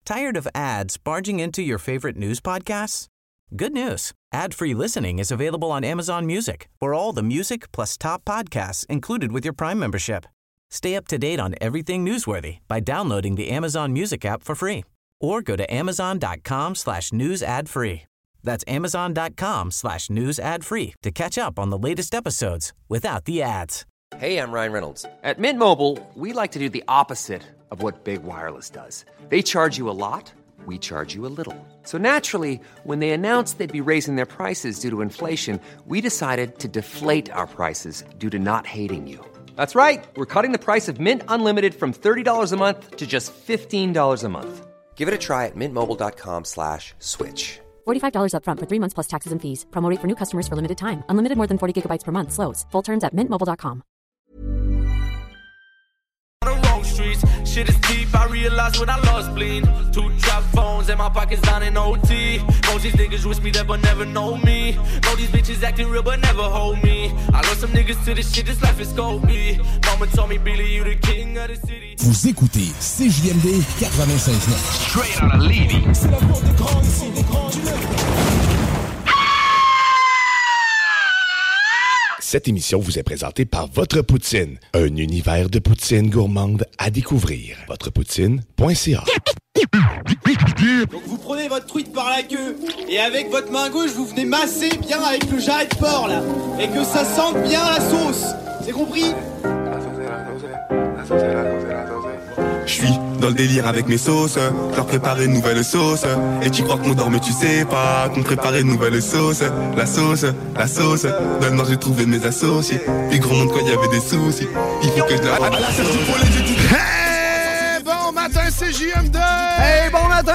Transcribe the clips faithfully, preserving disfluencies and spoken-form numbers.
Tired of ads barging into your favorite news podcasts? Good news. Ad-free listening is available on Amazon Music for all the music plus top podcasts included with your Prime membership. Stay up to date on everything newsworthy by downloading the Amazon Music app for free or go to amazon.com slash news ad free. That's amazon.com slash news ad free to catch up on the latest episodes without the ads. Hey, I'm Ryan Reynolds. At Mint Mobile, we like to do the opposite of what Big Wireless does. They charge you a lot, we charge you a little. So naturally, when they announced they'd be raising their prices due to inflation, we decided to deflate our prices due to not hating you. That's right. We're cutting the price of Mint Unlimited from thirty dollars a month to just fifteen dollars a month. Give it a try at mintmobile.com slash switch. forty-five dollars up front for three months plus taxes and fees. Promo rate for new customers for limited time. Unlimited more than forty gigabytes per month. Slows full terms at mint mobile dot com. Shit is deep, I realize when I lost bleed. Two trap phones and my pockets down in O T. Most these niggas wish me that but never know me. Know these bitches acting real but never hold me. I lost some niggas to this shit, this life is Kobe. Mama told me, Billy, you the king of the city. Vous écoutez C J M D quatre-vingt-seize neuf. Straight out of Lady. C'est la porte d'écran ici, d'écran du neuf. Cette émission vous est présentée par Votre Poutine, un univers de poutine gourmande à découvrir. votre poutine point c a. Donc vous prenez votre truite par la queue et avec votre main gauche vous venez masser bien avec le jarret de porc là et que ça sente bien la sauce. C'est compris? Je suis dans le délire avec mes sauces, je leur prépare une nouvelle sauce. Et tu crois qu'on dort mais tu sais pas qu'on préparait une nouvelle sauce. La sauce, la sauce, dans le nord j'ai trouvé mes associés. Puis gros monde quand il y avait des soucis, il faut que je la... Hey, bon matin C J M D! Hey, bon matin!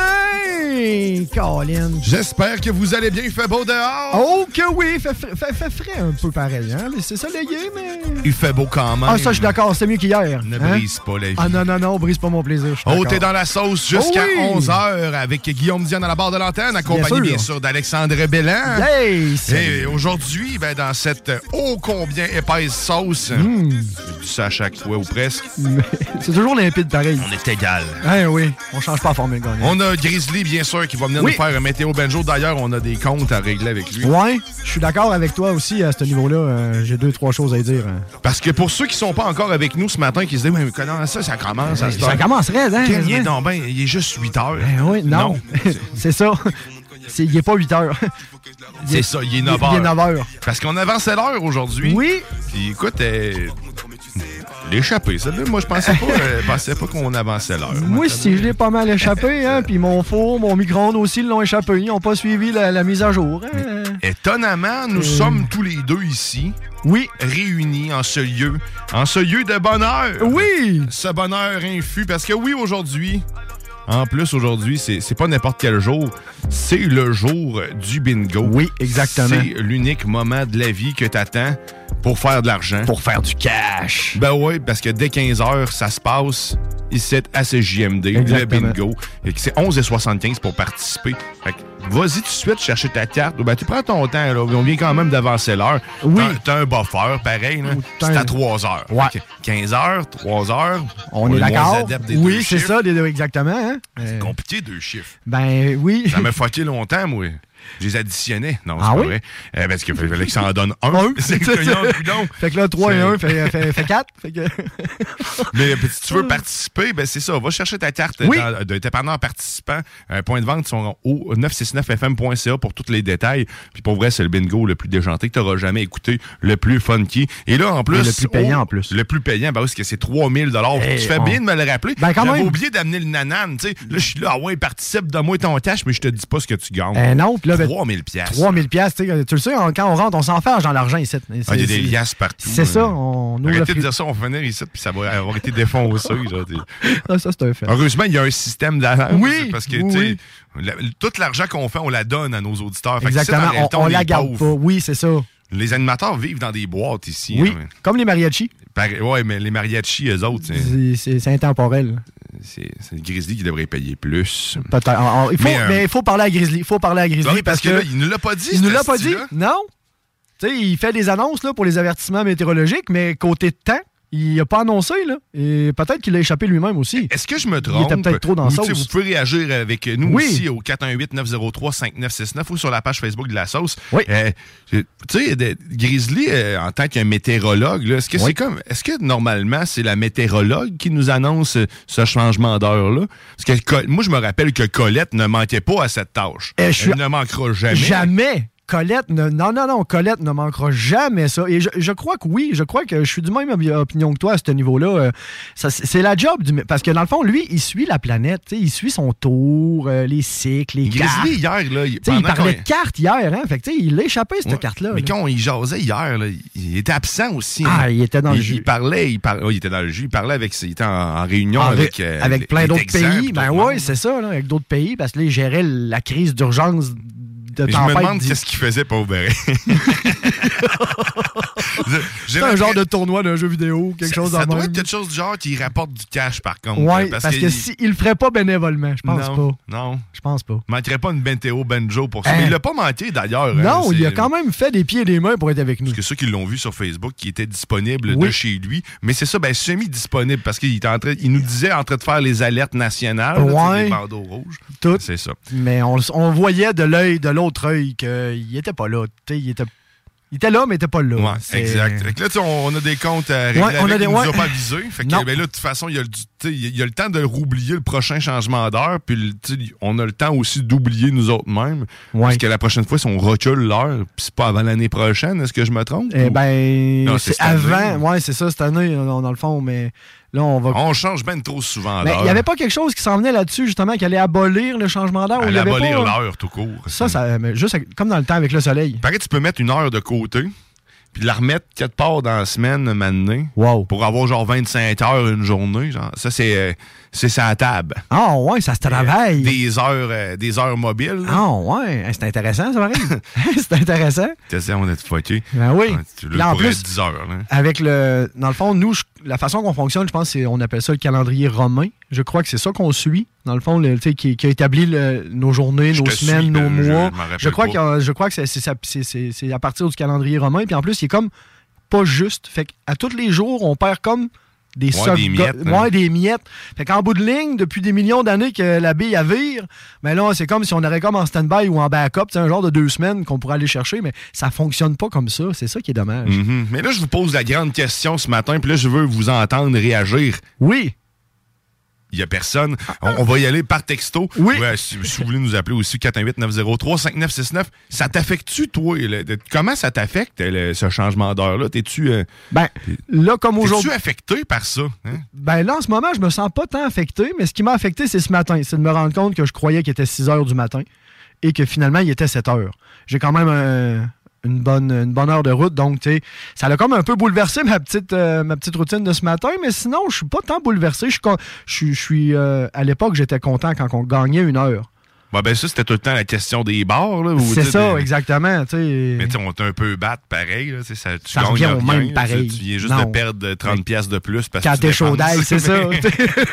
Colin. J'espère que vous allez bien, il fait beau dehors. Oh que oui, il fait, fait, fait frais un peu pareil, hein? C'est soleillé, mais... Il fait beau quand même. Ah ça, je suis d'accord, c'est mieux qu'hier. Ne hein? brise pas la vie. Ah non, non, non, brise pas mon plaisir, Oh, t'es dans la sauce jusqu'à oh, oui. onze heures avec Guillaume Diane à la barre de l'antenne, accompagné bien sûr, bien sûr d'Alexandre Belland. Hey, Et aujourd'hui, ben, dans cette ô combien épaisse sauce, mm. je dis ça à chaque fois ou presque. C'est toujours limpide pareil. On est égal. Ah oui, on change pas la formule gagnante. On a Grizzly, bien sûr, qui va venir oui. nous faire un météo banjo. D'ailleurs, on a des comptes à régler avec lui. Ouais, je suis d'accord avec toi aussi à ce niveau-là. Euh, j'ai deux, trois choses à dire. Hein. Parce que pour ceux qui sont pas encore avec nous ce matin, qui se disent, mais comment ça, ça commence à Ça, ça commencerait, hein? Il est, non, ben, il est juste huit heures. Ben oui, non. non. C'est ça. C'est, il est pas huit heures. C'est est, ça, il est neuf heures. Il est neuf heures. Parce qu'on avançait l'heure aujourd'hui. Oui. Puis écoute, euh, l'échappée, ça. Moi, je pensais pas, euh, pensais pas qu'on avançait l'heure. Moi, si, je l'ai pas mal échappé, hein. Puis mon four, mon micro-ondes aussi l'ont échappé. Ils n'ont pas suivi la, la mise à jour. Hein? Étonnamment, nous euh... sommes tous les deux ici. Oui. Réunis en ce lieu. En ce lieu de bonheur. Oui. Ce bonheur infus. Parce que oui, aujourd'hui... En plus, aujourd'hui, c'est, c'est pas n'importe quel jour. C'est le jour du bingo. Oui, exactement. C'est l'unique moment de la vie que t'attends pour faire de l'argent. Pour faire du cash. Ben oui, parce que dès quinze heures, ça se passe ici à C J M D, exactement. Le bingo. Et que c'est onze soixante-quinze pour participer. Fait que vas-y tout de suite chercher ta carte. Ben, tu prends ton temps, là. On vient quand même d'avancer l'heure. Oui. T'as, t'as un buffer, pareil, là. C'est à trois heures. Ouais. quinze heures, trois heures. On, on est d'accord. Oui, c'est chiffres. ça, les deux, exactement. Hein? C'est euh... compliqué, deux chiffres. Ben oui. Ça m'a fucké longtemps, moi. Je les additionnais. Non, c'est ah pas oui? vrai. Euh, parce qu'il fallait que ça en donne un. un c'est c'est le coudon. Fait que là, trois c'est... et un fait, fait, fait quatre. Fait que... Mais si tu veux participer, ben c'est ça. Va chercher ta carte oui. dans, de dépanneur participant. Un point de vente sont au neuf cent soixante-neuf f m point c a pour tous les détails. Puis pour vrai, c'est le bingo le plus déjanté que tu auras jamais écouté. Le plus funky. Et là, en plus... Et le plus payant, oh, en plus. Le plus payant, ben parce que c'est trois mille dollars. Hey, tu fais on... bien de me le rappeler. Ben quand J'avais même. oublié d'amener le nanan. Tu sais, là, je suis là, ah ouais, participe, donne-moi ton cash, mais je te dis pas ce que tu gagnes. Euh, non, là, trois mille dollars. trois mille dollars, tu le sais, quand on rentre, on s'enferge dans l'argent ici. Il ah, y a des liasses partout. C'est ça. On ouvre Arrêtez de dire ça, on va venir ici, puis ça va avoir été défoncé. Genre, ah, ça, c'est un fait. Heureusement, il y a un système d'alarme. Oui. Parce que, oui, tu sais, oui. La, tout l'argent qu'on fait, on la donne à nos auditeurs. Fait exactement. Que, on, on, on la garde pauvres. pas. Oui, c'est ça. Les animateurs vivent dans des boîtes ici. Oui, hein. Comme les mariachis. Oui, mais les mariachis, eux autres... C'est, c'est, c'est intemporel. C'est, c'est le Grizzly qui devrait payer plus. Peut-être. Alors, il faut, mais, euh, mais il faut parler à Grizzly. Il faut parler à Grizzly. Oui, parce, parce que, que là, il ne l'a pas dit. Il ne l'a pas dit. Non. Tu sais, il fait des annonces là, pour les avertissements météorologiques, mais côté de temps, Il n'a pas annoncé, là. Et peut-être qu'il l'a échappé lui-même aussi. Est-ce que je me trompe? Il était peut-être trop dans la sauce. Vous pouvez réagir avec nous oui. aussi au quatre un huit neuf zéro trois cinq neuf six neuf ou sur la page Facebook de La Sauce. Oui. Euh, tu sais, Grizzly, euh, en tant qu'un météorologue, là, est-ce que oui. c'est comme. Est-ce que normalement, c'est la météorologue qui nous annonce ce changement d'heure-là? Parce que moi, je me rappelle que Colette ne manquait pas à cette tâche. Euh, Elle suis... ne manquera jamais. Jamais! Colette, ne, non, non, non, Colette ne manquera jamais ça. Et je, je crois que oui, je crois que je suis du même opinion que toi à ce niveau-là. Euh, ça, c'est la job du... Parce que dans le fond, lui, il suit la planète, il suit son tour, euh, les cycles, les cartes. Grizzly, hier, là... Il parlait de cartes hier, hein? Fait que, il a échappé, cette ouais, carte-là. Mais là. quand il jasait hier, là, il était absent aussi. Ah, hein. il était dans le il, jus. Il parlait, il, parlait, oh, il était dans le jus, il parlait avec... Il était en, en réunion en avec... Euh, avec plein d'autres pays. Ben oui, c'est ça, là, avec d'autres pays, parce que là, il gérait la crise d'urgence... Je me demande d... qu'est-ce qu'il faisait pour Barry. C'est un genre de tournoi d'un jeu vidéo, quelque ça, chose ça dans doit même. être quelque chose du genre qui rapporte du cash, par contre. Oui, parce, parce que, que s'il il le ferait pas bénévolement, je pense non, pas. Non, je pense pas. Il manquerait pas une Benteo Benjo pour ça. Hein? Mais il l'a pas manqué, d'ailleurs. Non, hein, il a quand même fait des pieds et des mains pour être avec nous. Parce que ceux qui l'ont vu sur Facebook, qui était disponible oui. de chez lui. Mais c'est ça, ben semi-disponible, parce qu'il était en train, il nous disait en train de faire les alertes nationales, ouais. là, les bandeaux rouges. Tout. C'est ça. Mais on, on voyait de l'œil, de l'autre œil, qu'il était pas là. Il était, il était là, mais il était pas là. Ouais, exact. Fait que là, on a des comptes à régler ouais, on avec, a des, il nous ouais. a pas avisé. Fait que, ben là, de toute façon, il y a, il y a le temps de roublier le prochain changement d'heure, puis on a le temps aussi d'oublier nous autres mêmes. Ouais. Parce que la prochaine fois, si on recule l'heure, puis c'est pas avant l'année prochaine, est-ce que je me trompe? Eh ou... ben, non, c'est, c'est avant. Ouais, c'est ça, cette année, dans le fond, mais... Là, on, va... on change bien trop souvent d'heure. Il n'y avait pas quelque chose qui s'en venait là-dessus, justement, qui allait abolir le changement d'heure? Elle allait abolir pas... l'heure, tout court. Ça, ça mais juste comme dans le temps avec le soleil. Pareil, tu peux mettre une heure de côté, puis la remettre quatre parts dans la semaine, maintenant, wow. pour avoir genre vingt-cinq heures une journée. Genre. Ça, c'est, euh, c'est sa table. Ah oh, ouais, ça se travaille. Euh, des heures euh, des heures mobiles. Ah oh, ouais, c'est intéressant, ça, pareil. C'est intéressant. Tu sais, on est fucké. Ben oui. Ouais, tu là, en plus, dix heures. Là. Avec le... Dans le fond, nous, je... la façon qu'on fonctionne, je pense, c'est on appelle ça le calendrier romain. Je crois que c'est ça qu'on suit. Dans le fond, le, qui, qui a établi le, nos journées, je nos semaines, suis, nos je, mois. Je, je, crois que, je crois que c'est, c'est, c'est, c'est, c'est à partir du calendrier romain. Puis en plus, il est comme pas juste. Fait qu'à tous les jours, on perd comme des, ouais, so- des miettes. Go- ouais, des miettes. Fait qu'en bout de ligne, depuis des millions d'années que la bille à vire, mais là, c'est comme si on aurait comme en stand-by ou en backup, c'est un genre de deux semaines qu'on pourrait aller chercher, mais ça fonctionne pas comme ça. C'est ça qui est dommage. Mm-hmm. Mais là, je vous pose la grande question ce matin, puis là, je veux vous entendre réagir. Oui. Il n'y a personne. On, on va y aller par texto. Oui. Ouais, si, si vous voulez nous appeler aussi, quatre un huit neuf zéro trois cinq neuf six neuf. Ça t'affecte-tu, toi? Le, de, comment ça t'affecte, le, ce changement d'heure-là? T'es-tu... Euh, ben, là, comme aujourd'hui... T'es-tu affecté par ça? Hein? Ben là, en ce moment, je me sens pas tant affecté, mais ce qui m'a affecté, c'est ce matin. C'est de me rendre compte que je croyais qu'il était six heures du matin et que finalement, il était sept heures. J'ai quand même un... Une bonne, une bonne heure de route, donc tu sais, ça a comme un peu bouleversé ma petite, euh, ma petite routine de ce matin, mais sinon, je suis pas tant bouleversé. Je suis, je suis euh, à l'époque, j'étais content quand on gagnait une heure. Ben, ben ça, c'était tout le temps la question des bars. Là, où, c'est ça, des... exactement. T'sais... Mais on est un peu battre pareil. Là, ça tu ça revient au même là, pareil. Tu viens juste non. de perdre trente piastres de plus. Parce quand que t'es tu chaud d'ail, c'est ça. mais...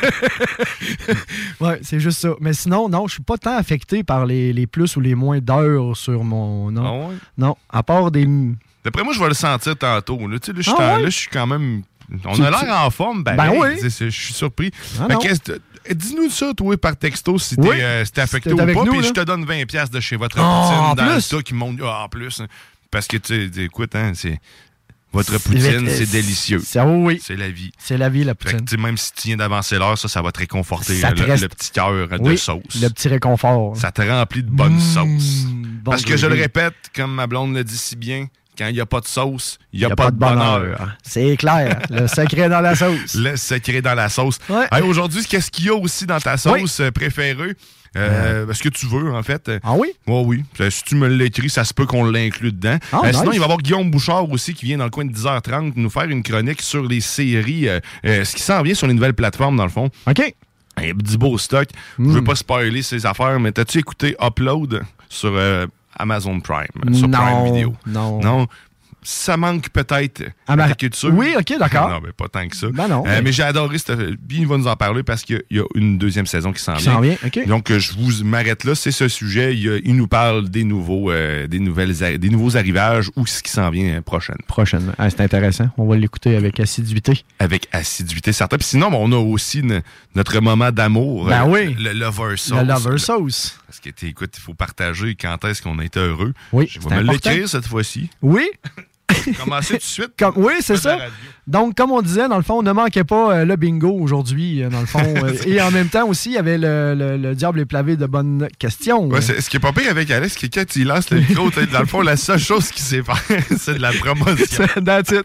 ouais, c'est juste ça. Mais sinon, non, je suis pas tant affecté par les, les plus ou les moins d'heures sur mon... Non, ah ouais? Non, à part des... D'après moi, je vais le sentir tantôt. Là, là, je ah ouais? suis quand même... On tu, a l'air tu... en forme. Ben, ben hey, oui. Je suis surpris. Ah dis-nous ça, toi, par texto, si t'es, oui. euh, si t'es affecté si t'es ou pas, puis je te donne vingt piastres de chez votre oh, poutine dans plus. le tas qui monte oh, en plus. Parce que, tu sais, écoute, hein, c'est... Votre poutine, c'est, c'est délicieux. C'est, oh oui. C'est la vie. C'est la vie, la poutine. Fait que, même si tu viens d'avancer l'heure, ça, ça va te réconforter ça te le, reste... le petit cœur de oui, sauce. Le petit réconfort. Ça te remplit de bonne mmh, sauce. Bon Parce que je le répète, comme ma blonde le dit si bien, quand il n'y a pas de sauce, il n'y a, a pas, pas de de bonheur. bonheur. C'est clair. Le secret dans la sauce. Le secret dans la sauce. Ouais. Hey, aujourd'hui, qu'est-ce qu'il y a aussi dans ta sauce oui. préférée? Euh, euh. Ce que tu veux, en fait. Ah oui? Oh oui. Si tu me l'écris, ça se peut qu'on l'inclue dedans. Ah, euh, nice. Sinon, il va y avoir Guillaume Bouchard aussi qui vient dans le coin de dix heures trente nous faire une chronique sur les séries. Euh, euh, ce qui s'en vient sur les nouvelles plateformes, dans le fond. OK. Un petit beau stock. Mm. Je veux pas spoiler ces affaires, mais t'as-tu écouté Upload sur euh, Amazon Prime? Sur non, Prime Video? Non. Non. ça manque peut-être à ma ma culture. Oui, OK, d'accord. Non, mais pas tant que ça. Ben non. Euh, mais... mais j'ai adoré cette. Il va nous en parler parce qu'il y a une deuxième saison qui s'en qui vient. S'en vient. OK. Donc, je vous m'arrête là. C'est ce sujet. Il, il nous parle des nouveaux, euh, des nouvelles, des nouveaux arrivages ou ce qui s'en vient prochaine. Prochaine. Ah, c'est intéressant. On va l'écouter avec assiduité. Avec assiduité, certain. Puis sinon, on a aussi ne, notre moment d'amour. Ben euh, oui. Le Lover Sauce. Le Lover Sauce. Parce que, écoute, il faut partager quand est-ce qu'on a été heureux. Oui, je vais me important. l'écrire cette fois-ci. Oui. Commencer tout de suite. Comme, oui, c'est ça. Donc, comme on disait, dans le fond, on ne manquait pas euh, le bingo aujourd'hui, euh, dans le fond. euh, et en même temps aussi, il y avait le, le, le diable est plavé de bonnes questions. Ouais, c'est, ce qui est pas pire avec Alex, c'est que quand il lance le micro, dans le fond, la seule chose qu'il sait faire, c'est de la promotion. C'est that's it.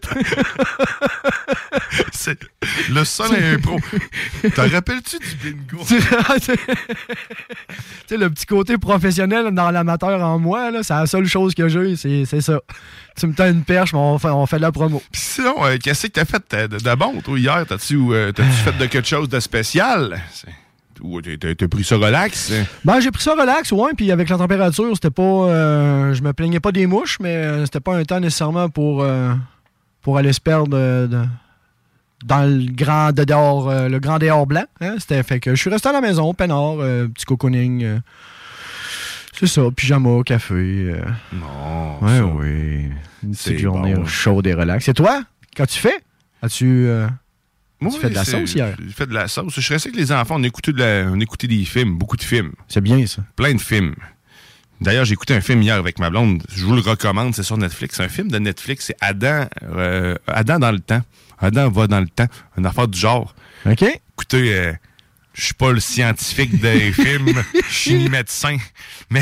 C'est le seul impro. T'en rappelles-tu du bingo? Tu sais, le petit côté professionnel dans l'amateur en moi, là, c'est la seule chose que j'ai, c'est, c'est ça. Tu me tends une perche, mais on fait, on fait de la promo. Pis sinon, euh, qu'est-ce que t'as fait de, de bon, toi, hier? T'as-tu, euh, t'as-tu fait de quelque chose de spécial? C'est... Ou t'as, t'as pris ça relax? Ben, j'ai pris ça relax, ouais, puis avec la température, c'était pas... Euh, je me plaignais pas des mouches, mais euh, c'était pas un temps nécessairement pour, euh, pour aller se perdre de, de, dans le grand dehors, euh, le grand dehors blanc. Hein? C'était fait que je suis resté à la maison, peinard, euh, petit cocooning... Euh, c'est ça, pyjama, café. Euh... Non. Ouais, ça, oui. Une petite journée bon. chaude et relax. Et toi, qu'as-tu fait? As-tu, euh... Moi, As-tu fait de la sauce hier? J'ai fait de la sauce. Je suis resté avec les enfants. On écoutait, de la... on écoutait des films, beaucoup de films. C'est bien, ça. Plein de films. D'ailleurs, j'ai écouté un film hier avec ma blonde. Je vous le recommande, c'est sur Netflix. C'est un film de Netflix. C'est Adam, euh, Adam dans le temps. Adam va dans le temps. Une affaire du genre. OK. Écoutez... Euh... Je suis pas le scientifique des films, je suis ni médecin, mais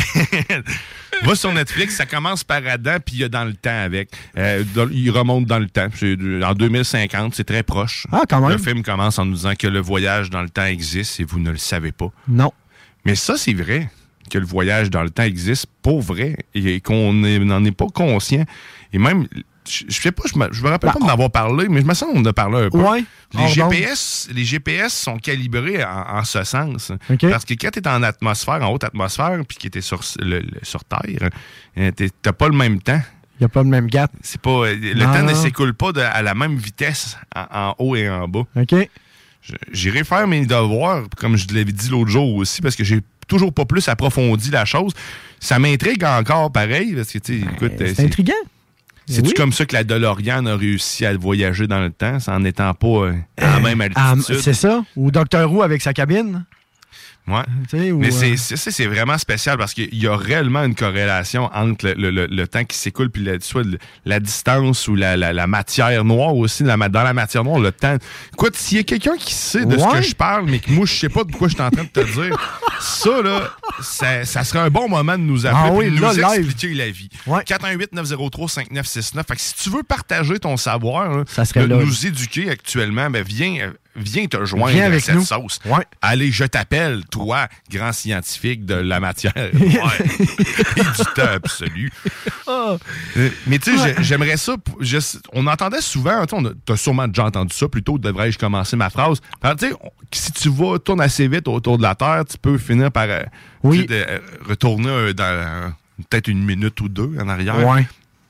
va sur Netflix, ça commence par Adam, puis il y a dans le temps avec. Euh, dans, il remonte dans le temps. C'est en deux mille cinquante, c'est très proche. Ah, quand même. Le film commence en nous disant que le voyage dans le temps existe et vous ne le savez pas. Non. Mais ça, c'est vrai, que le voyage dans le temps existe pour vrai et qu'on n'en est pas conscient. Et même... Je, je sais pas, je me, je me rappelle bah, pas d'en avoir parlé, mais je me sens qu'on en a parlé un peu. Ouais. Les, G P S, les G P S sont calibrés en, en ce sens. Okay. Parce que quand tu es en atmosphère, en haute atmosphère, puis que tu es sur, le, le, sur Terre, tu n'as pas le même temps. Il n'y a pas le même gap. C'est pas, le non, temps non. ne s'écoule pas de, à la même vitesse en, en haut et en bas. OK. Je, j'irai faire mes devoirs, comme je l'avais dit l'autre jour aussi, parce que j'ai toujours pas plus approfondi la chose. Ça m'intrigue encore pareil, parce que, tu sais, écoute... C'est, c'est intriguant. C'est-tu oui. comme ça que la DeLorean a réussi à voyager dans le temps, en n'étant pas euh, à la même altitude? Ah, c'est ça. Ou Doctor Who avec sa cabine. Ouais. Ou, mais c'est, euh... c'est, c'est, c'est vraiment spécial parce qu'il y a réellement une corrélation entre le, le, le, le temps qui s'écoule puis la, soit le, la distance ou la, la, la matière noire aussi. La, dans la matière noire, le temps. Écoute, s'il y a quelqu'un qui sait de ouais. ce que je parle, mais que moi, je sais pas de quoi je suis en train de te dire, ça, là, ça, ça serait un bon moment de nous appeler ah et oui, de nous là, expliquer live. la vie. Ouais. quatre un huit neuf zéro trois cinq neuf six neuf. Fait que si tu veux partager ton savoir, là, ça serait de là. nous éduquer actuellement, ben viens... Viens te joindre Viens avec à cette nous. sauce. Ouais. Allez, je t'appelle, toi, grand scientifique de la matière ouais. et du temps absolu. Oh. Euh, mais tu sais, ouais. j'aimerais ça... Je, on entendait souvent, tu as sûrement déjà entendu ça, plutôt devrais-je commencer ma phrase. Tu sais, si tu vas, tournes assez vite autour de la Terre, tu peux finir par euh, oui. de, euh, retourner euh, dans euh, peut-être une minute ou deux en arrière. Ouais.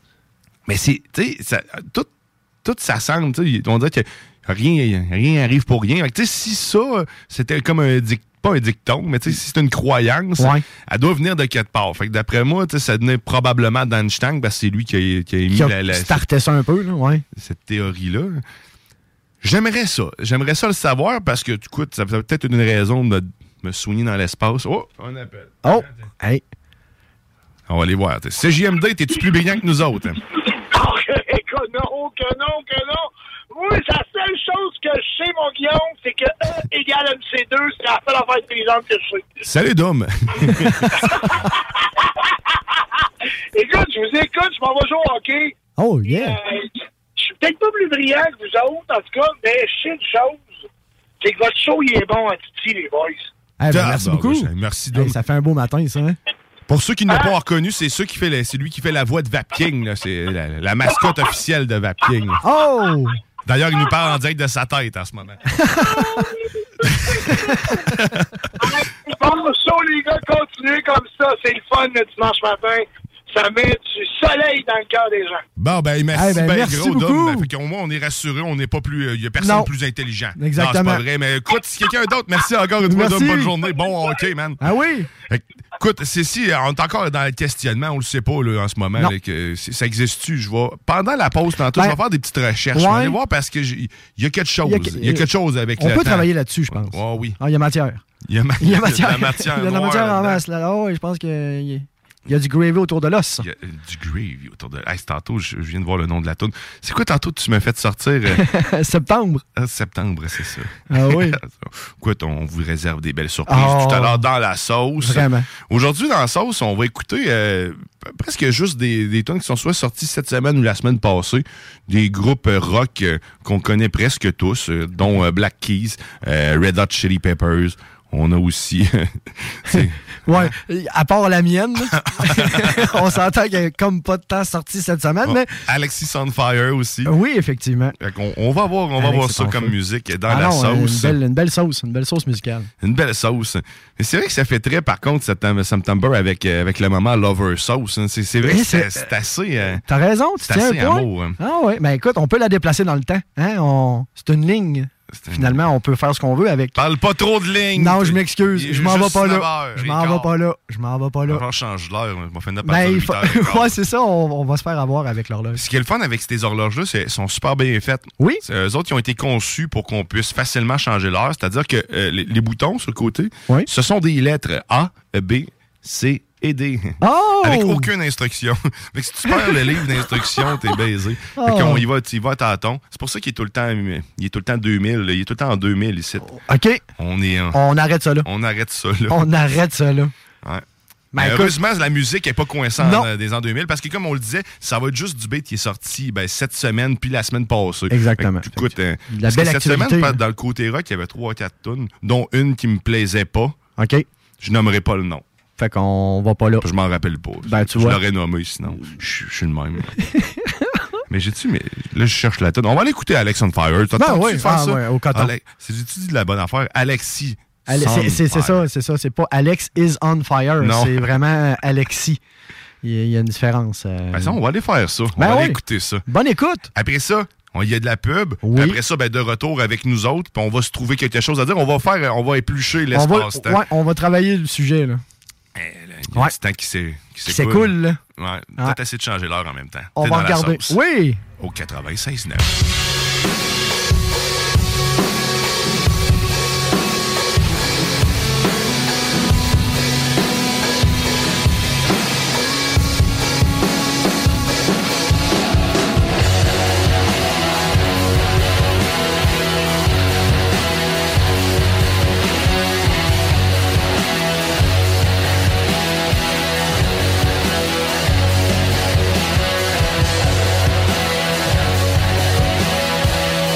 Mais c'est, tu sais, tout, tout ça semble, tu sais, on dirait que Rien, rien arrive pour rien. Fait que, si ça, c'était comme un dicton, pas un dicton, mais si c'est une croyance, ouais. elle doit venir de quelque part. Fait que d'après moi, ça venait probablement d'Einstein, parce que c'est lui qui a, qui a émis qui a la, la, starté ça un peu, là, ouais. cette théorie-là. J'aimerais ça. J'aimerais ça le savoir parce que, écoute, ça peut peut-être une raison de me soigner dans l'espace. Oh, on appelle. Oh, hey. On va aller voir. C J M D, t'es-tu plus brillant que nous autres? Hein? Oh, que non, que non, que non. Oui, la seule chose que je sais, mon Guillaume, c'est que E égale M C deux, c'est la seule affaire intelligente que je sais. Salut, Dom! Écoute, je vous écoute, je m'en vais jouer au hockey. Oh, yeah! Euh, je suis peut-être pas plus brillant que vous autres, en tout cas, mais je sais une chose, c'est que votre show, il est bon à Titi, les boys. Eh ben, merci ah, beaucoup. Ben, merci, Dom. Hey, ça fait un beau matin, ça, hein? Pour ceux qui ne l'ont ah. pas reconnu, c'est ceux qui fait le, c'est lui qui fait la voix de Vapking. Là. C'est la, la mascotte officielle de Vapking. Oh! D'ailleurs, il nous parle en direct de sa tête en ce moment. Bon, ça, les gars, continuez comme ça. C'est le fun le dimanche matin. ça met du soleil dans le cœur des gens. Bon, ben, merci, hey, ben, ben merci gros, beaucoup. Dom. Ben, fait qu'au moins, on est rassuré, on n'est pas plus. Il n'y a personne Non. plus intelligent. Exactement. Non, c'est pas vrai, mais écoute, si quelqu'un d'autre, merci encore une fois, Merci. Dom. Bonne journée. Bon hockey, man. Ah oui? Fait que, écoute, c'est si, on est encore dans le questionnement, on le sait pas là, en ce moment, là, que c'est- ça existe-tu. Je vais, pendant la pause, tantôt, Ben, je vais faire des petites recherches. Je ouais. vais aller voir parce qu'il y a quelque chose. Il Il y y a- a, quelque chose avec On le peut temps. travailler là-dessus, je pense. Oh, oui. Ah, il y a matière. Il y a, ma- Il y a matière. de la matière. Il y a de la noire matière en là-dedans. masse. Là. Oh, oui, je pense qu'il y, a- il y a du gravy autour de l'os. Il y a euh, du gravy autour de. Hey, c'est tantôt, je, je viens de voir le nom de la toune. C'est quoi tantôt tu m'as fait sortir euh, Septembre. ah, septembre, c'est ça. Ah oui. Écoute, on vous réserve des belles surprises Oh. tout à l'heure dans la sauce. Vraiment. Aujourd'hui, dans la sauce, on va écouter euh, presque juste des, des tunes qui sont soit sortis cette semaine ou la semaine passée. Des groupes euh, rock euh, qu'on connaît presque tous, euh, dont euh, Black Keys, euh, Red Hot Chili Peppers. On a aussi. c'est- Ouais, à part la mienne, là. On s'entend qu'il n'y a comme pas de temps sorti cette semaine, mais Alexis Sunfire aussi. oui, effectivement. Fait qu'on- on va voir, on va Alex, voir c'est ça ton comme feu. musique dans Ah la non, sauce. Une belle, une belle sauce, une belle sauce musicale. Une belle sauce. Mais c'est vrai que ça fait très, par contre, September, September avec, euh, avec le moment Lover Sauce. hein. C'est c'est vrai Oui, que c'est c'est- c'est assez. euh, T'as raison, tu c'est tiens assez un point. amour. hein. Ah ouais, ben écoute, on peut la déplacer dans le temps. Hein? On... C'est une ligne. C'est une- Finalement, on peut faire ce qu'on veut avec. Parle pas trop de lignes. Non, je m'excuse. Il est Je m'en vais juste pas neuf là. heures Je et m'en vais quart. pas là. Je m'en vais pas là. On change l'heure. On va finir par Ben, faire il huit faut... heures et quart. ouais, c'est ça, on, on va se faire avoir avec l'horloge. Ce qui est le fun avec ces horloges-là, c'est- elles sont super bien faites. Oui. C'est eux autres qui ont été conçus pour qu'on puisse facilement changer l'heure. C'est-à-dire que euh, les, les boutons sur le côté, Oui. ce sont des lettres A, B, C et D. Oh! Avec aucune instruction. Fait que si tu perds le livre d'instructions, t'es baisé. Oh. Fait qu'on y va, tu y vas à tâtons. C'est pour ça qu'il est tout le temps, il est tout le temps deux mille. Il est tout le temps en deux mille ici. OK. On est, en- On arrête ça là. on arrête ça là. On arrête ça là. Ouais. Ben, Mais écoute- heureusement, la musique n'est pas coincée en, Non. euh, des ans deux mille parce que, comme on le disait, ça va être juste du beat qui est sorti ben, cette semaine puis la semaine passée. Exactement. Fait que, écoute, euh, De la parce que belle cette actualité, semaine, là. dans le côté rock, il y avait trois quatre tonnes, dont une qui me plaisait pas. OK. Je nommerai pas le nom. Fait qu'on va pas là. Je m'en rappelle pas. Ben, tu je vois. l'aurais nommé sinon. Je je suis le même. Mais j'ai-tu, mais là, je cherche la tonne. On va aller écouter Alex on Fire. T'as Ben tenté oui, de faire ah ça? ouais, au coton. Ale- C'est-tu dit de la bonne affaire? Alexis. Ale- c'est- C'est c'est ça, c'est ça. C'est pas Alex is on fire. Non. C'est vraiment Alexis. Il y, a, il y a une différence. euh. Ben ça, on va aller faire ça. On Ben va aller oui. écouter ça. Bonne écoute. Après ça, on- il y a de la pub. Oui. Puis après ça, ben, de retour avec nous autres. Puis on va se trouver quelque chose à dire. On va faire, on va éplucher On va, l'espace-temps. ouais, on va travailler le sujet. Là. Eh, là, Il y a Ouais. du temps qui s'est- qui Qui s'écoule. s'écoule. là. Ouais. Ouais. Peut-être essayer de changer l'heure en même temps. On T'es va dans la regarder. sauce. Oui. Au quatre-vingt-seize neuf. Thank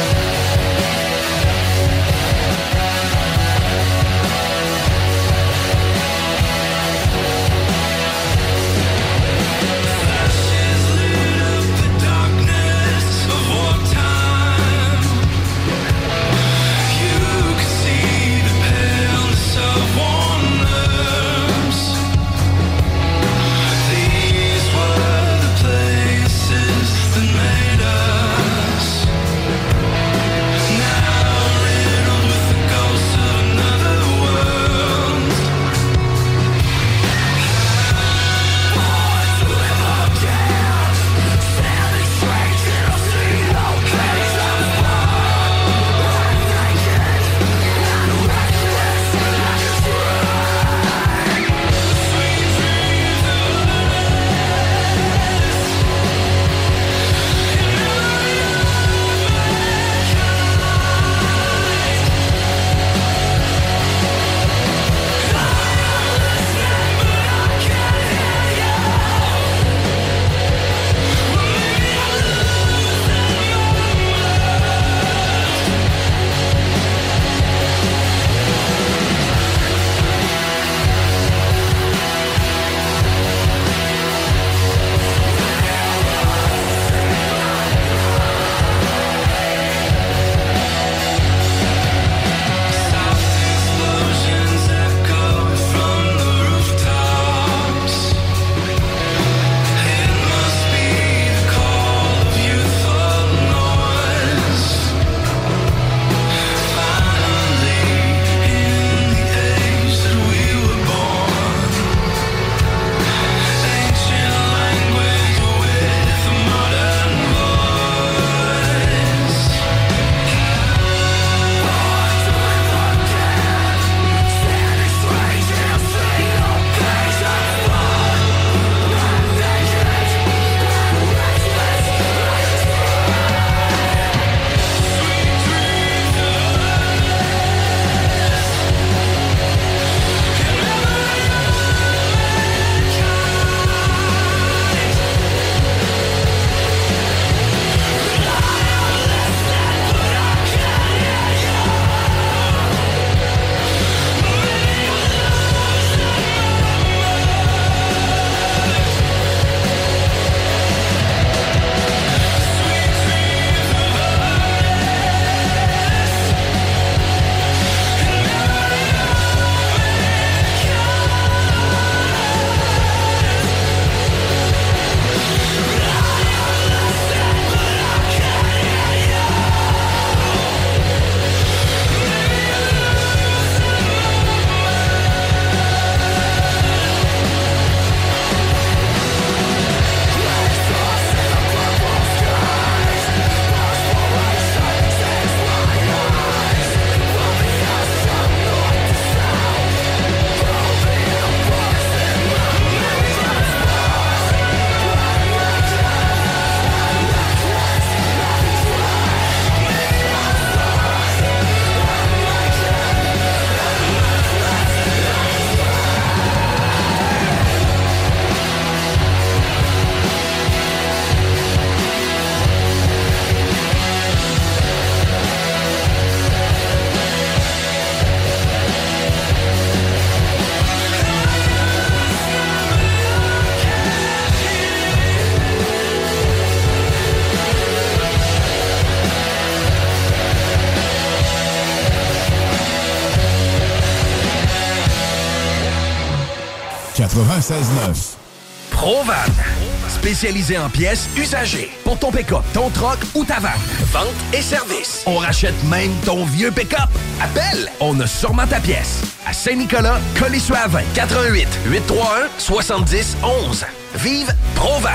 quatre-vingt-seize neuf. Provan, spécialisé en pièces usagées pour ton pick-up, ton truck ou ta vanne. Vente et service. On rachète même ton vieux pick-up. Appelle, on a sûrement ta pièce. À Saint-Nicolas, Colissois-Avin, quatre un huit, huit trois un, sept zéro un un. Vive Provan.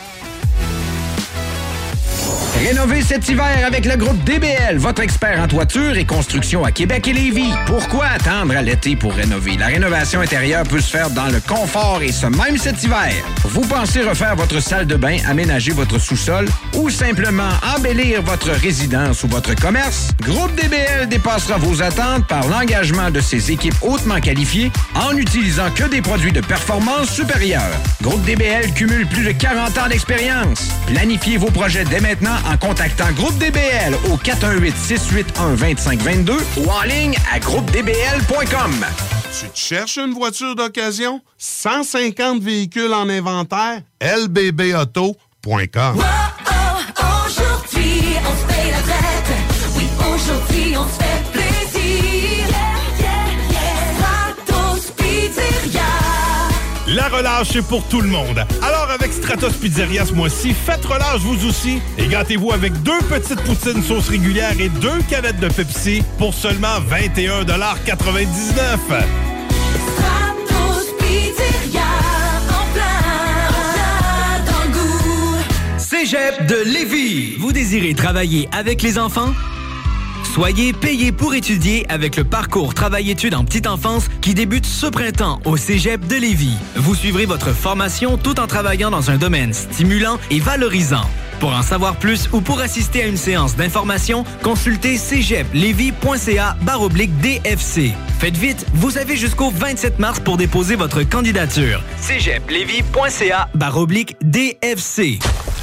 Rénovez cet hiver avec le groupe D B L, votre expert en toiture et construction à Québec et Lévis. Pourquoi attendre à l'été pour rénover? La rénovation intérieure peut se faire dans le confort et ce même cet hiver. Vous pensez refaire votre salle de bain, aménager votre sous-sol ou simplement embellir votre résidence ou votre commerce? Groupe D B L dépassera vos attentes par l'engagement de ses équipes hautement qualifiées en n'utilisant que des produits de performance supérieure. Groupe D B L cumule plus de quarante ans d'expérience. Planifiez vos projets dès maintenant en contactant Groupe D B L au quatre un huit, six huit un, deux cinq deux deux ou en ligne à groupe d b l point com. Tu te cherches une voiture d'occasion? cent cinquante véhicules en inventaire? l b b auto point com. Oh, oh, aujourd'hui, on se paye la traite. Oui, aujourd'hui, on se fait plaisir. Yeah, yeah, yeah. Stratos Pizzeria. La relâche est pour tout le monde. Alors avec Stratos Pizzeria ce mois-ci, faites relâche vous aussi et gâtez-vous avec deux petites poutines sauce régulière et deux canettes de Pepsi pour seulement vingt et un quatre-vingt-dix-neuf. Stratos Pizzeria, en plein, dans le goût. Cégep de Lévis. Vous désirez travailler avec les enfants? Soyez payé pour étudier avec le parcours Travail-études en petite enfance qui débute ce printemps au Cégep de Lévis. Vous suivrez votre formation tout en travaillant dans un domaine stimulant et valorisant. Pour en savoir plus ou pour assister à une séance d'information, consultez cégeplévis.ca barre oblique DFC. Faites vite, vous avez jusqu'au vingt-sept mars pour déposer votre candidature. cégeplévis.ca barre oblique DFC.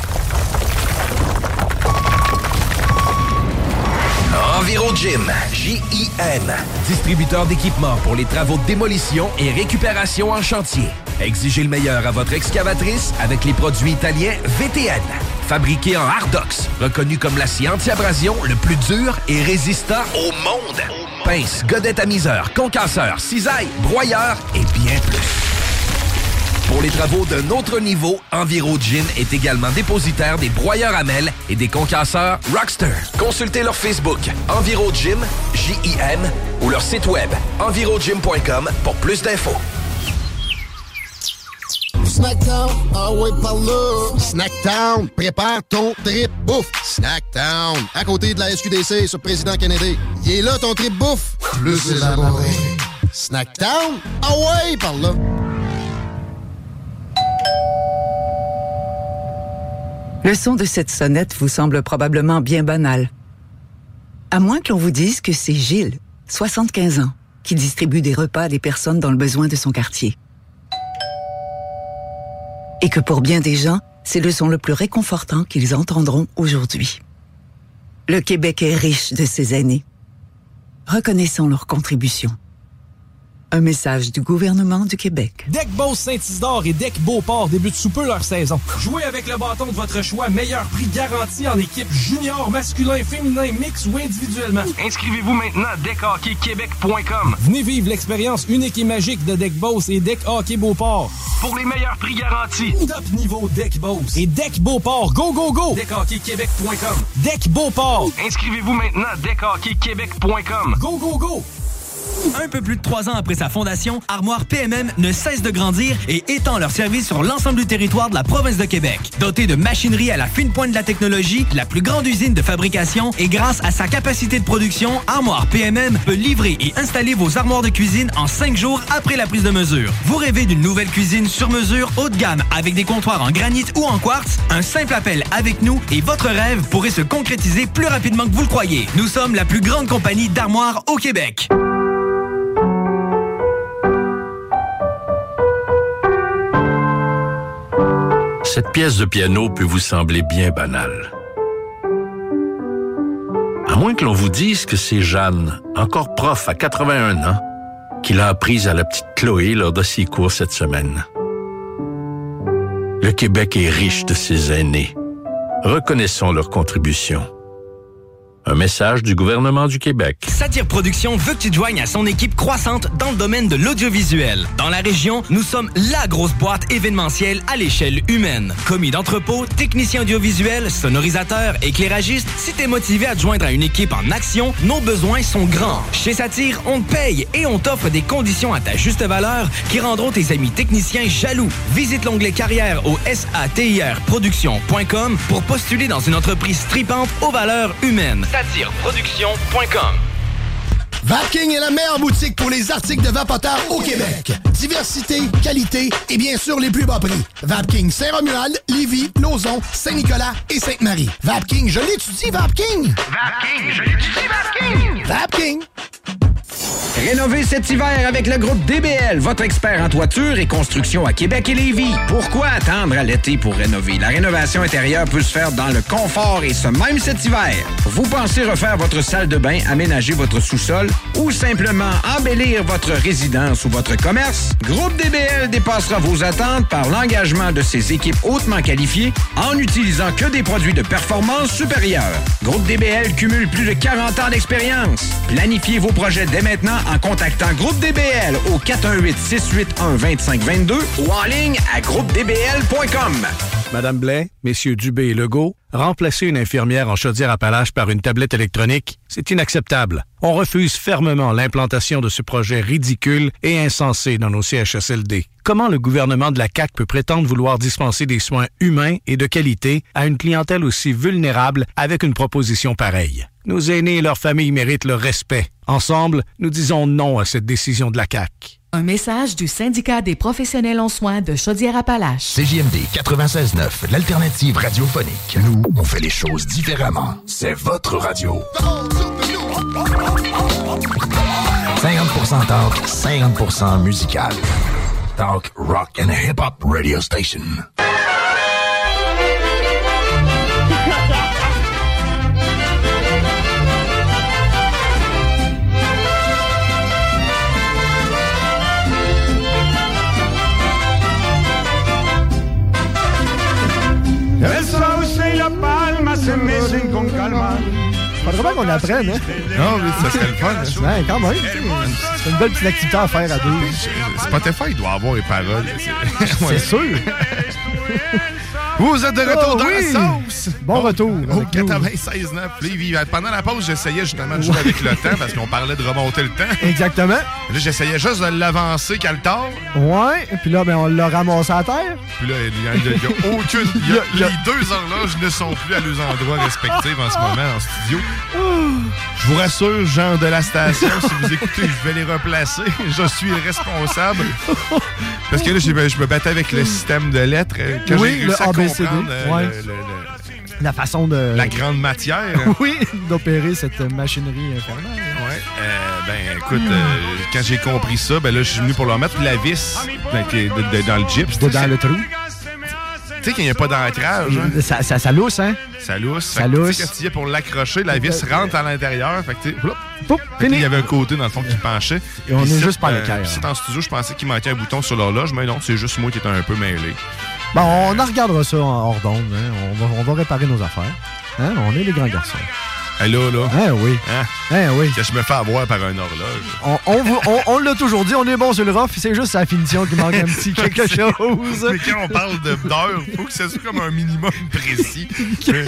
EnviroGym, J I M, distributeur d'équipements pour les travaux de démolition et récupération en chantier. Exigez le meilleur à votre excavatrice avec les produits italiens V T N. Fabriqué en Hardox, reconnu comme l'acier anti-abrasion le plus dur et résistant au monde. Pince, godette à miseur, concasseur, cisaille, broyeur et bien plus. Pour les travaux d'un autre niveau, EnviroGym est également dépositaire des broyeurs à mêles et des concasseurs Rockster. Consultez leur Facebook EnviroGym, J I M, ou leur site web envirogym point com pour plus d'infos. Snackdown, ah ouais, par là. Snackdown, prépare ton trip bouffe. Snackdown, à côté de la S Q D C sur Président Kennedy. Il est là ton trip bouffe. Plus élaboré. Snackdown, ah ouais, par là. Le son de cette sonnette vous semble probablement bien banal. À moins que l'on vous dise que c'est Gilles, soixante-quinze ans, qui distribue des repas à des personnes dans le besoin de son quartier. Et que pour bien des gens, c'est le son le plus réconfortant qu'ils entendront aujourd'hui. Le Québec est riche de ses aînés. Reconnaissons leur contribution. Un message du gouvernement du Québec. Deck Boss Saint-Isidore et Deck Beauport débutent sous peu leur saison. Jouez avec le bâton de votre choix, meilleur prix garanti en équipe junior, masculin, féminin, mix ou individuellement. Inscrivez-vous maintenant à deck hockey québec point com. Venez vivre l'expérience unique et magique de Deck Boss et Deck Hockey Beauport. Pour les meilleurs prix garantis. Top niveau Deck Boss et Deck Beauport. Go, go, go! deck hockey québec point com. Deck Beauport. Inscrivez-vous maintenant à deck hockey québec point com. Go, go, go! Un peu plus de trois ans après sa fondation, Armoire P M M ne cesse de grandir et étend leur service sur l'ensemble du territoire de la province de Québec. Dotée de machinerie à la fine pointe de la technologie, la plus grande usine de fabrication et grâce à sa capacité de production, Armoire P M M peut livrer et installer vos armoires de cuisine en cinq jours après la prise de mesure. Vous rêvez d'une nouvelle cuisine sur mesure haut de gamme avec des comptoirs en granit ou en quartz? Un simple appel avec nous et votre rêve pourrait se concrétiser plus rapidement que vous le croyez. Nous sommes la plus grande compagnie d'armoires au Québec. Cette pièce de piano peut vous sembler bien banale. À moins que l'on vous dise que c'est Jeanne, encore prof à quatre-vingt-un ans, qui l'a apprise à la petite Chloé lors de ses cours cette semaine. Le Québec est riche de ses aînés. Reconnaissons leur contribution. Un message du gouvernement du Québec. Satire Productions veut que tu te joignes à son équipe croissante dans le domaine de l'audiovisuel. Dans la région, nous sommes la grosse boîte événementielle à l'échelle humaine. Commis d'entrepôt, technicien audiovisuel, sonorisateur, éclairagiste, si t'es motivé à te joindre à une équipe en action, nos besoins sont grands. Chez Satire, on te paye et on t'offre des conditions à ta juste valeur qui rendront tes amis techniciens jaloux. Visite l'onglet carrière au satir production point com pour postuler dans une entreprise tripante aux valeurs humaines. satire production point com. Vapking est la meilleure boutique pour les articles de vapoteurs au Québec. Diversité, qualité et bien sûr les plus bas prix. Vapking Saint-Romuald, Lévis, Lauson, Saint-Nicolas et Sainte-Marie. Vapking, je l'étudie, Vapking! Vapking, je l'étudie, Vapking! Vapking! Rénover cet hiver avec le groupe D B L, votre expert en toiture et construction à Québec et Lévis. Pourquoi attendre à l'été pour rénover? La rénovation intérieure peut se faire dans le confort et ce même cet hiver. Vous pensez refaire votre salle de bain, aménager votre sous-sol ou simplement embellir votre résidence ou votre commerce? Groupe D B L dépassera vos attentes par l'engagement de ses équipes hautement qualifiées en n'utilisant que des produits de performance supérieure. Groupe D B L cumule plus de quarante ans d'expérience. Planifiez vos projets dès maintenant en contactant Groupe D B L au quatre un huit, six huit un, deux cinq deux deux ou en ligne à groupe d b l point com. Madame Blais, messieurs Dubé et Legault, remplacer une infirmière en Chaudière-Appalaches par une tablette électronique, c'est inacceptable. On refuse fermement l'implantation de ce projet ridicule et insensé dans nos C H S L D. Comment le gouvernement de la C A Q peut prétendre vouloir dispenser des soins humains et de qualité à une clientèle aussi vulnérable avec une proposition pareille? Nos aînés et leurs familles méritent le respect. Ensemble, nous disons non à cette décision de la C A Q. Un message du syndicat des professionnels en soins de Chaudière-Appalaches. C J M D quatre-vingt-seize neuf, l'alternative radiophonique. Nous, on fait les choses différemment. C'est votre radio. cinquante pour cent talk, cinquante pour cent musical. Talk, rock and hip-hop radio station. El sauce y la palma se mecen con calma. Faudrait bien qu'on apprenne, hein? Non, mais ça serait le fun. Hein? Ouais, quand même. C'est une belle petite activité à faire à deux. Spotify, il doit avoir les paroles. C'est ouais. sûr. Vous êtes de retour oh, dans oui. la sauce. Bon retour. Au quatre-vingt-seize neuf Lévis. Pendant la pause, j'essayais justement de jouer ouais. avec le temps parce qu'on parlait de remonter le temps. Exactement. Là, j'essayais juste de l'avancer Caltar. Ouais. Et puis là, ben, on l'a ramassé à terre. Puis là, il n'y a, a, a aucune. Y a, y a... Les deux horloges ne sont plus à leurs endroits respectifs en ce moment en studio. Je vous rassure, gens de la station, si vous écoutez, je vais les replacer. Je suis le responsable. Parce que là, je me battais avec le système de lettres. Quand oui, j'ai le réussi à A B C D. comprendre euh, ouais. le, le, le, la façon de... La grande matière. oui, d'opérer cette machinerie infernale. Oui. Euh, ben, écoute, euh, quand j'ai compris ça, ben là, je suis venu pour leur mettre la vis ben, qui est de, de, dans le gyps. Dans le trou. Tu sais qu'il n'y a pas d'ancrage. Hein? Ça, ça, ça lousse, hein? Ça lousse. Ça lousse. Tu sais, quand tu y es pour l'accrocher, la vis rentre à l'intérieur. Fait que tu sais, il y avait un côté, dans le fond, qui penchait. Et on Puis est c'est, juste par euh, le cœur. Puis c'est en studio, je pensais qu'il manquait un bouton sur l'horloge, mais non, c'est juste moi qui étais un peu mêlé. Bon, on en regardera ça en hors d'onde. Hein? On, va, on va réparer nos affaires. Hein? On est les grands garçons. Hey, là, là. Hein, oui. Hein? Hein, oui. Que je me fais avoir par un horloge. On, on, on, on l'a toujours dit, on est bon sur le rough, c'est juste sa finition qui manque un petit quelque chose. Mais quand on parle de, d'heure, il faut que ça soit comme un minimum précis. Mais...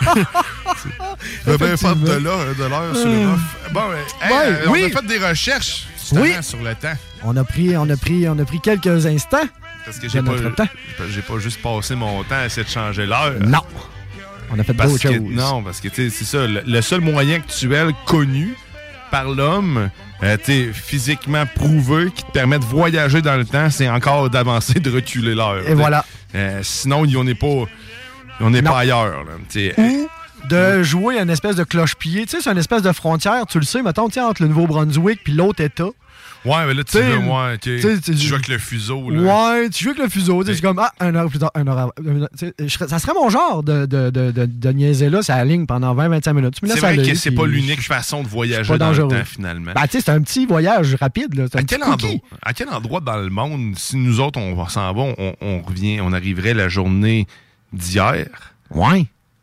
bien faire de l'heure, de l'heure sur le rough. Bon, hey, ouais, euh, oui. on a fait des recherches oui. sur le temps. On a pris, on a pris, on a pris quelques instants. Parce que j'ai pas, temps. j'ai pas juste passé mon temps à essayer de changer l'heure. Non. On a fait parce d'autres que, choses. Non, parce que c'est ça, le, le seul moyen actuel connu par l'homme, euh, physiquement prouvé, qui te permet de voyager dans le temps, c'est encore d'avancer, de reculer l'heure. Et t'sais. Voilà. Euh, sinon, on n'est pas, on n'est pas ailleurs. Là, Ou de jouer à une espèce de cloche-pied. Tu sais, c'est une espèce de frontière, tu le sais, mettons, entre le Nouveau-Brunswick puis l'autre État. Ouais, mais là, tu veux, moi, okay. tu joues avec le fuseau. Là. Ouais, tu joues avec le fuseau. C'est comme, ah, un heure plus tard, un heure. Ça serait mon genre de, de, de, de, de niaiser là, ça ligne pendant vingt à vingt-cinq minutes. C'est vrai que c'est pas l'unique façon de voyager dans le temps, finalement. Ben, tu sais, c'est un petit voyage rapide. Là. À, quel endroit, à quel endroit dans le monde, si nous autres, on s'en va, on, on revient, on arriverait la journée d'hier? Ouais.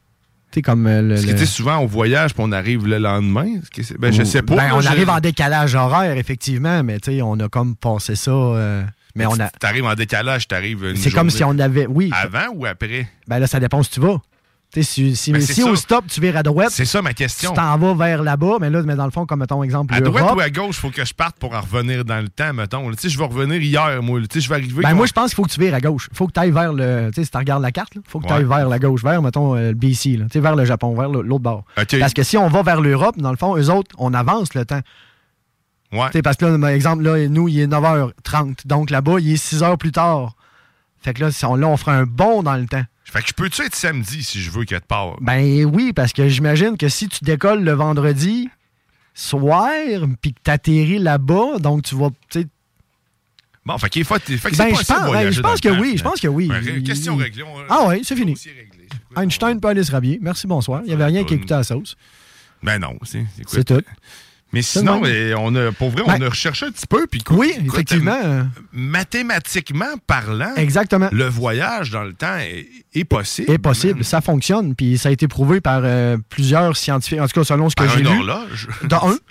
sais, comme euh, le. Parce que le... tu sais, souvent, on voyage puis on arrive le lendemain. Que ben, je sais pas. Ben, moi, on je... arrive en décalage horaire, effectivement, mais tu sais, on a comme passé ça. Euh... Mais on a. T'arrives en décalage, t'arrives une C'est comme si on avait. Oui. Avant ou après? Ben là, ça dépend où tu vas. Tu sais, si, si, Ben, si au stop, tu vires à droite. C'est ça ma question. Tu t'en vas vers là-bas, mais là, mais dans le fond, comme mettons exemple, À l'Europe, droite ou à gauche, il faut que je parte pour en revenir dans le temps, mettons. Tu sais, je vais revenir hier, moi. Tu sais, je vais arriver. Ben quand... moi, je pense qu'il faut que tu vires à gauche. Il faut que tu ailles vers le. Tu sais, si tu regardes la carte, il faut que tu Ouais. ailles vers la gauche, vers, mettons, euh, le B C, là, tu sais, vers le Japon, vers le- l'autre bord. OK. Parce que si on va vers l'Europe, dans le fond, eux autres, on avance le temps. Ouais. Tu sais, parce que là, par exemple, là, nous, il est neuf heures trente. Donc là-bas, il est six heures plus tard. Fait que là, si on, là, on fera un bond dans le temps. Fait que je peux-tu être samedi si je veux quelque part? Ben oui, parce que j'imagine que si tu décolles le vendredi soir, puis que tu atterris là-bas, donc tu vas, tu sais. Bon, fait qu'il faut, fait que c'est Ben, je possible pense, de ben, voyager je dans pense le que temps, oui, je pense que oui. Ben, Il- question il- réglée. on- Ah oui, c'est fini. Einstein peut aller se rhabiller. Merci, bonsoir. Il n'y avait rien qui écoutait à la sauce. Ben non, c'est écoute, C'est tout. Mais C'est sinon, le même. eh, on a, pour vrai, on Ben, a recherché un petit peu. Puis écoute, oui, écoute, effectivement. euh, mathématiquement parlant, Exactement. le voyage dans le temps est, est possible. C'est possible, ça fonctionne, puis ça a été prouvé par euh, plusieurs scientifiques, en tout cas selon ce que Par j'ai un lu. horloge. Dans un.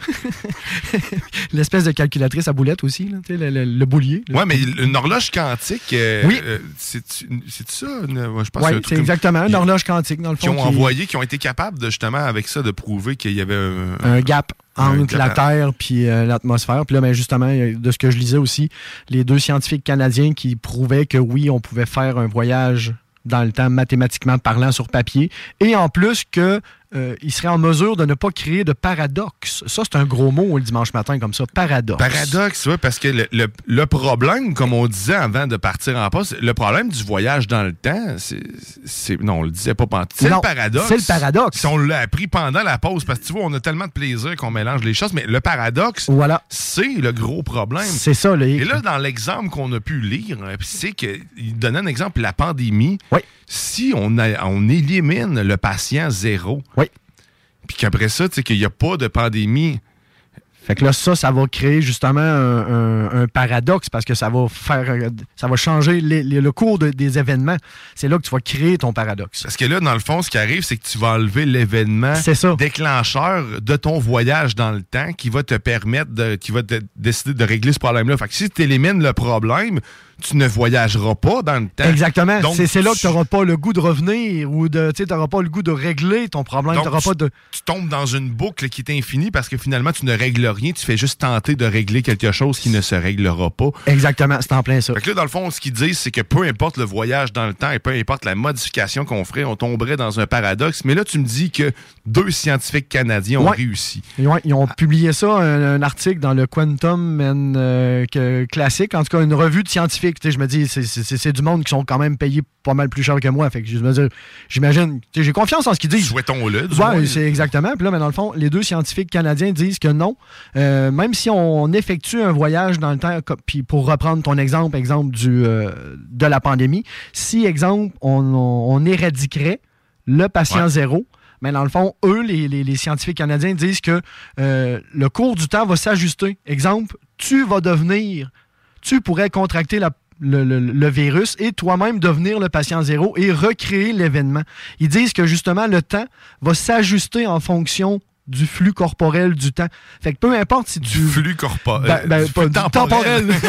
L'espèce de calculatrice à boulettes aussi, là, tu sais, le, le, le boulier. là. Ouais, mais une horloge quantique, euh, Oui. euh, c'est c'est ça? une- moi, je pense Oui, que un truc c'est comme- exactement une horloge quantique, dans le Qui fond. ont qui- envoyé, qui ont été capables de justement avec ça de prouver qu'il y avait un, un gap un entre gap la à- Terre puis euh, l'atmosphère. Puis là, ben, justement, de ce que je lisais aussi, les deux scientifiques canadiens qui prouvaient que oui, on pouvait faire un voyage dans le temps mathématiquement parlant sur papier, et en plus que euh, il serait en mesure de ne pas créer de paradoxe. Ça, c'est un gros mot le dimanche matin comme ça, paradoxe. Paradoxe, oui, parce que le, le- le problème, comme on disait avant de partir en poste, le problème du voyage dans le temps, c'est... c'est- Non, on le disait pas pendant... C'est Non, le paradoxe. c'est le paradoxe. Si on l'a appris pendant la pause, parce que tu vois, on a tellement de plaisir qu'on mélange les choses, mais le paradoxe, voilà. c'est le gros problème. C'est ça, le Et là, dans l'exemple qu'on a pu lire, hein, c'est qu'il donnait un exemple, la pandémie. Oui. Si on, a- on élimine le patient zéro, oui. puis qu'après ça, tu sais, qu'il n'y a pas de pandémie. Fait que là, ça, ça va créer justement un, un- un paradoxe parce que ça va faire, euh, ça va changer les- les- le cours de- des événements. C'est là que tu vas créer ton paradoxe. Parce que là, dans le fond, ce qui arrive, c'est que tu vas enlever l'événement déclencheur de ton voyage dans le temps qui va te permettre de, qui va te décider de régler ce problème-là. Fait que si tu élimines le problème, tu ne voyageras pas dans le temps. Exactement. Donc, C'est c'est là que tu- tu n'auras pas le goût de revenir ou de, tu n'auras pas le goût de régler ton problème. Donc, T'auras tu, pas de... tu tombes dans une boucle qui est infinie parce que finalement, tu ne règles rien. Tu fais juste tenter de régler quelque chose qui ne se réglera pas. Exactement, c'est en plein ça. Fait que là, dans le fond, ce qu'ils disent, c'est que peu importe le voyage dans le temps et peu importe la modification qu'on ferait, on tomberait dans un paradoxe. Mais là, tu me dis que deux scientifiques canadiens ont Ouais. réussi. Et ouais, ils ont publié ça, un, un article dans le Quantum and, euh, que- Classic, en tout cas une revue de scientifiques. Tu sais, je me dis, c'est- c'est c'est du monde qui sont quand même payés pas mal plus cher que moi. Fait que je me dis, j'imagine, tu sais, j'ai confiance en ce qu'ils disent. Souhaitons-le. du Ouais, moins. c'est exactement. Puis là, mais dans le fond, les deux scientifiques canadiens disent que non. Euh, même si on effectue un voyage dans le temps, comme- puis pour reprendre ton exemple, exemple du, euh, de la pandémie, si, exemple, on, on- on éradiquerait le patient Ouais. zéro, mais dans le fond, eux, les, les- les scientifiques canadiens disent que euh, le cours du temps va s'ajuster. Exemple, tu vas devenir, tu pourrais contracter la- le, le- le virus et toi-même devenir le patient zéro et recréer l'événement. Ils disent que justement, le temps va s'ajuster en fonction du flux corporel du temps. Fait que peu importe si tu... Du flux corporel. Ben, ben, du pas flux du temporel. temporel.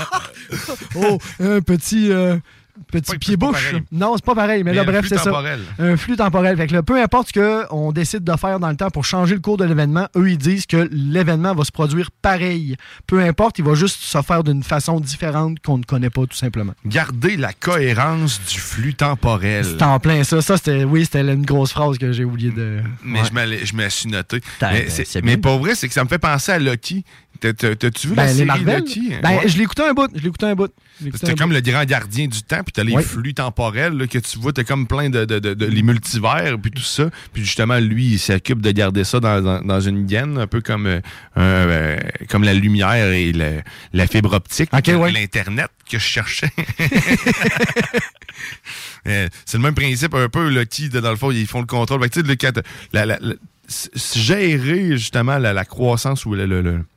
Oh, un petit... euh, Petit Pas- pied-bouche. c'est pas pareil. Non, c'est pas pareil, mais, Mais là, un bref, flux c'est ça. temporel. Un flux temporel. Fait que là, peu importe ce qu'on décide de faire dans le temps pour changer le cours de l'événement, eux, ils disent que l'événement va se produire pareil. Peu importe, il va juste se faire d'une façon différente qu'on ne connaît pas, tout simplement. Garder la cohérence du flux temporel. C'est en plein ça. Ça, c'était, oui, c'était une grosse phrase que j'ai oublié de... Mais Ouais. je me l'ai- je me la suis noté. T'as- Mais, euh, c'est- c'est mais bien. pour vrai, c'est que ça me fait penser à Loki. T'as- t'as- T'as-tu vu Ben, la les série Marvel? Loki? Ben, Ouais. je l'ai écouté un bout. Je l'ai écouté un bout. Je l'ai écouté C'était un comme bout. le grand gardien du temps, puis t'as les Oui. flux temporels là, que tu vois, t'as comme plein de, de, de, de- les multivers, puis tout ça. Puis justement, lui, il s'occupe de garder ça dans, dans, dans une gaine, un peu comme, euh, un, euh, comme la lumière et le- la fibre optique, Ok, ouais. l'Internet que je cherchais. Euh, C'est le même principe un peu, là, qui, dans le fond, ils font le contrôle. Fait que, tu sais, le- quand- la- la- la- s- gérer justement la, la croissance ou le, le- le-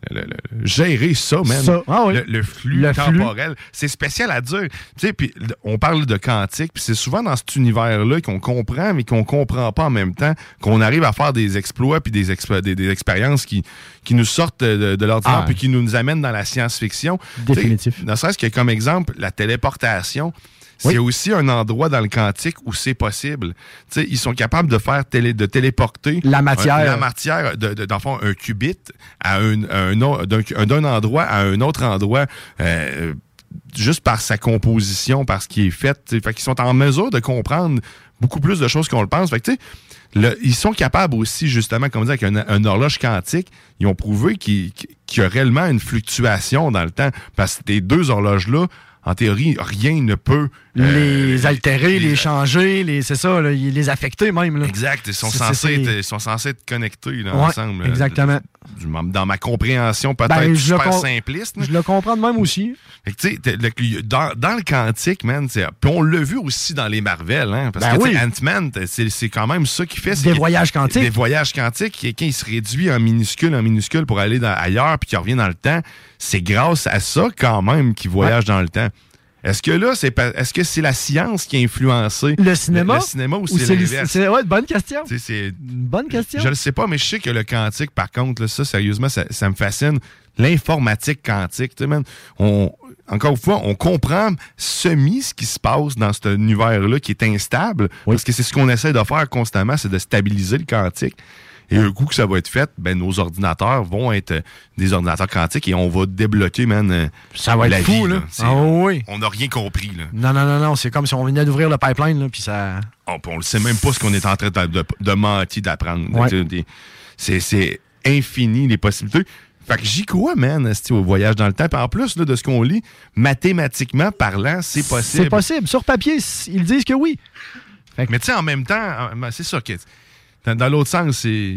le, le, le, gérer ça, man. Ça. Ah oui. le, le flux Le temporel. Flux. C'est spécial à dire. Tu sais, puis on parle de quantique, puis c'est souvent dans cet univers-là qu'on comprend, mais qu'on comprend pas en même temps, qu'on arrive à faire des exploits puis des, exp- des, des expériences qui, qui nous sortent de, de l'ordinaire Ah. puis qui nous, nous amènent dans la science-fiction. Définitif. T'sais, ne serait-ce que comme exemple, la téléportation. C'est oui. aussi un endroit dans le quantique où c'est possible. T'sais, ils sont capables de faire télé, de téléporter la matière, un, la matière de, de, dans le fond, un qubit à un, un, un, d'un, d'un endroit à un autre endroit. Euh, juste par sa composition, par ce qui est fait. T'sais. Fait qu'ils sont en mesure de comprendre beaucoup plus de choses qu'on le pense. Fait que, tu sais, le, ils sont capables aussi, justement, comme on dit, avec un, un horloge quantique, ils ont prouvé qu'il, qu'il y a réellement une fluctuation dans le temps. Parce que ces deux horloges-là, en théorie, rien ne peut... Euh, les altérer, les, les changer, les, c'est ça, là, les affecter même. Là. Exact, ils sont, c'est, censés c'est, être, c'est... ils sont censés être connectés là, ouais, ensemble. Exactement. Du, dans ma compréhension peut-être ben, super com- simpliste. Je le comprends de même aussi. Fait que, le, dans, dans le quantique, man, c'est, puis on l'a vu aussi dans les Marvel, hein, parce ben que oui. Ant-Man, c'est, c'est quand même ça qu'il fait. C'est des qu'il, voyages quantiques. Des voyages quantiques, quelqu'un il se réduit en minuscule, en minuscule pour aller dans, ailleurs, puis qu'il revient dans le temps. C'est grâce à ça quand même qu'il voyage ouais. dans le temps. Est-ce que là, c'est pas, est-ce que c'est la science qui a influencé le cinéma, le, le cinéma ou, ou c'est, c'est l'inverse? C'est, ouais, bonne question. C'est, c'est, une bonne question. Je ne sais pas, mais je sais que le quantique, par contre, là, ça, sérieusement, ça, ça me fascine. L'informatique quantique, tu sais, man, on, encore une fois, on comprend semi ce qui se passe dans cet univers-là qui est instable, oui. parce que c'est ce qu'on essaie de faire constamment, c'est de stabiliser le quantique. Et un coup que ça va être fait, ben nos ordinateurs vont être des ordinateurs quantiques et on va débloquer, man, ça va la être vie, fou, là. là. Ah oui. On n'a rien compris, là. Non, non, non, non. C'est comme si on venait d'ouvrir le pipeline, là, puis ça... On, on le sait même pas ce qu'on est en train de, de, de mentir, d'apprendre. Ouais. C'est, c'est infini, les possibilités. Fait que j'y crois, man, au voyage dans le temps. Puis en plus, là, de ce qu'on lit, mathématiquement parlant, c'est possible. C'est possible. Sur papier, ils disent que oui. Fait que... Mais tu sais, en même temps, c'est ça que... Dans, dans l'autre sens, c'est...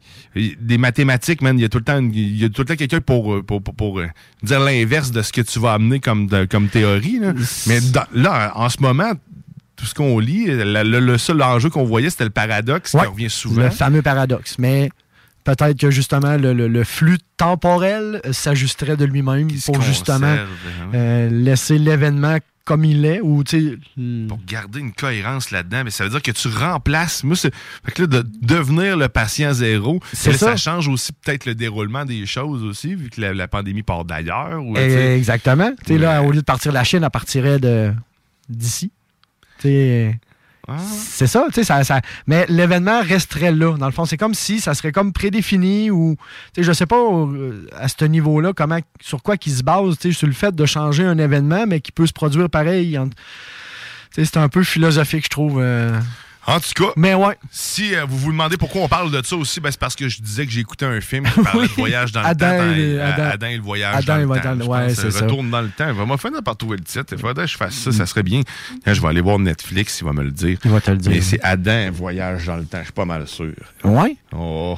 Des mathématiques, man, il y a tout le temps, il y a tout le temps quelqu'un pour, pour, pour, pour dire l'inverse de ce que tu vas amener comme, de, comme théorie. Là. Mais dans, là, en ce moment, tout ce qu'on lit, la, le, le seul enjeu qu'on voyait, c'était le paradoxe ouais, qui revient souvent. Le fameux paradoxe. Mais peut-être que justement, le, le, le flux temporel s'ajusterait de lui-même qui pour justement euh, laisser l'événement comme il est, ou tu sais... Pour garder une cohérence là-dedans, mais ça veut dire que tu remplaces... Moi, c'est... Fait que là, de devenir le patient zéro, c'est là, ça. ça change aussi peut-être le déroulement des choses aussi, vu que la, la pandémie part d'ailleurs. Ou, Et exactement. Tu sais, ouais. là, au lieu de partir de la Chine, elle partirait de... d'ici. Tu sais... Ah. C'est ça, tu sais, ça, ça, mais l'événement resterait là. Dans le fond, c'est comme si ça serait comme prédéfini ou, tu sais, je sais pas à ce niveau-là comment, sur quoi qu'ils se basent, tu sais, sur le fait de changer un événement, mais qui peut se produire pareil. Tu sais, c'est un peu philosophique, je trouve. Euh... En tout cas, mais ouais. si euh, vous vous demandez pourquoi on parle de ça aussi, ben c'est parce que je disais que j'ai écouté un film qui parlait oui. de voyage dans Adam, le temps. Et, dans, Adam, Adam et le voyage Adam dans le et temps. Dans, je ouais, pense, c'est ça. Retourne dans le temps. Il va m'en finir par trouver le titre. Il faudrait que je fasse ça, ça serait bien. Quand je vais aller voir Netflix, il va me le dire. Il va te le dire. Mais c'est Adam, voyage dans le temps. Je suis pas mal sûr. Ouais? Oh...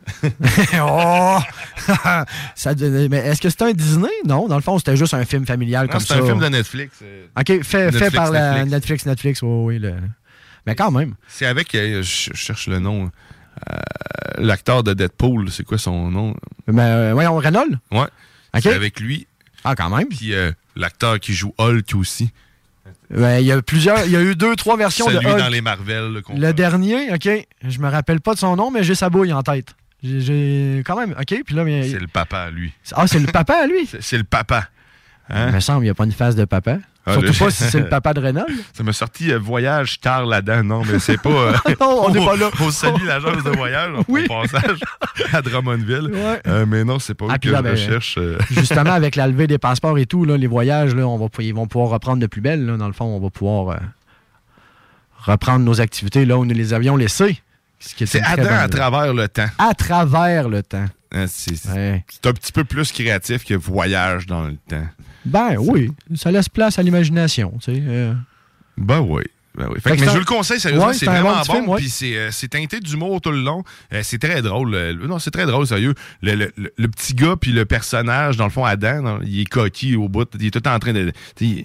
oh! ça, mais est-ce que c'était un Disney? Non, dans le fond, c'était juste un film familial non, comme c'est ça. C'est un film de Netflix. OK, fait, Netflix, fait par la Netflix, Netflix. Netflix, oui, oui. Le... Mais quand même. C'est avec, euh, je cherche le nom, euh, l'acteur de Deadpool, c'est quoi son nom? Mais, euh, voyons, Reynolds? Ouais. Okay. C'est avec lui. Ah, quand même. Puis euh, l'acteur qui joue Hulk aussi. Ben, il y a plusieurs, il y a eu deux, trois versions Celui de Hulk. dans les Marvel. Là, le dernier, OK, je me rappelle pas de son nom, mais j'ai sa bouille en tête. J'ai, j'ai quand même, OK, puis là... Mais... C'est le papa, lui. Ah, c'est le papa, à lui? c'est, c'est le papa. Hein? Il me semble qu'il n'y a pas une face de papa. Ah, Surtout le... pas si c'est le papa de Reynolds. Ça m'a sorti euh, voyage tard là-dedans. Non, mais c'est pas... Euh, non, on n'est pas là. On salue l'agence de voyage oui. au passage à Drummondville. Ouais. Euh, mais non, c'est pas ah, que là, je ben, recherche. Euh... Justement, avec la levée des passeports et tout, là, les voyages, là, on va, ils vont pouvoir reprendre de plus belle. Là, dans le fond, on va pouvoir euh, reprendre nos activités là où nous les avions laissées. C'est Adam à travers le temps. À travers le temps. Hein, c'est, c'est, ouais. c'est un petit peu plus créatif que voyage dans le temps. Ben oui, ça laisse place à l'imagination, tu sais. Euh... Ben oui. Ben oui. Fait fait que, mais je vous le conseille, sérieusement, ouais, c'est, c'est vraiment bon. bon. Film, ouais. Puis c'est, euh, c'est teinté d'humour tout le long. Euh, c'est très drôle. Euh, non, c'est très drôle, sérieux. Le, le, le, le petit gars puis le personnage, dans le fond, Adam, non, il est coquille au bout. Il est tout en train de... Il,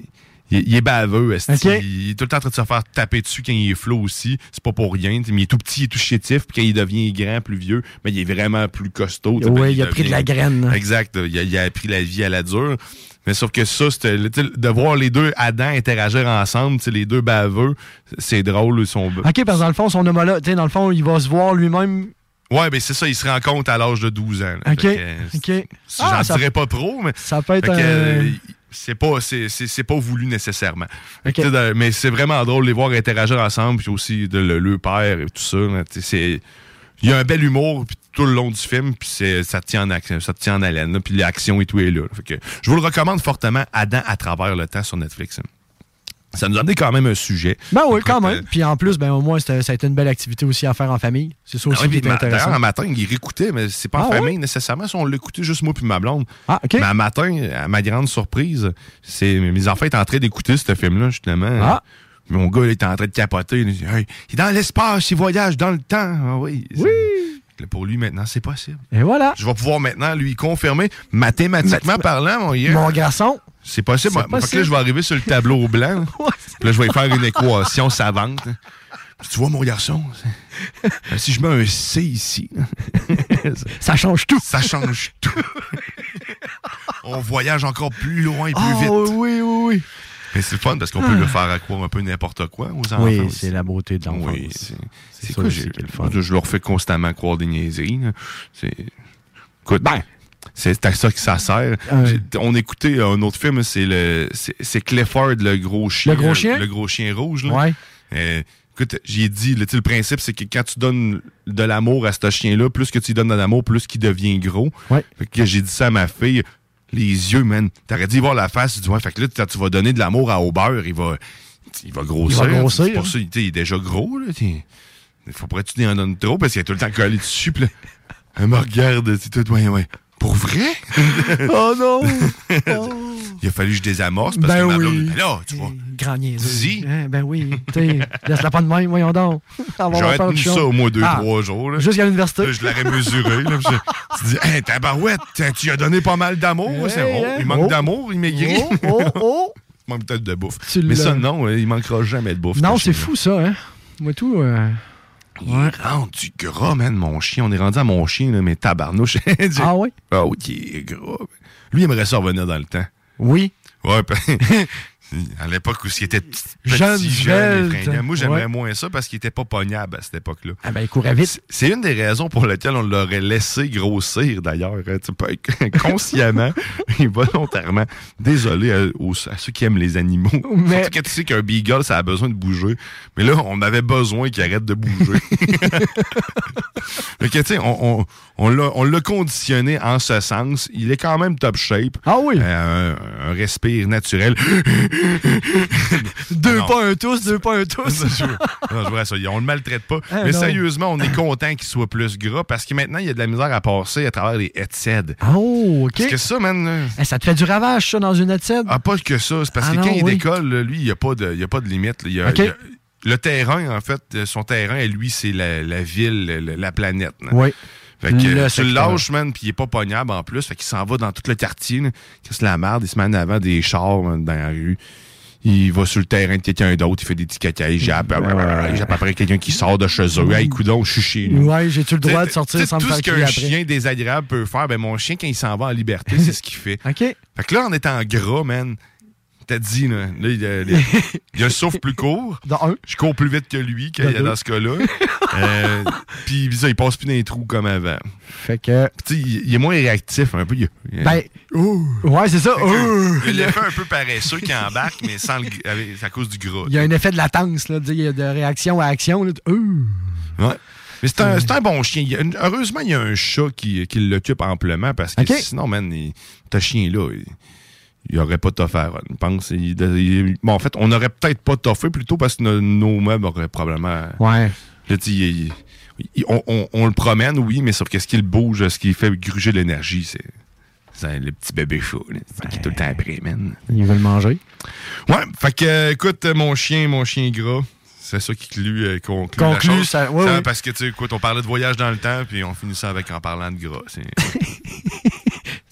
il, il est baveux. Esti. Okay. Il est tout le temps en train de se faire taper dessus quand il est flot aussi. C'est pas pour rien. Mais il est tout petit, il est tout chétif. Puis quand il devient grand, plus vieux, mais il est vraiment plus costaud. Oui, ben, il, il a devient... pris de la graine. Exact. Il a, il a appris la vie à la dure. Mais sauf que ça, c'était de voir les deux Adam interagir ensemble, les deux baveux, c'est drôle. Ils sont... OK, parce que dans le fond, son homologue, dans le fond, il va se voir lui-même. Ouais, ben c'est ça, il se rend compte à l'âge de douze ans. Là. OK. Que, euh, OK. Si ah, j'en dirais pas trop, mais. Ça peut être un. Que, euh, c'est pas, c'est, c'est, c'est pas voulu nécessairement. Okay. De, mais c'est vraiment drôle de les voir interagir ensemble, puis aussi de le, le père et tout ça. Là, c'est. Il y a un bel humour puis tout le long du film, puis c'est, ça, tient en action, ça tient en haleine, là, puis l'action et tout est là. Fait que je vous le recommande fortement, Adam à travers le temps sur Netflix. Ça nous a donné quand même un sujet. Ben oui, quand même. Puis en plus, ben au moins, ça a été une belle activité aussi à faire en famille. C'est ça aussi ah oui, qui est intéressant. D'ailleurs, un matin, il réécoutait, mais c'est pas ah en famille oui? nécessairement. Si on l'écoutait juste moi puis ma blonde. Ah, OK. Mais un matin, à ma grande surprise, c'est mes enfants étaient en train d'écouter ce film-là, justement. Ah. Mon gars, il était en train de capoter. Il dit, hey, il est dans l'espace, il voyage dans le temps. Ah oui. Oui. Pour lui, maintenant, c'est possible. Et voilà. Je vais pouvoir maintenant lui confirmer, mathématiquement Math- parlant, mon gars. Mon garçon. C'est possible. C'est possible. Fait que là, je vais arriver sur le tableau blanc. Ouais. Puis là, je vais faire une équation savante. Puis tu vois, mon garçon, si je mets un C ici, ça change tout. Ça change tout. On voyage encore plus loin et plus oh, vite. Oui, oui, oui. Mais c'est le fun parce qu'on peut ah. le faire à croire un peu n'importe quoi aux enfants. Oui, aussi. C'est la beauté de l'enfant. Oui, c'est, c'est, c'est ça quoi, aussi qui est le fun. Je leur fais constamment croire des niaiseries. Là. C'est... Écoute, ben, c'est à ça que ça sert. Euh... On écoutait un autre film, c'est le c'est, c'est Clifford, le gros chien. Le gros chien? Le, le gros chien rouge. Là. Ouais. Euh, écoute, j'ai dit, le, le principe, c'est que quand tu donnes de l'amour à ce chien-là, plus que tu lui donnes de l'amour, plus qu'il devient gros. Ouais. Fait que j'ai dit ça à ma fille. Les yeux, man. T'aurais dit voir la face, tu dis, ouais, fait que là, tu vas donner de l'amour à au beurre, il va, il va grossir. Il va grossir. C'est pour ça, il est déjà gros, là. Il faudrait que tu en donnes trop parce qu'il est tout le temps collé dessus, pis là, elle me regarde, c'est tout, ouais, ouais. Pour vrai? Oh non! Oh. Il a fallu que je désamorce parce ben que ma oui. blonde, là, tu vois. Grand niaiseux. Dis. Hein, ben oui. Laisse-la pas de même, voyons donc. J'aurais tenu ça au moins deux, ah. trois jours. Là. Jusqu'à l'université. Là, je l'aurais mesuré. Là, je, tu dis, hey, tabarouette, tu lui as donné pas mal d'amour. Hey, c'est, oh, hey, il manque oh. d'amour, il maigrit. Oh, oh, oh. Il manque peut-être de bouffe. Tu Mais l'as... ça, non, il manquera jamais de bouffe. Non, c'est fou, ça. Hein? Moi, tout... Euh... Il ouais. est rendu gras, man, mon chien. On est rendu à mon chien, là, mais tabarnouche. Ah oui? Ah oui, il est gras. Lui, il aimerait ça revenir dans le temps. Oui. Ouais, à l'époque où il était petit, jeune, jeune et moi, j'aimerais ouais. moins ça parce qu'il était pas pognable à cette époque-là. Ah ben, il courait vite. C'est, c'est une des raisons pour lesquelles on l'aurait laissé grossir, d'ailleurs. Tu peux être consciemment et volontairement. Désolé à, aux, à ceux qui aiment les animaux. Mais... Surtout que tu sais qu'un beagle, ça a besoin de bouger. Mais là, on avait besoin qu'il arrête de bouger. Fait que, tu sais, on, on, on, l'a, on l'a conditionné en ce sens. Il est quand même top shape. Ah oui? Euh, un, un respire naturel. deux non. pas un tous, deux pas un tous. non, je vois ça. On le maltraite pas. Ah, mais non. sérieusement, on est content qu'il soit plus gras parce que maintenant, il y a de la misère à passer à travers les headsets. Oh, OK. Parce que ça, man... Eh, ça te fait du ravage, ça, dans une headset? Ah, pas que ça. C'est parce ah, que non, quand il oui. décolle, là, lui, il n'y a, a pas de limite. Là. Il y a, okay. il y a, le terrain, en fait, son terrain, et lui, c'est la, la ville, la, la planète. Là. Oui. Fait que le tu le lâches, man, pis il est pas pognable en plus. Fait qu'il s'en va dans tout le quartier, là. Qu'est-ce la merde, il se met en avant des chars, man, dans la rue. Il va sur le terrain de quelqu'un d'autre, il fait des petits caca, il jappe. Il jappe après quelqu'un qui sort de chez eux. Hey, coudonc, je suis chez nous. Ouais, j'ai-tu le droit de sortir sans me faire crier après? Tout ce qu'un chien désagréable peut faire, ben mon chien, quand il s'en va en liberté, c'est ce qu'il fait. OK. Fait que là, en étant gras, man, t'as dit, là, là il, a, il, a, il a le souffle plus court. Dans un. Je cours plus vite que lui, quand il est dans ce cas-là. euh, Puis ça, il passe plus dans les trous comme avant. Fait que. Tu sais, il, il est moins réactif un peu. Il, il, ben. Ouh. Ouais, c'est ça. Que, il a l'effet un peu paresseux qui embarque, mais sans le, avec, à cause du gras. Il y a un effet de latence, là, de, de réaction à action. Là, ouh. Ouais. Mais c'est un, c'est un bon chien. Il a, heureusement, il y a un chat qui, qui l'occupe amplement parce que okay. sinon, man, il, ce chien-là. Il, il n'aurait pas toffé à Ron. Je pense. Il, il, bon, en fait, on n'aurait peut-être pas toffé plutôt parce que nos, nos meubles auraient probablement. Ouais. Là, il, il, on, on, on le promène, oui, mais sauf que ce qu'il bouge, ce qui fait gruger l'énergie, c'est, c'est le petit bébé chaud. Là, c'est qui est tout le temps après, man. Il veut le manger. Ouais. Fait que, écoute, mon chien, mon chien gras. C'est ça qui conclut, euh, conclut, conclut la chose. Ça, ouais, ça, ouais. Parce que, tu sais, écoute, on parlait de voyage dans le temps, puis on finit ça avec en parlant de gras. C'est...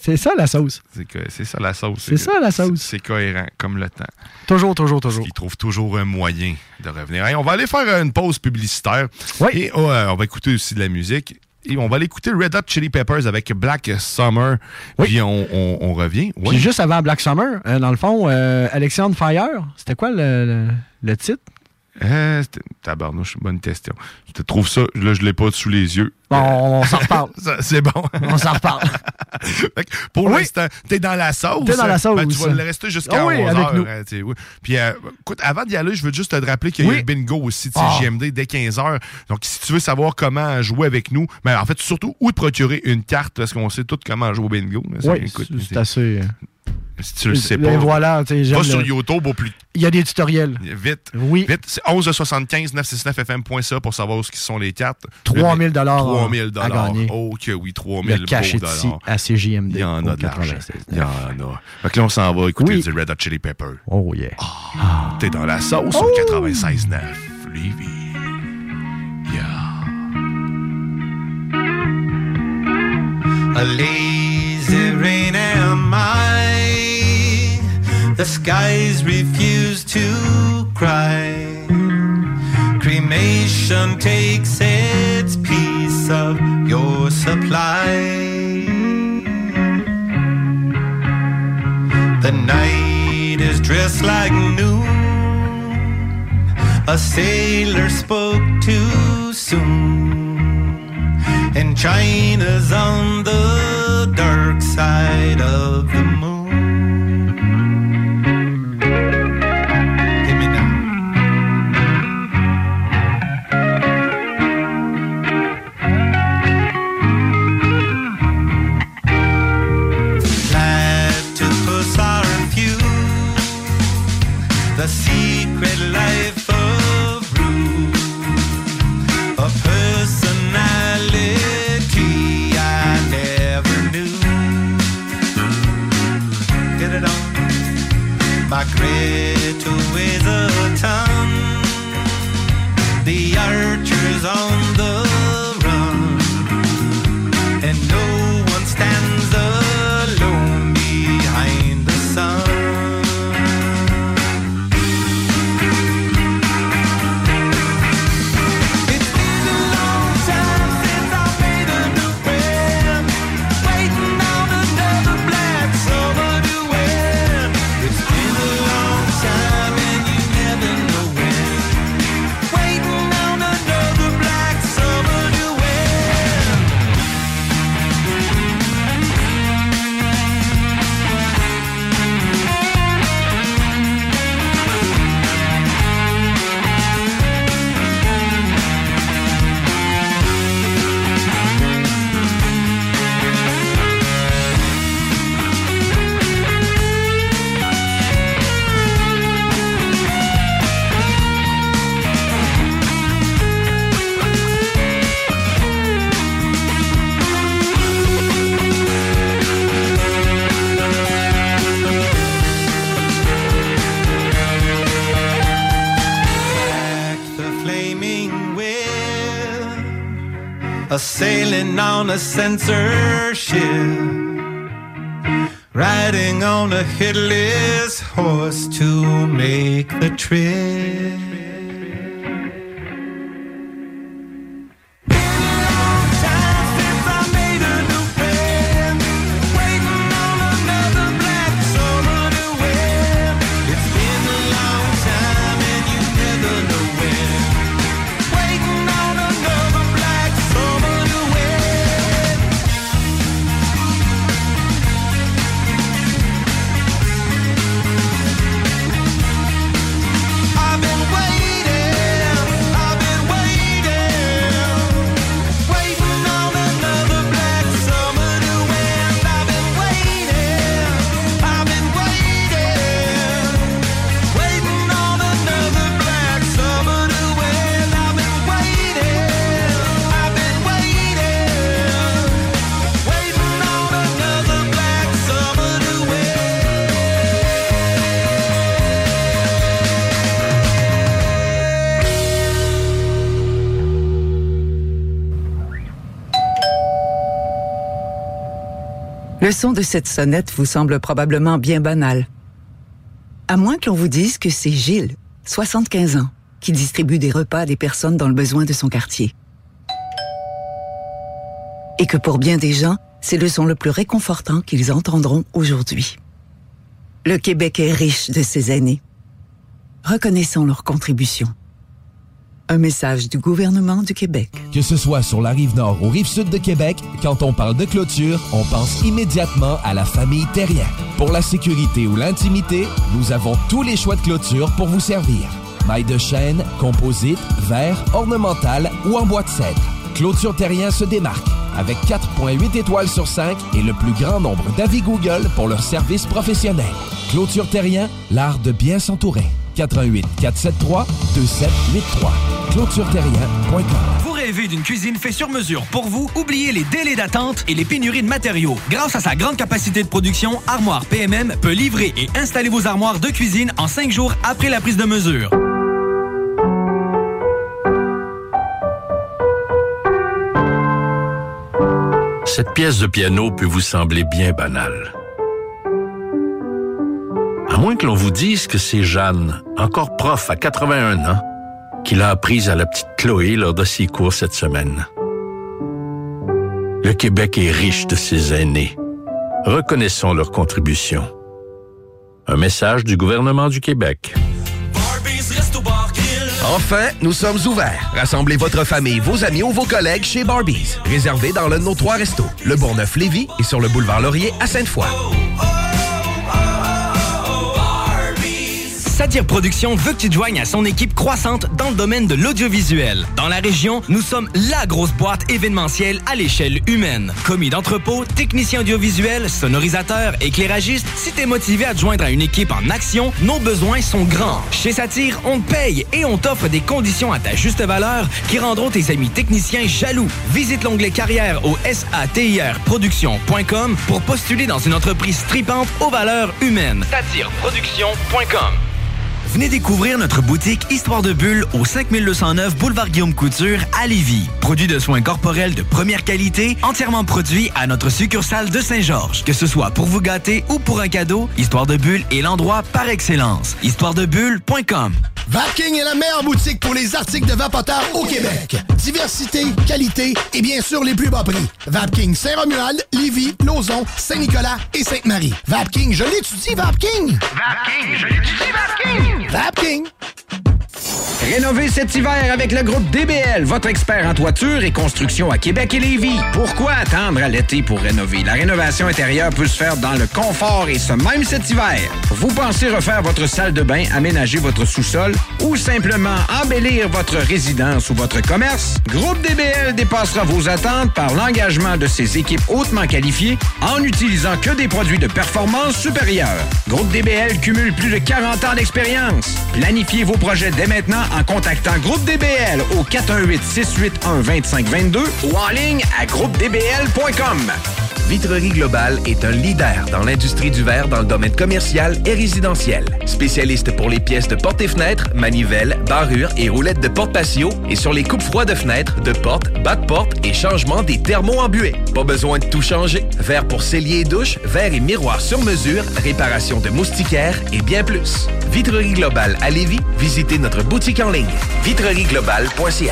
C'est ça la sauce. C'est, que, c'est ça la sauce. C'est, c'est ça la sauce. C'est, c'est cohérent, comme le temps. Toujours, toujours, toujours. Ils trouvent toujours un moyen de revenir. Hey, on va aller faire une pause publicitaire. Oui. Et oh, euh, on va écouter aussi de la musique. Et on va aller écouter Red Hot Chili Peppers avec Black Summer. Oui. Puis on, on, on revient. Oui. Puis juste avant Black Summer, euh, dans le fond, euh, Alexandre Fire, c'était quoi le, le, le titre? Euh, tabarnouche, bonne question. Je te trouve ça, là, je l'ai pas sous les yeux. Bon, on s'en reparle. Ça, c'est bon. On s'en reparle. Pour oui. l'instant, t'es dans la sauce. T'es dans la sauce. Ben, tu vas le rester jusqu'à oh oui, onze avec heures. Nous. Hein, oui. Puis, euh, écoute, avant d'y aller, je veux juste te rappeler qu'il y a oui. le bingo aussi de C J M D oh. dès quinze heures. Donc, si tu veux savoir comment jouer avec nous, ben, en fait, surtout où te procurer une carte, parce qu'on sait tout comment jouer au bingo. Là, oui, écoute, c'est, c'est assez... Si tu le sais pas, voilà, va le... sur YouTube au plus. Il y a des tutoriels. Vite. Oui. Vite. C'est onze soixante-quinze neuf cent soixante-neuf F M point C A pour savoir ce qui sont les cartes. trois mille dollars trois mille dollars à gagner. Oh que oui, trois mille dollars. Caché ici à C J M D. Il y en a de l'argent. Il y en a. Fait que là, on s'en va écouter oui. du Red Hot Chili Pepper. Oh yeah. Oh, t'es dans la sauce oh. au quatre-vingt-seize neuf. Lévis. Yeah. A lazy rain am I. The skies refuse to cry. Cremation takes its piece of your supply. The night is dressed like noon. A sailor spoke too soon. And China's on the dark side of the moon. The secret life of Rue, a personality I never knew. Get it on. My Greta weighs a ton. The archer's on the run, and no one stands alone behind the sun. A sailing on a censorship, riding on a headless horse to make the trip. I've been waiting. Le son de cette sonnette vous semble probablement bien banal. À moins que l'on vous dise que c'est Gilles, soixante-quinze ans, qui distribue des repas à des personnes dans le besoin de son quartier. Et que pour bien des gens, c'est le son le plus réconfortant qu'ils entendront aujourd'hui. Le Québec est riche de ces aînés. Reconnaissons leur contribution. Un message du gouvernement du Québec. Que ce soit sur la Rive-Nord ou Rive-Sud de Québec, quand on parle de clôture, on pense immédiatement à la famille Terrien. Pour la sécurité ou l'intimité, nous avons tous les choix de clôture pour vous servir. Mailles de chêne, composite, verre, ornemental ou en bois de cèdre. Clôture Terrien se démarque avec quatre virgule huit étoiles sur cinq et le plus grand nombre d'avis Google pour leur service professionnel. Clôture Terrien, l'art de bien s'entourer. quatre un huit, quatre sept trois, deux sept huit trois. clôture terrien point com. Vous rêvez d'une cuisine faite sur mesure pour vous? Oubliez les délais d'attente et les pénuries de matériaux. Grâce à sa grande capacité de production, Armoire P M M peut livrer et installer vos armoires de cuisine en cinq jours après la prise de mesure. Cette pièce de piano peut vous sembler bien banale. À moins que l'on vous dise que c'est Jeanne, encore prof à quatre-vingt-un ans, qui l'a apprise à la petite Chloé lors de ses cours cette semaine. Le Québec est riche de ses aînés. Reconnaissons leur contribution. Un message du gouvernement du Québec. Enfin, nous sommes ouverts. Rassemblez votre famille, vos amis ou vos collègues chez Barbies. Réservé dans l'un de nos trois restos, le Bourgneuf-Lévis et sur le boulevard Laurier à Sainte-Foy. Satire Productions veut que tu te joignes à son équipe croissante dans le domaine de l'audiovisuel. Dans la région, nous sommes la grosse boîte événementielle à l'échelle humaine. Commis d'entrepôt, technicien audiovisuel, sonorisateur, éclairagiste, si t'es motivé à te joindre à une équipe en action, nos besoins sont grands. Chez Satire, on te paye et on t'offre des conditions à ta juste valeur qui rendront tes amis techniciens jaloux. Visite l'onglet carrière au satir production point com pour postuler dans une entreprise tripante aux valeurs humaines. satire production point com. Venez découvrir notre boutique Histoire de Bulle au cinq mille deux cent neuf Boulevard Guillaume Couture à Lévis. Produit de soins corporels de première qualité, entièrement produit à notre succursale de Saint-Georges. Que ce soit pour vous gâter ou pour un cadeau, Histoire de Bulle est l'endroit par excellence. histoire de bulle point com. Vapking est la meilleure boutique pour les articles de vapoteurs au Québec. Diversité, qualité et bien sûr les plus bas prix. Vapking Saint-Romuald, Lévis, Lauson, Saint-Nicolas et Sainte-Marie. Vapking, je l'étudie, Vapking! Vapking, je l'étudie, Vapking! Vapking! Rénovez cet hiver avec le groupe D B L, votre expert en toiture et construction à Québec et Lévis. Pourquoi attendre à l'été pour rénover? La rénovation intérieure peut se faire dans le confort et ce même cet hiver. Vous pensez refaire votre salle de bain, aménager votre sous-sol ou simplement embellir votre résidence ou votre commerce? Groupe D B L dépassera vos attentes par l'engagement de ses équipes hautement qualifiées en n'utilisant que des produits de performance supérieure. Groupe D B L cumule plus de quarante ans d'expérience. Planifiez vos projets dès maintenant en contactant Groupe D B L au quatre un huit, six huit un, deux cinq deux deux ou en ligne à groupe d b l point com. Vitrerie Globale est un leader dans l'industrie du verre dans le domaine commercial et résidentiel. Spécialiste pour les pièces de portes et fenêtres, manivelles, barrures et roulettes de porte patio et sur les coupes froides de fenêtres, de portes, bas de porte et changement des thermos embués. Pas besoin de tout changer. Verre pour cellier et douche, verre et miroirs sur mesure, réparation de moustiquaires et bien plus. Vitrerie Globale à Lévis, visitez notre boutique en ligne vitrerie globale point c a.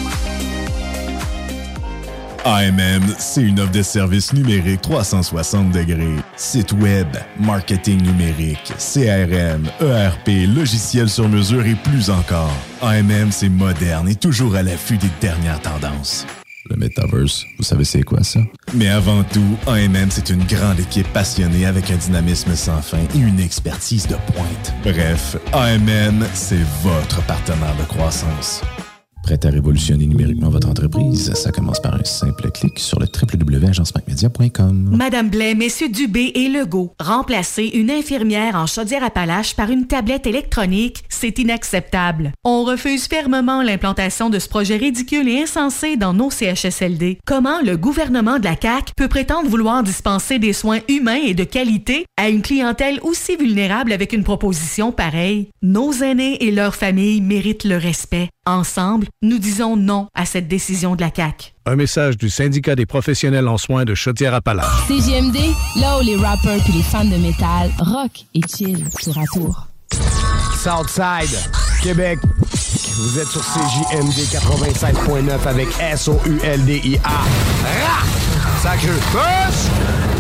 A M M, c'est une offre de services numériques trois cent soixante degrés. Site web, marketing numérique, C R M, E R P, logiciels sur mesure et plus encore. A M M, c'est moderne et toujours à l'affût des dernières tendances. Le Metaverse, vous savez c'est quoi ça? Mais avant tout, A M M, c'est une grande équipe passionnée avec un dynamisme sans fin et une expertise de pointe. Bref, A M M, c'est votre partenaire de croissance. Prête à révolutionner numériquement votre entreprise? Ça commence par un simple clic sur le w w w point agence mac media point com. Madame Blais, Messieurs Dubé et Legault, remplacer une infirmière en Chaudière-Appalaches par une tablette électronique, c'est inacceptable. On refuse fermement l'implantation de ce projet ridicule et insensé dans nos C H S L D. Comment le gouvernement de la C A Q peut prétendre vouloir dispenser des soins humains et de qualité à une clientèle aussi vulnérable avec une proposition pareille? Nos aînés et leurs familles méritent le respect. Ensemble, Nous disons non à cette décision de la C A Q. Un message du syndicat des professionnels en soins de Chaudière-Appalaches. C J M D, là où les rappers puis les fans de métal rock et chill tour à tour. Southside, Québec. Vous êtes sur C J M D quatre-vingt-sept point neuf avec S O U L D I A. Rah! Sacré push!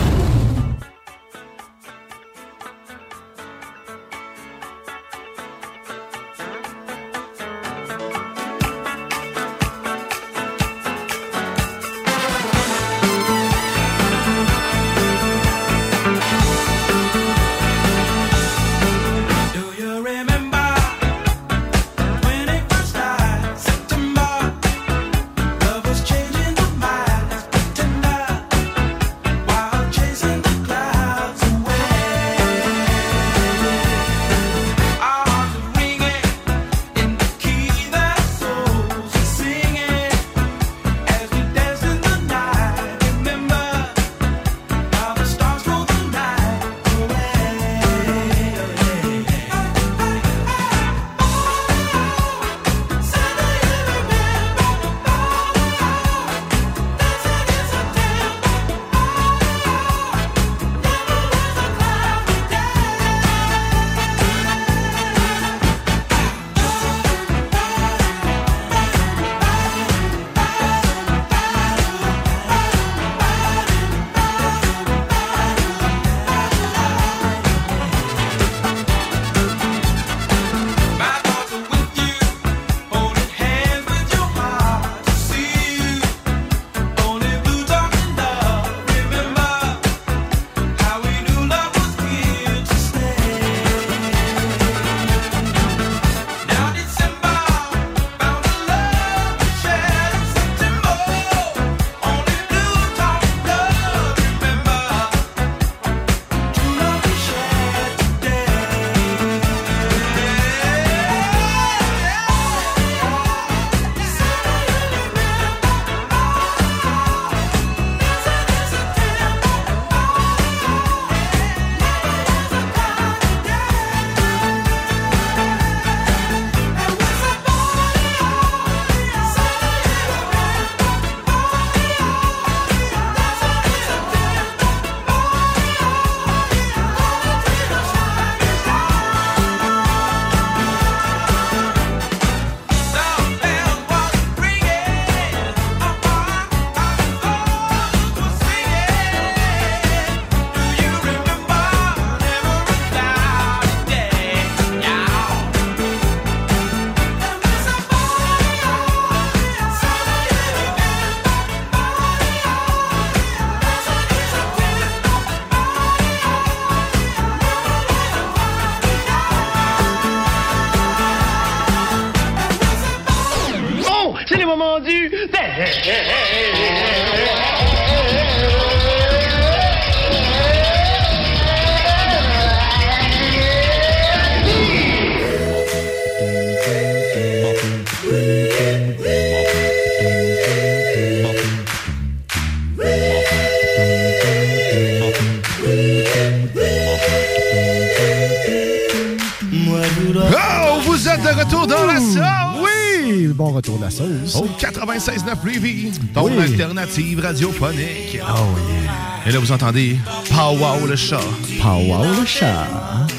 Oh, vous êtes de retour dans la sauce! Oui, bon retour de la sauce. Au quatre-vingt-seize neuf Lévis, ton Oui. alternative radiophonique. Oh yeah. Et là, vous entendez Pow-Wow le chat. Pow-Wow le chat.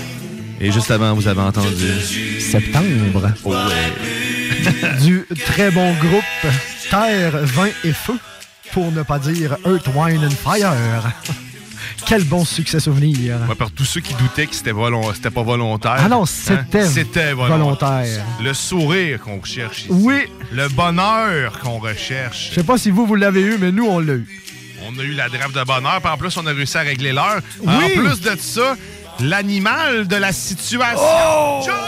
Et juste avant, vous avez entendu... Septembre. Oh ouais. Du très bon groupe Terre, Vin et Feu, pour ne pas dire Earth, Wine and Fire. Quel bon succès souvenir. Ouais, par tous ceux qui doutaient que c'était, volon... c'était pas volontaire. Ah non, c'était, Hein? C'était volontaire. volontaire. Le sourire qu'on recherche ici. Oui. Le bonheur qu'on recherche. Je sais pas si vous, vous l'avez eu, mais nous, on l'a eu. On a eu la drève de bonheur, puis en plus, on a réussi à régler l'heure. En Oui. plus de ça, l'animal de la situation. Oh! John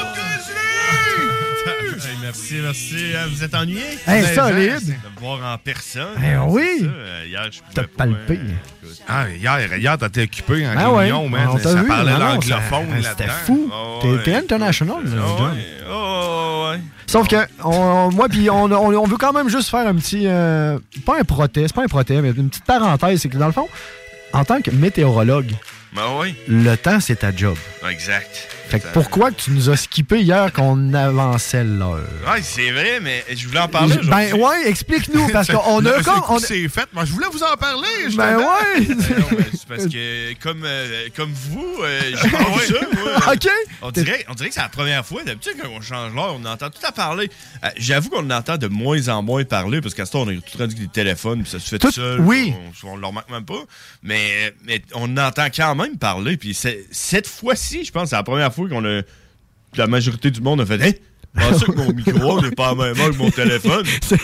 Hey, merci, merci. Euh, Vous êtes ennuyé? Hey, Vous solide. avez- De me voir en personne. Eh oui. C'est ça, euh, hier, je pouvais T'as pas, palpé. euh, écoute. Ah, hier, hier t'étais occupé en Ah réunion, ouais. man. On t'a ça vu, parlait ah non, l'anglophone ça- là-dedans. C'était fou. Oh, T'es- ouais. T'es international, Oh, John. ouais. Oh, ouais. Sauf que, on- moi, puis on, on, on veut quand même juste faire un petit. euh, pas un protest, pas un protest, mais une petite parenthèse. C'est que dans le fond, en tant que météorologue, Ben oui. le temps, c'est ta job. Exact. Fait que pourquoi que tu nous as skippé hier qu'on avançait l'heure? Ouais, c'est vrai, mais je voulais en parler Je- Ben aujourd'hui. ouais, explique-nous, parce qu'on a Le comme... coup, on- c'est fait. Moi, je voulais vous en parler. Ben justement. ouais! Ben non, mais c'est parce que, comme, euh, comme vous, euh, j'ai pas vu ça, moi. OK. On dirait, on dirait que c'est la première fois. D'habitude, quand on change l'heure, on entend tout à parler. Euh, J'avoue qu'on entend de moins en moins parler, parce qu'à ce temps, on a tout rendu avec des téléphones, puis ça se fait tout, Tout- seul. oui. On, on le remarque même pas. Mais, mais on entend quand même parler. Puis c'est- cette fois-ci, je pense, c'est la première fois qu'on a... La majorité du monde a fait « Hein? Je pensais que mon micro n'est pas à la même heure que mon téléphone. »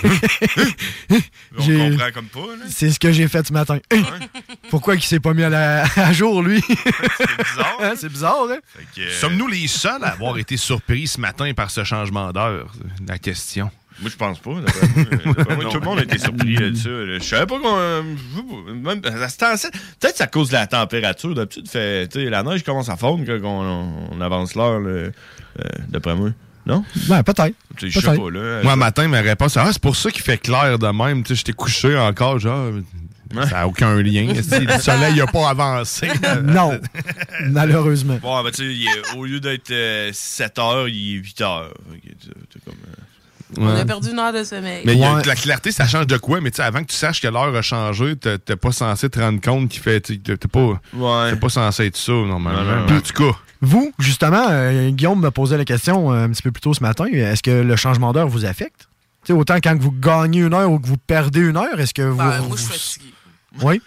On J'ai- comprend comme pas, là. C'est ce que j'ai fait ce matin. Hein? Pourquoi il s'est pas mis à, la- à jour, lui? C'est bizarre. Hein, c'est bizarre, hein? Fait que, euh, Sommes-nous les seuls à avoir été surpris ce matin par ce changement d'heure? La question. Moi, je pense pas. D'après moi, Euh, d'après moi, Non. tout le monde a été surpris là, de ça. là. Je savais pas qu'on. euh, même à ce temps-ci, peut-être que c'est à cause de la température. D'habitude, fait, tu sais, la neige commence à fondre quand on, on avance l'heure, là, euh, d'après moi. Non? Ben, peut-être. Tu sais, Je sais Peut-être. pas, là. Moi, matin, ma réponse, ah, c'est pour ça qu'il fait clair de même. Tu sais, j'étais couché encore, genre. Ça n'a aucun lien. Si le soleil n'a pas avancé. Non, malheureusement. Bon, ben, tu sais, il est- au lieu d'être euh, sept heures, il est huit heures. Fait que, tu sais, t'es comme. euh, On a perdu une heure de sommeil. Mais il y a- la clarté, ça change de quoi? Mais tu sais, avant que tu saches que l'heure a changé, t'es t'es pas censé te rendre compte qu'il fait. T'es t'es pas, t'es pas censé être ça, normalement. Non, non, En tout cas. Vous, justement, euh, Guillaume me posait la question euh, un petit peu plus tôt ce matin. Est-ce que le changement d'heure vous affecte? Tu sais, autant quand vous gagnez une heure ou que vous perdez une heure, est-ce que vous... Ben, moi, je vous- suis fatigué. Oui?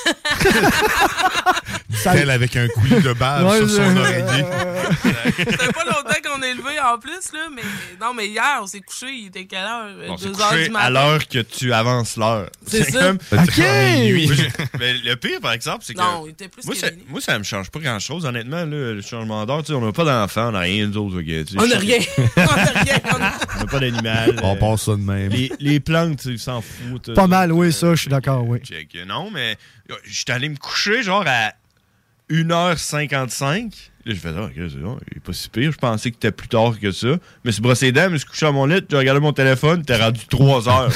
Elle avec un coulis de bave Ouais, sur son je- oreiller. Ça fait pas longtemps qu'on est levé en plus, là, mais non, mais hier, on s'est couché, il était quelle heure? On s'est deux heures couché du matin. à l'heure que tu avances l'heure. C'est ça. Comme... OK! Moi, je- mais le pire, par exemple, c'est que. Non, il était plus moi, que ça, minuit. moi, ça me change pas grand-chose, honnêtement, là, le changement d'heure. Tu sais, on n'a pas d'enfants, on n'a rien d'autre. Okay, tu sais, On je n'a sais rien. que- On n'a rien. On a- On n'a pas d'animal. On euh, passe ça de même. Les, les plantes, ils s'en foutent. Pas euh, mal, oui, ça, je suis d'accord, oui. check. Non, mais euh, j'étais allé me coucher genre à une heure cinquante-cinq. Là, j'ai fait, ah, ok, c'est bon, il est pas si pire. Je pensais que c'était plus tard que ça. Mais c'est brossé les dents, je me suis couché à mon lit, j'ai regardé mon téléphone, t'es rendu trois heures.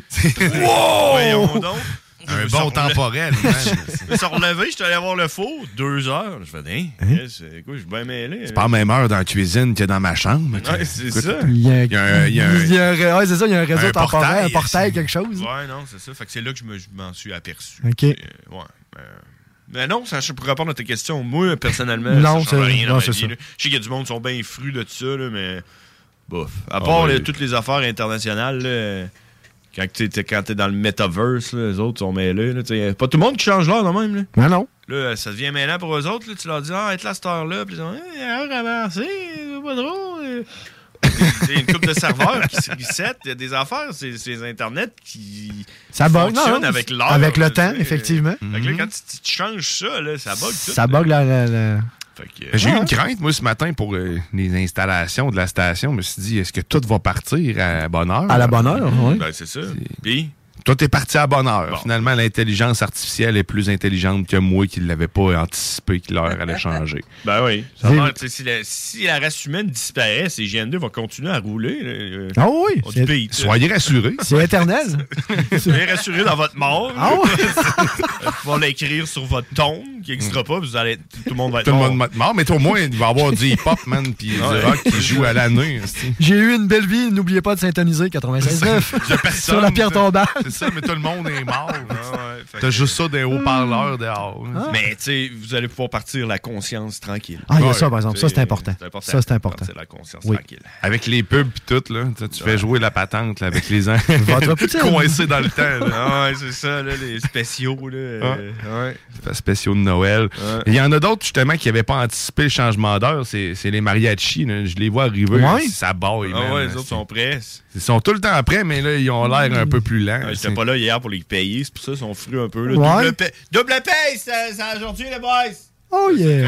Wow! Voyons donc. Un Je me bon suis relevé- temporel. man. Je me suis relevé, j'étais allé voir le four, deux heures. Je fais, hein, c'est quoi, je suis bien mêlé. C'est pas la même heure dans la cuisine que dans ma chambre. Ouais, c'est Écoute, ça. Il y a, Il y a un- il y a un- il y a un ré- ouais, c'est ça, il y a un réseau un temporaire, portail, un portail, quelque chose. Ouais, non, c'est ça. Fait que c'est là que je me- je m'en suis aperçu. OK. Puis, euh, ouais. euh, mais non, ça, pour répondre à ta question, moi, personnellement, Non, ça change c'est- rien dans non, ma c'est vie, ça. là. Je sais qu'il y a du monde qui sont bien frus de tout ça, là, mais bof. À Ah part ouais. là, toutes les affaires internationales, là, quand tu es, quand t'es dans le metaverse, là, les autres sont mêlés. Là, t'sais, pas tout le monde qui change l'heure, non même. Là. Ben non. Là, ça devient mêlant pour eux autres. Là, tu leur dis, ah, être là à cette heure-là. Puis ils disent, hey, heure avancée, c'est pas drôle. Il y a une couple de serveurs qui se reset. Il y a des affaires, c'est c'est Internet qui Ça bug, non, fonctionnent non, avec l'heure. avec le là, temps, tu sais. effectivement. Fait que là, quand tu, tu changes ça, là, ça bug tout. Ça bug la... la- la- Fait que, J'ai eu ouais. une crainte, moi, ce matin, pour euh, les installations de la station. Je me suis dit, est-ce que tout va partir à bonne heure? À la bonne heure, oui. Ben, c'est ça. Puis, toi, t'es parti à bonne heure. Finalement, l'intelligence artificielle est plus intelligente que moi qui ne l'avais pas anticipé que l'heure allait changer. Ben oui. Ça J'ai- va, tu sais, si, la, si la race humaine disparaît, C G M deux va continuer à rouler. Là, euh, Ah oui, on c'est- dit pays, tu sais. Soyez rassurés. C'est éternel. Soyez rassurés dans votre mort. Ah ouais? Ils vont l'écrire sur votre tombe qui n'existera pas, puis vous allez, tout le monde va être Tout le mort. monde va être mort, mais au moins, il va y avoir du hip-hop, man, puis du Ouais. rock qui joue à l'année. c'est- J'ai eu une belle vie, n'oubliez pas de syntoniser quatre-vingt-seize neuf Il y a personne, sur la pierre t'sais. tombale. C'est ça, mais tout le monde est mort. Ah ouais, fait T'as que- juste ça des haut-parleurs dehors. Mais tu sais, vous allez pouvoir partir la conscience tranquille. Ah, il y a Ouais, ça, par exemple. Ça, c'est important. Ça, c'est important. C'est la conscience Oui. tranquille. Avec les pubs pis tout, là, tu tu fais jouer la patente là, avec les ans. Votre poutine. Coincés dans le temps. Là. Ah ouais, c'est ça, là, les spéciaux. Là, euh, ouais. Fait spéciaux de Noël. Ouais. Il y en a d'autres, justement, qui n'avaient pas anticipé le changement d'heure. C'est c'est les mariachis. Là. Je les vois arriver. Ouais. là, ça baille. Ah man. ouais, les autres sont prêts. Ils sont tout le temps prêts, mais là, ils ont l'air un peu plus lents. Ah, C'est- J'étais pas là hier pour les payer, c'est pour ça qu'ils sont frus un peu. Là. Ouais. Double, paye, double paye, c'est c'est aujourd'hui, les boys! Oh yeah!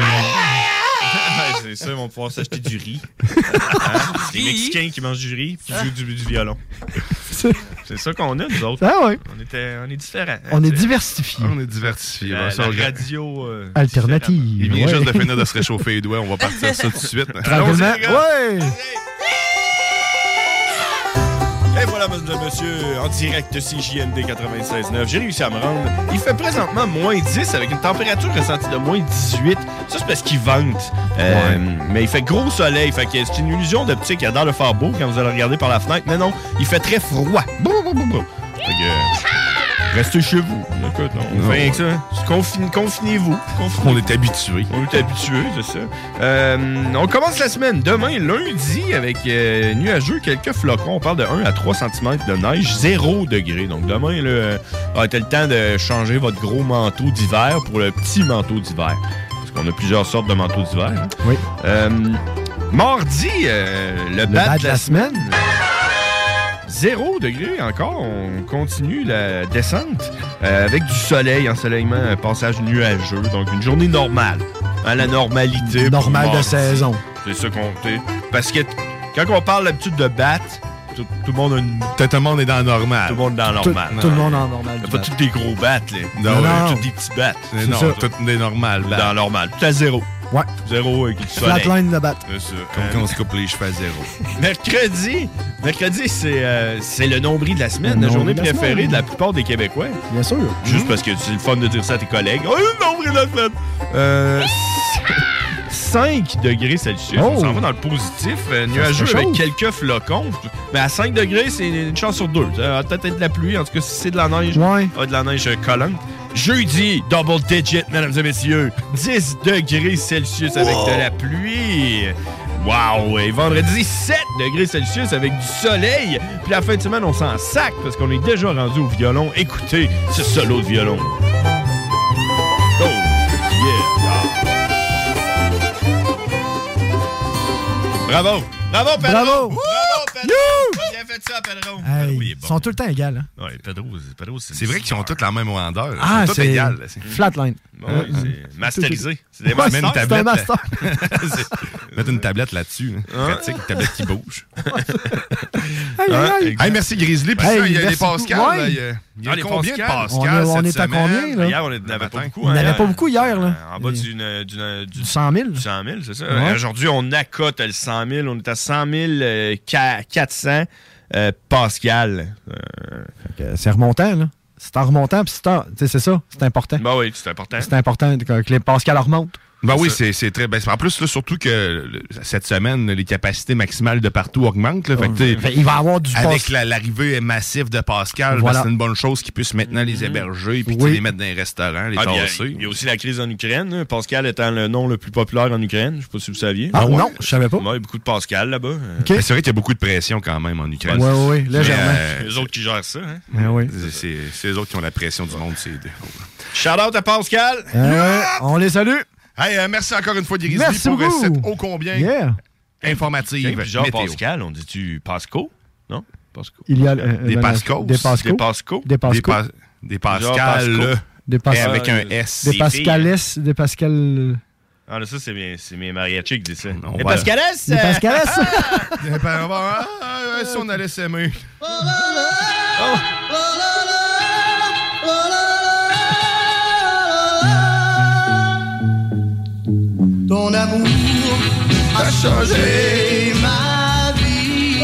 c'est ça, ils vont pouvoir s'acheter du riz. Hein? C'est les Mexicains qui mangent du riz et qui jouent du, du violon. C'est ça qu'on a, nous autres. Ah ouais. On, était, on est différents. hein, On est t'sais. diversifiés. On est diversifiés. La, Ouais, ça, la regarde. radio... euh, Alternative. Il vient ouais. juste de finir de se réchauffer les doigts. On va partir ça tout de suite. Tranquillement. Allons-y, les gars. Ouais! Et voilà, mesdames et messieurs, en direct de C J M D quatre-vingt-seize neuf, j'ai réussi à me rendre. Il fait présentement moins dix avec une température ressentie de moins dix-huit. Ça, c'est parce qu'il vente. Euh, mais il fait gros soleil. Fait que c'est une illusion d'optique. Il a l'air de faire beau quand vous allez regarder par la fenêtre. Mais non, il fait très froid. Fait que, euh, restez chez vous. Écoute, on fait rien que ça. Confine, confinez-vous. Confinez-vous. On est habitués. On est habitués, c'est ça. Euh, on commence la semaine demain, lundi, avec euh, nuageux, quelques flocons. On parle de un à trois centimètres de neige, zéro degré. Donc demain, là, euh, on a le temps de changer votre gros manteau d'hiver pour le petit manteau d'hiver. Parce qu'on a plusieurs sortes de manteaux d'hiver. Hein. Oui. Euh, mardi, euh, le, le bat de la, la semaine. semaine. Zéro degré encore, on continue la descente euh, avec du soleil, ensoleillement, un passage nuageux, donc une journée normale, à la normalité. Normale de saison. C'est ça qu'on fait. Parce que quand on parle d'habitude de battre, tout, tout le monde a une... Tout le monde est dans le normal. Tout le monde est dans le normal. Tout, tout le monde est dans le normal. Pas tous des gros battes, là. Non, non, non. Tous des petits battes. Non, tout des normales. Dans le normal. Tout à zéro. Ouais. Zéro avec du soleil. Flatline de batte. C'est ça. Comme quand on se coupe les cheveux à zéro. Mercredi, mercredi c'est euh, c'est le nombril de la semaine, le la journée de la préférée semaine. de la plupart des Québécois. Bien sûr. Juste mmh. parce que c'est le fun de dire ça à tes collègues. Oh, le nombril de la semaine! Euh, cinq degrés Celsius. Oh. On s'en va dans le positif. Euh, nuageux avec quelques flocons. Mais à cinq degrés, c'est une chance sur deux. Ça va peut-être être de la pluie. En tout cas, si c'est de la neige, ouais. ah, de la neige collante. Jeudi, double digit, mesdames et messieurs. dix degrés Celsius avec wow. de la pluie. Wow! Et vendredi, sept degrés Celsius avec du soleil. Puis la fin de semaine, on s'en sac parce qu'on est déjà rendu au violon. Écoutez ce solo de violon. Oh, yeah! Bravo! Bravo, Pedro! Bravo! Bravo, Pedro! Bien fait ça, Pedro! Hey, Pedro, il est ils bon. sont tout le temps égaux. Hein? Oui, Pedro, Pedro c'est... C'est vrai qu'ils ont tous la même grandeur. Ah, ils sont tous c'est égales. flatline. Bon, oui, c'est masterisé. C'est des masters. Ouais, c'est un master. Mettre une tablette là-dessus. Hein. Pratique, une tablette qui bouge. Aïe, aïe, aïe. Hey, merci Grizzly. Puis hey, ça, il y a les Pascal. Ouais. Là, il y a, il y a ah, les combien Pascal? de Pascal On, a, on cette est à semaine? combien, là? Hier, on n'en avait pas beaucoup. On n'avait hein, pas beaucoup hier, là. En bas d'une, d'une, du, du cent mille. Du cent mille, c'est ça. Ouais. Aujourd'hui, on accote le cent mille. On est à cent mille euh, quatre cents euh, Pascal. Euh... C'est remontant, là. C'est en remontant, puis c'est, c'est ça. C'est important. Ben oui, c'est important. C'est important que les Pascal remontent. Ben oui, c'est, c'est très. Ben, en plus, là, surtout que le, cette semaine, les capacités maximales de partout augmentent. Là, fait que, fait, il va y avoir du avec la, l'arrivée massive de Pascal, voilà. ben, c'est une bonne chose qu'ils puissent maintenant les héberger puis oui. les mettre dans les restaurants, les ah, tasser. Il y, y a aussi la crise en Ukraine. Hein. Pascal étant le nom le plus populaire en Ukraine. Je sais pas si vous saviez. Ah, ah ouais. Non, je savais pas. Il y a beaucoup de Pascal là-bas. Okay. Ben, c'est vrai qu'il y a beaucoup de pression quand même en Ukraine. Oui, oui, oui, légèrement. C'est les autres qui gèrent ça. Hein. Ben oui. C'est, c'est, c'est les autres qui ont la pression du monde. C'est deux. Shout-out à Pascal. Euh, on les salue. Hey, euh, merci encore une fois, Grizzly, merci pour beaucoup. cette ô combien yeah. informative. Okay, genre météo. Pascal, on dit-tu Pasco? Non? Pasco. Il y a euh, des Pascos. Des Pascos. Des Pascos. Des Pascos. Des, pa- des Pascal. Des Pascal. Avec un S. Des Pascalès. Des Pascal. Ah, là, ça, c'est mes, c'est mes mariachis qui disent ça. Non, des voilà. Pascalès! Des Pascalès! Si on allait s'aimer. Oh. Ton amour a changé ma vie.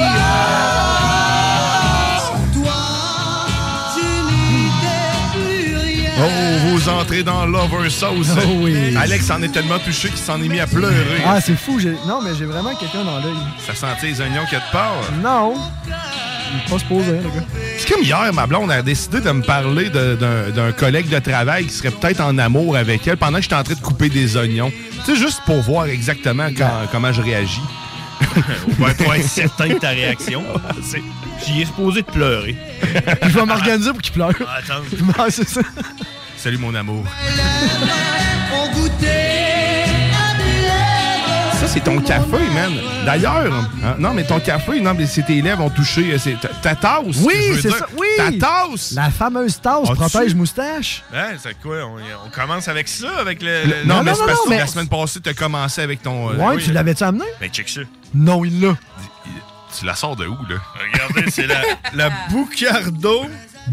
Toi, tu n'étais plus rien. Oh, vous entrez dans Lover Sauce. Oh oui. Alex en est tellement touché qu'il s'en est mis à pleurer. Ah, c'est fou. J'ai... Non, mais j'ai vraiment quelqu'un dans l'œil. Ça sentait les oignons qui a de peur? Non. Il n'est pas supposé, le gars. C'est comme hier, ma blonde a décidé de me parler de, d'un, d'un collègue de travail qui serait peut-être en amour avec elle pendant que j'étais en train de couper des oignons. Tu sais, juste pour voir exactement quand, comment je réagis. Ouais, pour être certain de ta réaction. C'est... J'y ai supposé de pleurer. Je vais m'organiser pour qu'il pleure. Ah, attends. Non, c'est ça. Salut, mon amour. On goûtait à mes lèvres. Ça, c'est ton café, man. D'ailleurs, hein, non, mais ton café, non, mais c'est tes lèvres ont touché. C'est ta, ta tasse. Oui, c'est dire. ça. Oui. Ta tasse. La fameuse tasse protège moustache. Ben, c'est quoi? On, on commence avec ça, avec le. le... Non, non, mais non, c'est parce non, que mais... la semaine passée, tu as commencé avec ton. Ouais, euh, oui, tu l'avais-tu amené? Ben, check ça. Non, il l'a. Tu la sors de où, là? Regardez, c'est la, la Boucardo.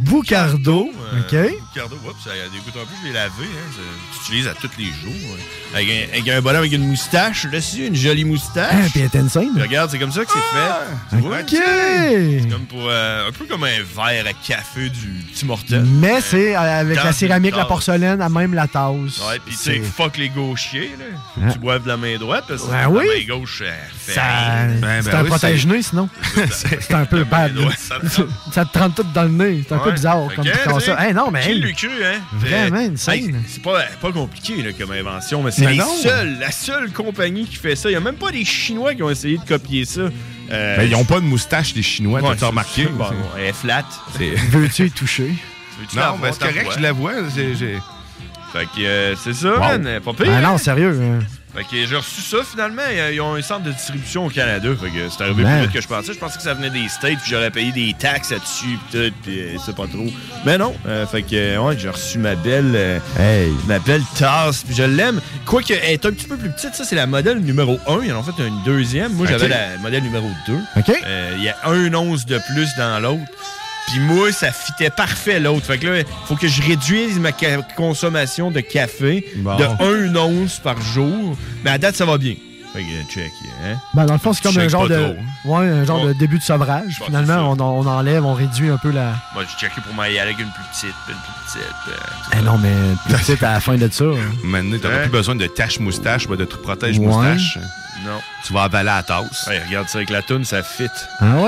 Boucardo, euh, OK. Boucardo, oups, ça dégoûte un peu, je l'ai lavé. Hein, tu utilises à tous les jours. Avec un, avec un bonhomme avec une moustache dessus, une jolie moustache. Ah, puis elle est insane. Puis regarde, c'est comme ça que c'est fait. Tu vois? OK! C'est comme pour, euh, un peu comme un verre à café du Tim Hortons. Mais c'est euh, avec Dans la céramique, une la tasse. porcelaine, à même la tasse. Ouais, pis tu sais, fuck les gauchers, là. Faut que Ah. tu boives de la main droite, parce que Ben la oui. main gauche, elle fait Ça- rien. Ben, c'est ben un oui, protège-nez, sinon. C'est un peu bad. là. droite, ça te trempe. Ça te trempe tout dans le nez. C'est un peu Ouais. bizarre Fait comme que, comme tu sais, ça. Hey, non, mais. Qui hey, l'a cru, hein? Vraiment Hey, insane. c'est pas, pas compliqué là, comme invention, mais c'est Mais les non. seuls, la seule compagnie qui fait ça. Il n'y a même pas des Chinois qui ont essayé de copier ça. Euh, Ben, ils ont pas de moustache, les Chinois, Ouais, t'as c'est- remarqué? c'est- bon, elle est flat. Veux-tu y toucher? Veux-tu la Non, ben voir, c'est correct, ta je la vois. j'ai- j'ai- Fait que euh, c'est ça, Wow. man. Pas pire. Ah non, hein? sérieux. hein. Fait que j'ai reçu ça finalement. Ils ont un centre de distribution au Canada. Fait que c'est arrivé Man. plus vite que je pensais. Je pensais que ça venait des States, puis j'aurais payé des taxes là-dessus, pis tout, pis euh, c'est pas trop. Mais non. Euh, fait que ouais, j'ai reçu ma belle, euh, ma belle tasse, puis je l'aime. Quoique elle est un petit peu plus petite, ça c'est la modèle numéro un. Ils en ont fait une deuxième. Moi j'avais Ok. la modèle numéro deux. OK. Euh, Il y a un once de plus dans l'autre. Puis moi, ça fitait parfait l'autre. Fait que là, il faut que je réduise ma ca- consommation de café Bon. de un once par jour. Mais à date, ça va bien. Fait que check, hein? Ben, dans le fond, c'est comme Je un check genre pas de. trop. Ouais, un genre Bon. de début de sevrage. Bon, Finalement, on, on enlève, on réduit un peu la. Moi, j'ai checké pour m'y aller avec une plus petite, puis une plus petite. euh, tout Eh ça. non, mais peut-être à la fin de ça. hein. Maintenant, t'auras Hein? plus besoin de tache-moustache, ben, de te protège Ouais. moustache. Non. Tu vas avaler à la tasse. Ouais, regarde ça avec la toune, ça fit. Ah ouais?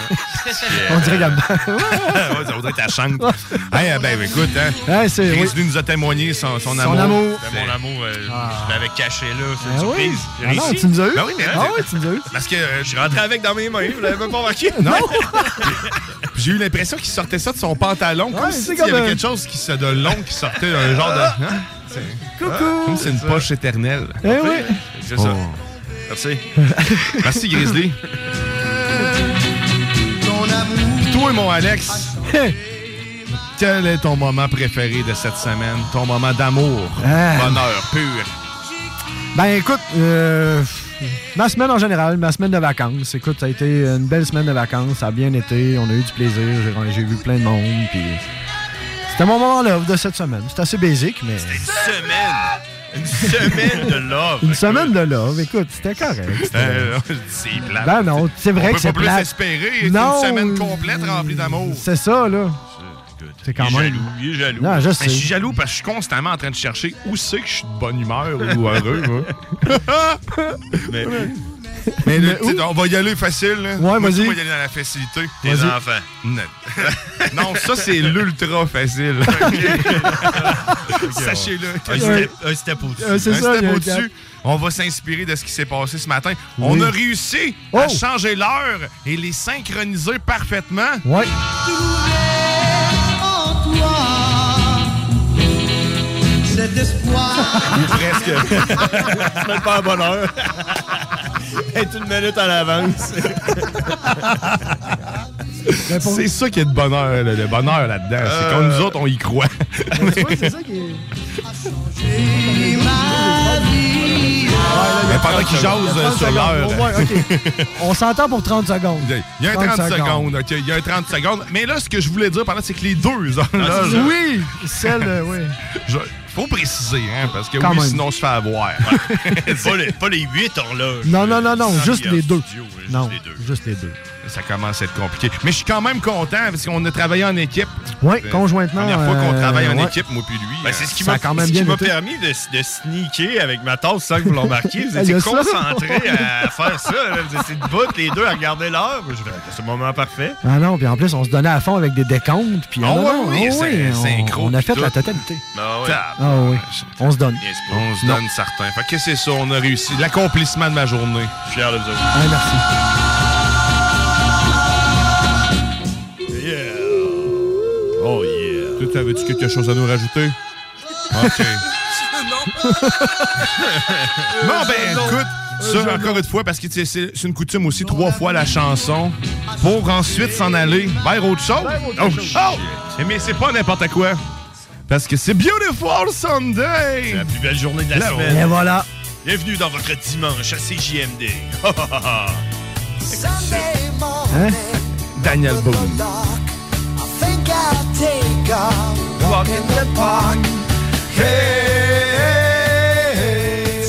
On dirait euh, que. ouais, ça voudrait être ta chante. Hey, ben, ben, écoute, hein. Ouais, c'est. oui. Chris nous a témoigné son, son, Son amour. amour. C'était mon amour, euh, Ah. je l'avais caché là, c'est Ah une oui? surprise. J'ai Ah non, réussi. tu nous as eu? Ben oui, mais- Ah ouais, tu nous as eu? Parce que euh, Je suis rentré avec dans mes mains, vous l'avez même pas remarqué? Non! Puis j'ai eu l'impression qu'il sortait ça de son pantalon, comme Ouais, si c'est il y avait comme un- quelque chose qui se de long qui sortait un genre de. Hein? C'est- Coucou! Comme si c'est une poche éternelle. Eh oui! C'est ça. Oh. Merci. Merci, Grizzly. Puis toi, mon Alex, quel est ton moment préféré de cette semaine? Ton moment d'amour, Ah. bonheur pur. Ben écoute, euh, ma semaine en général, ma semaine de vacances. Écoute, ça a été une belle semaine de vacances, ça a bien été, on a eu du plaisir, j'ai, j'ai vu plein de monde, puis c'était mon moment love de cette semaine. C'était assez basique, mais Une semaine! Une semaine de love! une semaine de love, écoute, c'était correct. C'était- Euh, c'est plate. Ben non, c'est vrai On que peut c'est pas plus plate. espérer. Non. Une semaine complète remplie d'amour. C'est ça, là. C'est quand Il est même. jaloux, il est jaloux. Non, je Ben, sais. je suis jaloux parce que je suis constamment en train de chercher où c'est que je suis de bonne humeur ou heureux. moi. Mais Mais là, Mais tu sais, où? on va y aller facile. Là. Ouais, Moi, vas-y. On va y aller dans la facilité. tes Vas-y. enfants. Non, non ça, c'est l'ultra facile. Sachez-le. Un Ouais. step, un step au-dessus. Euh, c'est Un ça, il y step a un au-dessus. gap. On va s'inspirer de ce qui s'est passé ce matin. Oui. On a réussi Oh. à changer l'heure et les synchroniser parfaitement. Ouais. Cet espoir. Ou presque. C'est même pas un bonheur. Être une minute en avance. Ben, pour- C'est ça qui est de bonheur, là, le bonheur là-dedans. C'est Euh. quand nous autres, on y croit. Ouais, c'est ça qui est. Mais pendant qu'ils jasent euh, trente sur secondes. l'heure. Ouais, OK. On s'entend pour trente secondes. Il y a un trente secondes, OK. Il y a un trente secondes. Mais là, ce que je voulais dire pendant, c'est que les deux là, Oui, celle, euh, oui. je- faut préciser, hein, parce que Quand oui, même. sinon on se fait avoir. pas, les, pas les huit horloges. Non, non, non, non, Sans juste vie en les deux. studio, juste Non, les deux. juste les deux. Ça commence à être compliqué. Mais je suis quand même content parce qu'on a travaillé en équipe. Oui, Euh, conjointement. Première fois qu'on euh, travaille en ouais. équipe, moi puis lui. Ben, c'est ce qui Ça m'a a quand même ce qui bien m'a été. permis de, de sneaker avec ma tasse sans que vous le remarquiez. Vous Il y étiez a ça. concentrés à faire ça. Là. Vous étiez debout, les deux, à regarder l'heure. Je fais, c'est le moment parfait. Ah non, puis en plus, on se donnait à fond avec des décomptes. Puis, Ah ah non, ouais, non, oui, ah c'est- oui, c'est on- synchro On a puis fait tout. la totalité. Ah ouais. Ah oui, on se donne. Bien, c'est pas- On se donne certains. Fait que c'est ça, on a réussi. L'accomplissement de ma journée. Je suis fier de vous autres. Ah, merci. Yeah. Oh yeah. Toi, avais-tu quelque chose à nous rajouter? OK. Non, ben écoute, ça encore une fois, parce que tu sais, c'est c'est une coutume aussi, trois fois la chanson, pour ensuite s'en aller vers autre chose. Oh, oh! Mais c'est pas n'importe quoi. Parce que c'est Beautiful Sunday! C'est la plus belle journée de la Là, semaine. Et voilà. Bienvenue dans votre dimanche à C J M D. Hein? Daniel Boone. Walk in the park. Hey,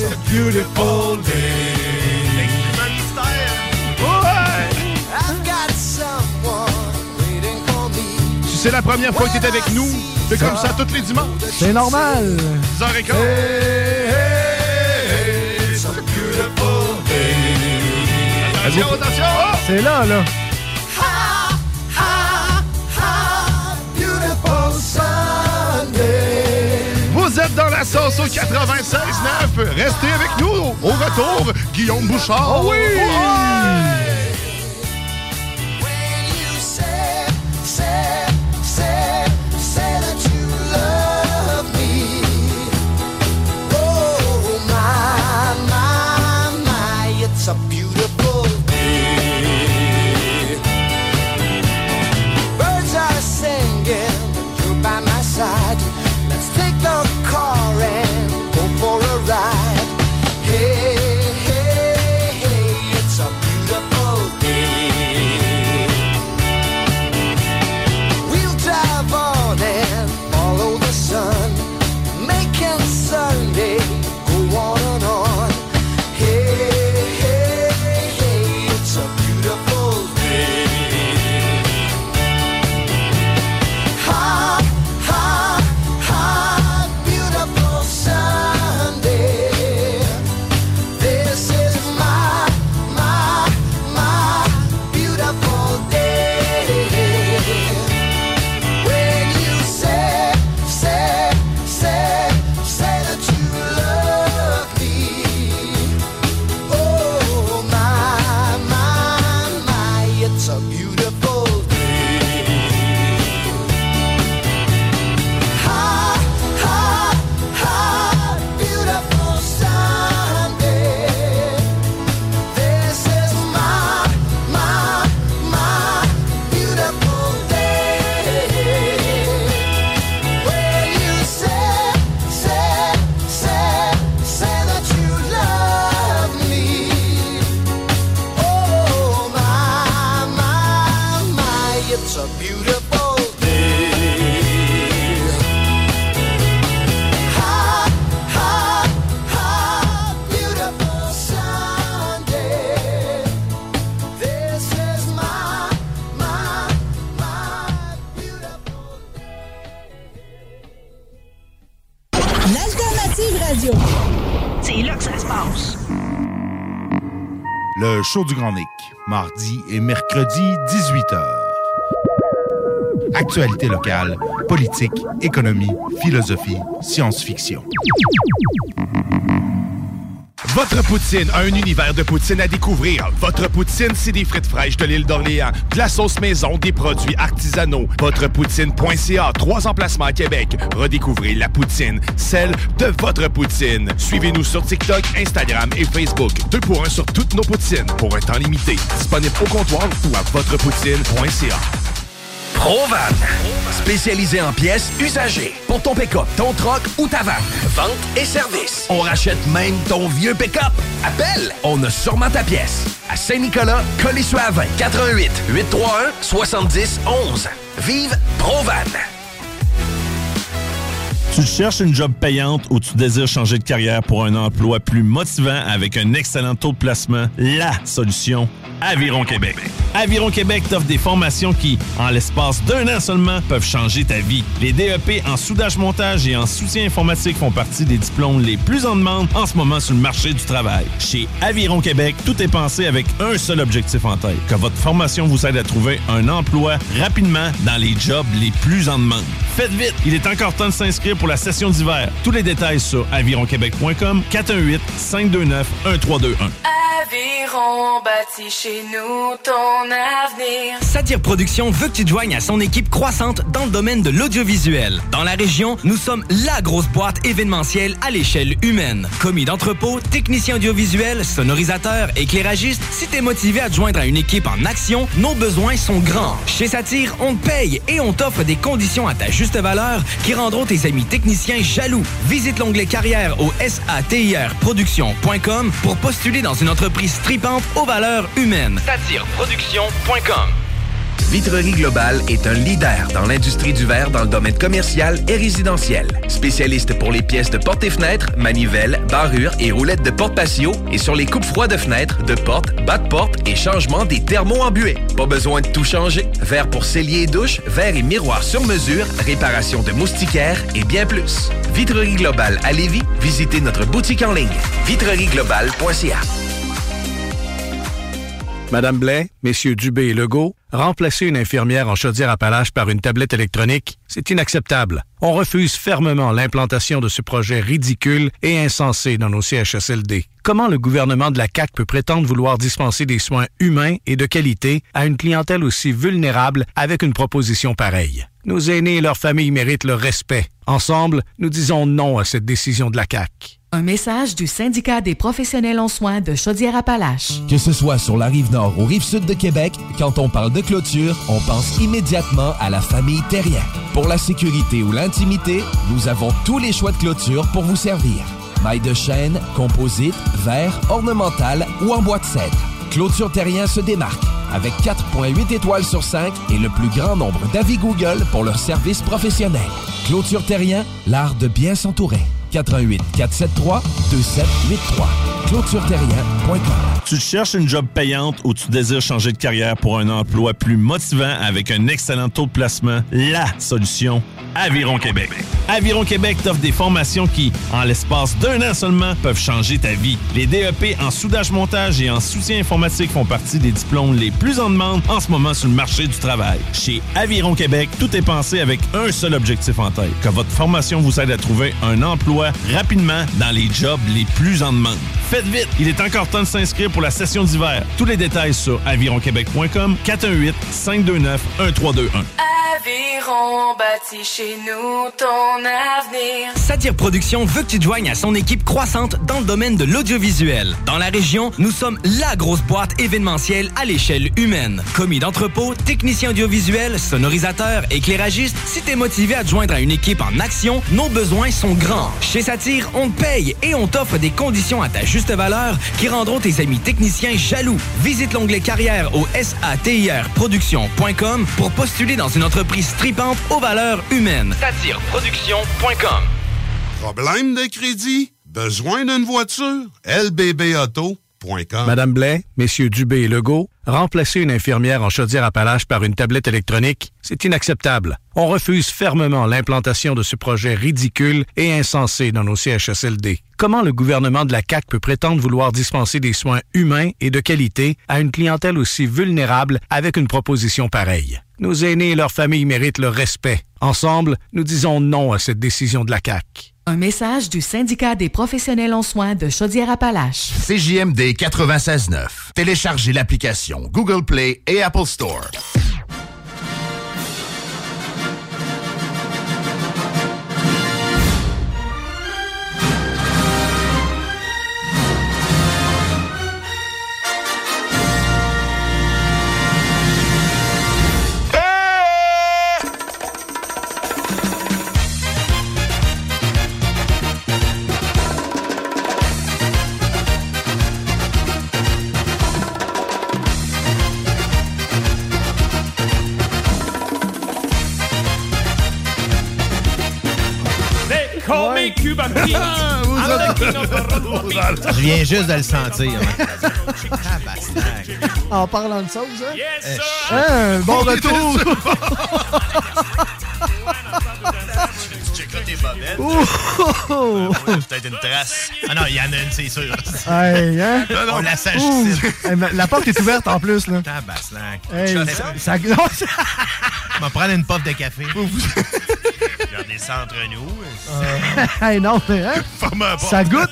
beautiful day. I've got someone waiting for me. Si c'est la première fois que t'es avec nous, c'est comme ça tous les dimanches. C'est normal. dix heures quinze. It's a beautiful day. Attention, attention! Oh! C'est là, là. Ha, ha, ha, beautiful Sunday. Vous êtes dans la sauce au quatre-vingt-seize neuf. Restez avec nous. Au retour, Guillaume Bouchard. Oh oui! When you say, say, say, say that you love me. Oh, my, my, my, it's a beautiful day. Birds are singing, you're by my side. Let's take the car and go for a ride. Hey, hey, hey, it's a beautiful day. We'll drive on and follow the sun, making Sunday go on and on. Hey, hey, hey, it's a beautiful day. Ha, ha, ha, beautiful Sunday. This is my, my, my beautiful day. When you say, say, say, say that you love me. Oh, my, my, my, it's a beautiful day. Ha, ha, ha, beautiful Sunday. This is my, my, my beautiful day. When you say, say, say, say that you love me. Oh, my, my, my, it's a beautiful day. Ha, ha, ha, beautiful Sunday. This is my, my, my beautiful L'Alternative Radio. C'est là que ça se passe. Le show du Grand Nick, mardi et mercredi, dix-huit heures. Actualité locale, politique, économie, philosophie, science-fiction. Votre poutine, un univers de poutine à découvrir. Votre poutine, c'est des frites fraîches de l'île d'Orléans, de la sauce maison, des produits artisanaux. Votrepoutine point c a, trois emplacements à Québec. Redécouvrez la poutine, celle de votre poutine. Suivez-nous sur TikTok, Instagram et Facebook. Deux pour un sur toutes nos poutines, pour un temps limité. Disponible au comptoir ou à votrepoutine point c a. Provan, spécialisé en pièces usagées. Pour ton pick-up, ton troc ou ta vanne. Vente et service. On rachète même ton vieux pick-up. Appelle, on a sûrement ta pièce. À Saint-Nicolas, Colissois-Avin, quatre un huit, huit trois un, sept zéro un un. Vive Provan. Tu cherches une job payante ou tu désires changer de carrière pour un emploi plus motivant avec un excellent taux de placement? La solution, Aviron Québec. Aviron Québec t'offre des formations qui, en l'espace d'un an seulement, peuvent changer ta vie. Les D E P en soudage-montage et en soutien informatique font partie des diplômes les plus en demande en ce moment sur le marché du travail. Chez Aviron Québec, tout est pensé avec un seul objectif en tête, que votre formation vous aide à trouver un emploi rapidement dans les jobs les plus en demande. Faites vite, il est encore temps de s'inscrire pour la session d'hiver. Tous les détails sur aviron québec point com, quatre un huit, cinq deux neuf, un trois deux un. Aviron bâtit chez nous ton avenir. Satire Productions veut que tu te joignes à son équipe croissante dans le domaine de l'audiovisuel. Dans la région, nous sommes la grosse boîte événementielle à l'échelle humaine. Commis d'entrepôt, technicien audiovisuel, sonorisateur, éclairagiste, si t'es motivé à te joindre à une équipe en action, nos besoins sont grands. Chez Satire, on te paye et on t'offre des conditions à ta juste valeur qui rendront tes amis techniciens jaloux. Visite l'onglet carrière au satir production point com pour postuler dans une entreprise tripante aux valeurs humaines. satire production point com. Vitrerie Globale est un leader dans l'industrie du verre dans le domaine commercial et résidentiel. Spécialiste pour les pièces de portes et fenêtres, manivelles, barrures et roulettes de porte patio et sur les coupes froides de fenêtres, de portes, bas de porte et changement des thermos en buée. Pas besoin de tout changer. Verre pour cellier et douche, verre et miroir sur mesure, réparation de moustiquaires et bien plus. Vitrerie Globale à Lévis, visitez notre boutique en ligne vitrerie globale point c a. Madame Blais, Messieurs Dubé et Legault, remplacer une infirmière en Chaudière-Appalaches par une tablette électronique, c'est inacceptable. On refuse fermement l'implantation de ce projet ridicule et insensé dans nos C H S L D. Comment le gouvernement de la C A Q peut prétendre vouloir dispenser des soins humains et de qualité à une clientèle aussi vulnérable avec une proposition pareille? Nos aînés et leurs familles méritent le respect. Ensemble, nous disons non à cette décision de la C A Q. Un message du Syndicat des professionnels en soins de Chaudière-Appalaches. Que ce soit sur la Rive-Nord ou Rive-Sud de Québec, quand on parle de clôture, on pense immédiatement à la famille Terrien. Pour la sécurité ou l'intimité, nous avons tous les choix de clôture pour vous servir. Mailles de chêne, composite, verre, ornemental ou en bois de cèdre. Clôture Terrien se démarque avec quatre virgule huit étoiles sur cinq et le plus grand nombre d'avis Google pour leur service professionnel. Clôture Terrien, l'art de bien s'entourer. quatre un huit, quatre sept trois, deux sept huit trois. clôture terrien point com. Tu cherches une job payante ou tu désires changer de carrière pour un emploi plus motivant avec un excellent taux de placement? La solution, Aviron Québec. Aviron Québec t'offre des formations qui, en l'espace d'un an seulement, peuvent changer ta vie. Les D E P en soudage-montage et en soutien informatique font partie des diplômes les plus en demande en ce moment sur le marché du travail. Chez Aviron Québec, tout est pensé avec un seul objectif en tête, que votre formation vous aide à trouver un emploi rapidement dans les jobs les plus en demande. Faites vite, il est encore temps de s'inscrire pour la session d'hiver. Tous les détails sur aviron québec point com, quatre un huit, cinq deux neuf, un trois deux un. Aviron bâtit chez nous ton avenir. Satire Productions veut que tu te joignes à son équipe croissante dans le domaine de l'audiovisuel. Dans la région, nous sommes la grosse boîte événementielle à l'échelle humaine. Commis d'entrepôt, technicien audiovisuel, sonorisateur, éclairagiste, si t'es motivé à te joindre à une équipe en action, nos besoins sont grands. Chez Satire, on te paye et on t'offre des conditions à ta juste valeur qui rendront tes amis techniciens jaloux. Visite l'onglet carrière au satir production point com pour postuler dans une entreprise tripante aux valeurs humaines. satire production point com. Problème de crédit? Besoin d'une voiture? L B B auto point com. Madame Blais, Messieurs Dubé et Legault, remplacer une infirmière en Chaudière-Appalaches par une tablette électronique, c'est inacceptable. On refuse fermement l'implantation de ce projet ridicule et insensé dans nos C H S L D. Comment le gouvernement de la C A Q peut prétendre vouloir dispenser des soins humains et de qualité à une clientèle aussi vulnérable avec une proposition pareille? Nos aînés et leurs familles méritent le respect. Ensemble, nous disons non à cette décision de la C A Q. Un message du Syndicat des professionnels en soins de Chaudière-Appalaches. C J M D quatre-vingt-seize neuf. Téléchargez l'application Google Play et Apple Store. Je viens juste de le sentir. En parlant de sauce, hein? Yes, hein, bon retour! Tu checkeras tes bobettes. Oh, oh, oh. Ouais, peut-être une trace. Ah non, il y en a une, c'est sûr. Hey, hein? Non, non, on la sache Ouh. ici. Hey, la porte est ouverte en plus, là. Tabaslac. Hey, ça, ça... Non, ça... On va prendre une puff de café. Regardez ça entre nous. Euh... hey, non, mais hein? Ça goûte.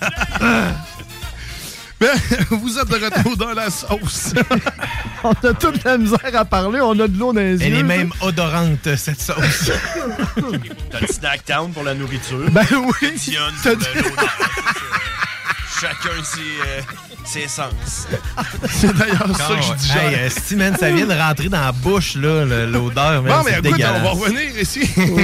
Ben, vous êtes de retour dans la sauce. On a toute la misère à parler, on a de l'eau dans les yeux. Elle est même odorante, cette sauce. T'as le snack town pour la nourriture. Ben oui. Dionne pour l'odeur. Chacun ses... Euh... c'est essence. C'est d'ailleurs ça que je dis. Hey, euh, si, man, ça vient de rentrer dans la bouche, là, le- l'odeur. Bon, man, mais c'est écoute, dégueulasse. on va revenir ici.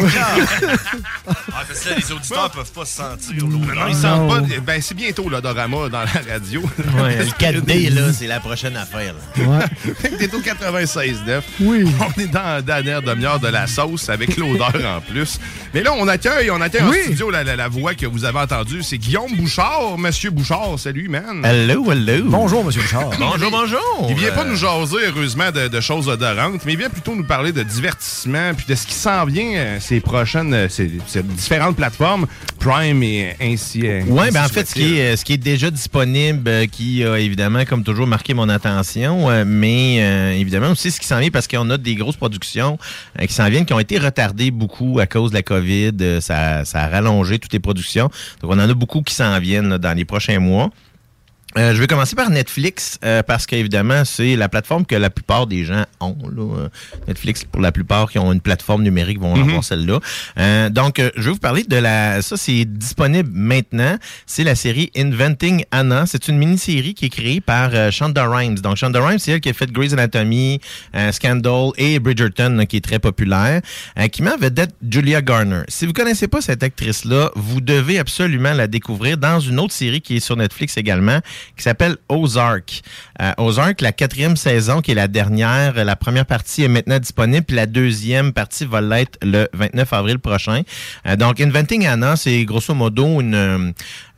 Ah, parce que là, les auditeurs peuvent pas se sentir l'odeur. Non, ils sentent pas. Ben, c'est bientôt l'odorama dans la radio. Ouais, le quatre D, là, c'est la prochaine affaire. Là. T'es au quatre-vingt-seize neuf. Oui. On est dans la dernière demi-heure de la sauce avec l'odeur en plus. Mais là, on accueille, on accueille Oui. en studio la, la, la voix que vous avez entendue. C'est Guillaume Bouchard. Monsieur Bouchard, salut, man. Hello, hello. Bonjour, Monsieur Bouchard. Bonjour, bonjour. Il vient pas Euh, nous jaser, heureusement, de, de choses odorantes, mais il vient plutôt nous parler de divertissement puis de ce qui s'en vient euh, ces prochaines, euh, ces, ces différentes plateformes, Prime et ainsi. euh, Oui, ainsi ben en fait, ce qui, est, ce qui est déjà disponible, euh, qui a évidemment, comme toujours, marqué mon attention, euh, mais euh, évidemment aussi ce qui s'en vient, parce qu'on a des grosses productions euh, qui s'en viennent, qui ont été retardées beaucoup à cause de la COVID. Euh, ça, ça a rallongé toutes les productions. Donc, on en a beaucoup qui s'en viennent là, dans les prochains mois. Euh, je vais commencer par Netflix euh, parce qu'évidemment, c'est la plateforme que la plupart des gens ont. Là. Netflix, pour la plupart qui ont une plateforme numérique, vont Mm-hmm. avoir celle-là. Euh, donc, euh, je vais vous parler de la... Ça, c'est disponible maintenant. C'est la série Inventing Anna. C'est une mini-série qui est créée par euh, Shonda Rhimes. Donc, Shonda Rhimes, c'est elle qui a fait Grey's Anatomy, euh, Scandal et Bridgerton, là, qui est très populaire, euh, qui met en vedette Julia Garner. Si vous connaissez pas cette actrice-là, vous devez absolument la découvrir dans une autre série qui est sur Netflix également, qui s'appelle Ozark. Euh, Ozark, la quatrième saison, qui est la dernière, la première partie est maintenant disponible, puis la deuxième partie va l'être le vingt-neuf avril prochain. Euh, donc, Inventing Anna, c'est grosso modo une, euh,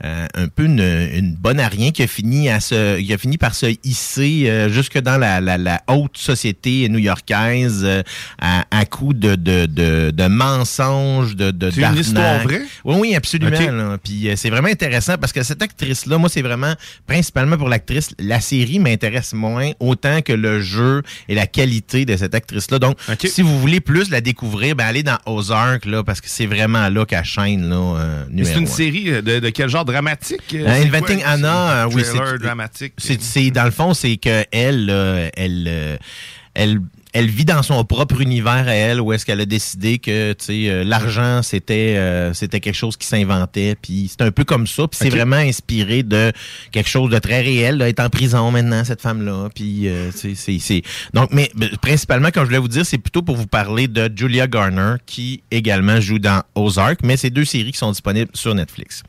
un peu une, une bonne à rien qui a fini à se, qui a fini par se hisser euh, jusque dans la, la, la haute société new-yorkaise euh, à, à coup de, de, de, de mensonges, de, de C'est une histoire vraie? Oui, oui, absolument. Okay. Là. Puis euh, c'est vraiment intéressant parce que cette actrice-là, moi, c'est vraiment principalement pour l'actrice. La série m'intéresse moins autant que le jeu et la qualité de cette actrice-là. Donc, okay. si vous voulez plus la découvrir, ben allez dans Ozark, là, parce que c'est vraiment là qu'elle chaîne, là, euh, numéro C'est une un. série de, de quel genre dramatique? Euh, Inventing quoi? Anna, euh, oui, c'est dramatique. C'est, c'est dans le fond, c'est que elle, euh, elle, euh, elle, elle vit dans son propre univers à elle, où est-ce qu'elle a décidé que, tu sais, euh, l'argent c'était, euh, c'était quelque chose qui s'inventait, puis c'est un peu comme ça, puis c'est okay. vraiment inspiré de quelque chose de très réel. Elle est en prison maintenant, cette femme-là, puis euh, c'est, c'est, c'est donc, mais principalement, comme je voulais vous dire, c'est plutôt pour vous parler de Julia Garner, qui également joue dans Ozark, mais c'est deux séries qui sont disponibles sur Netflix.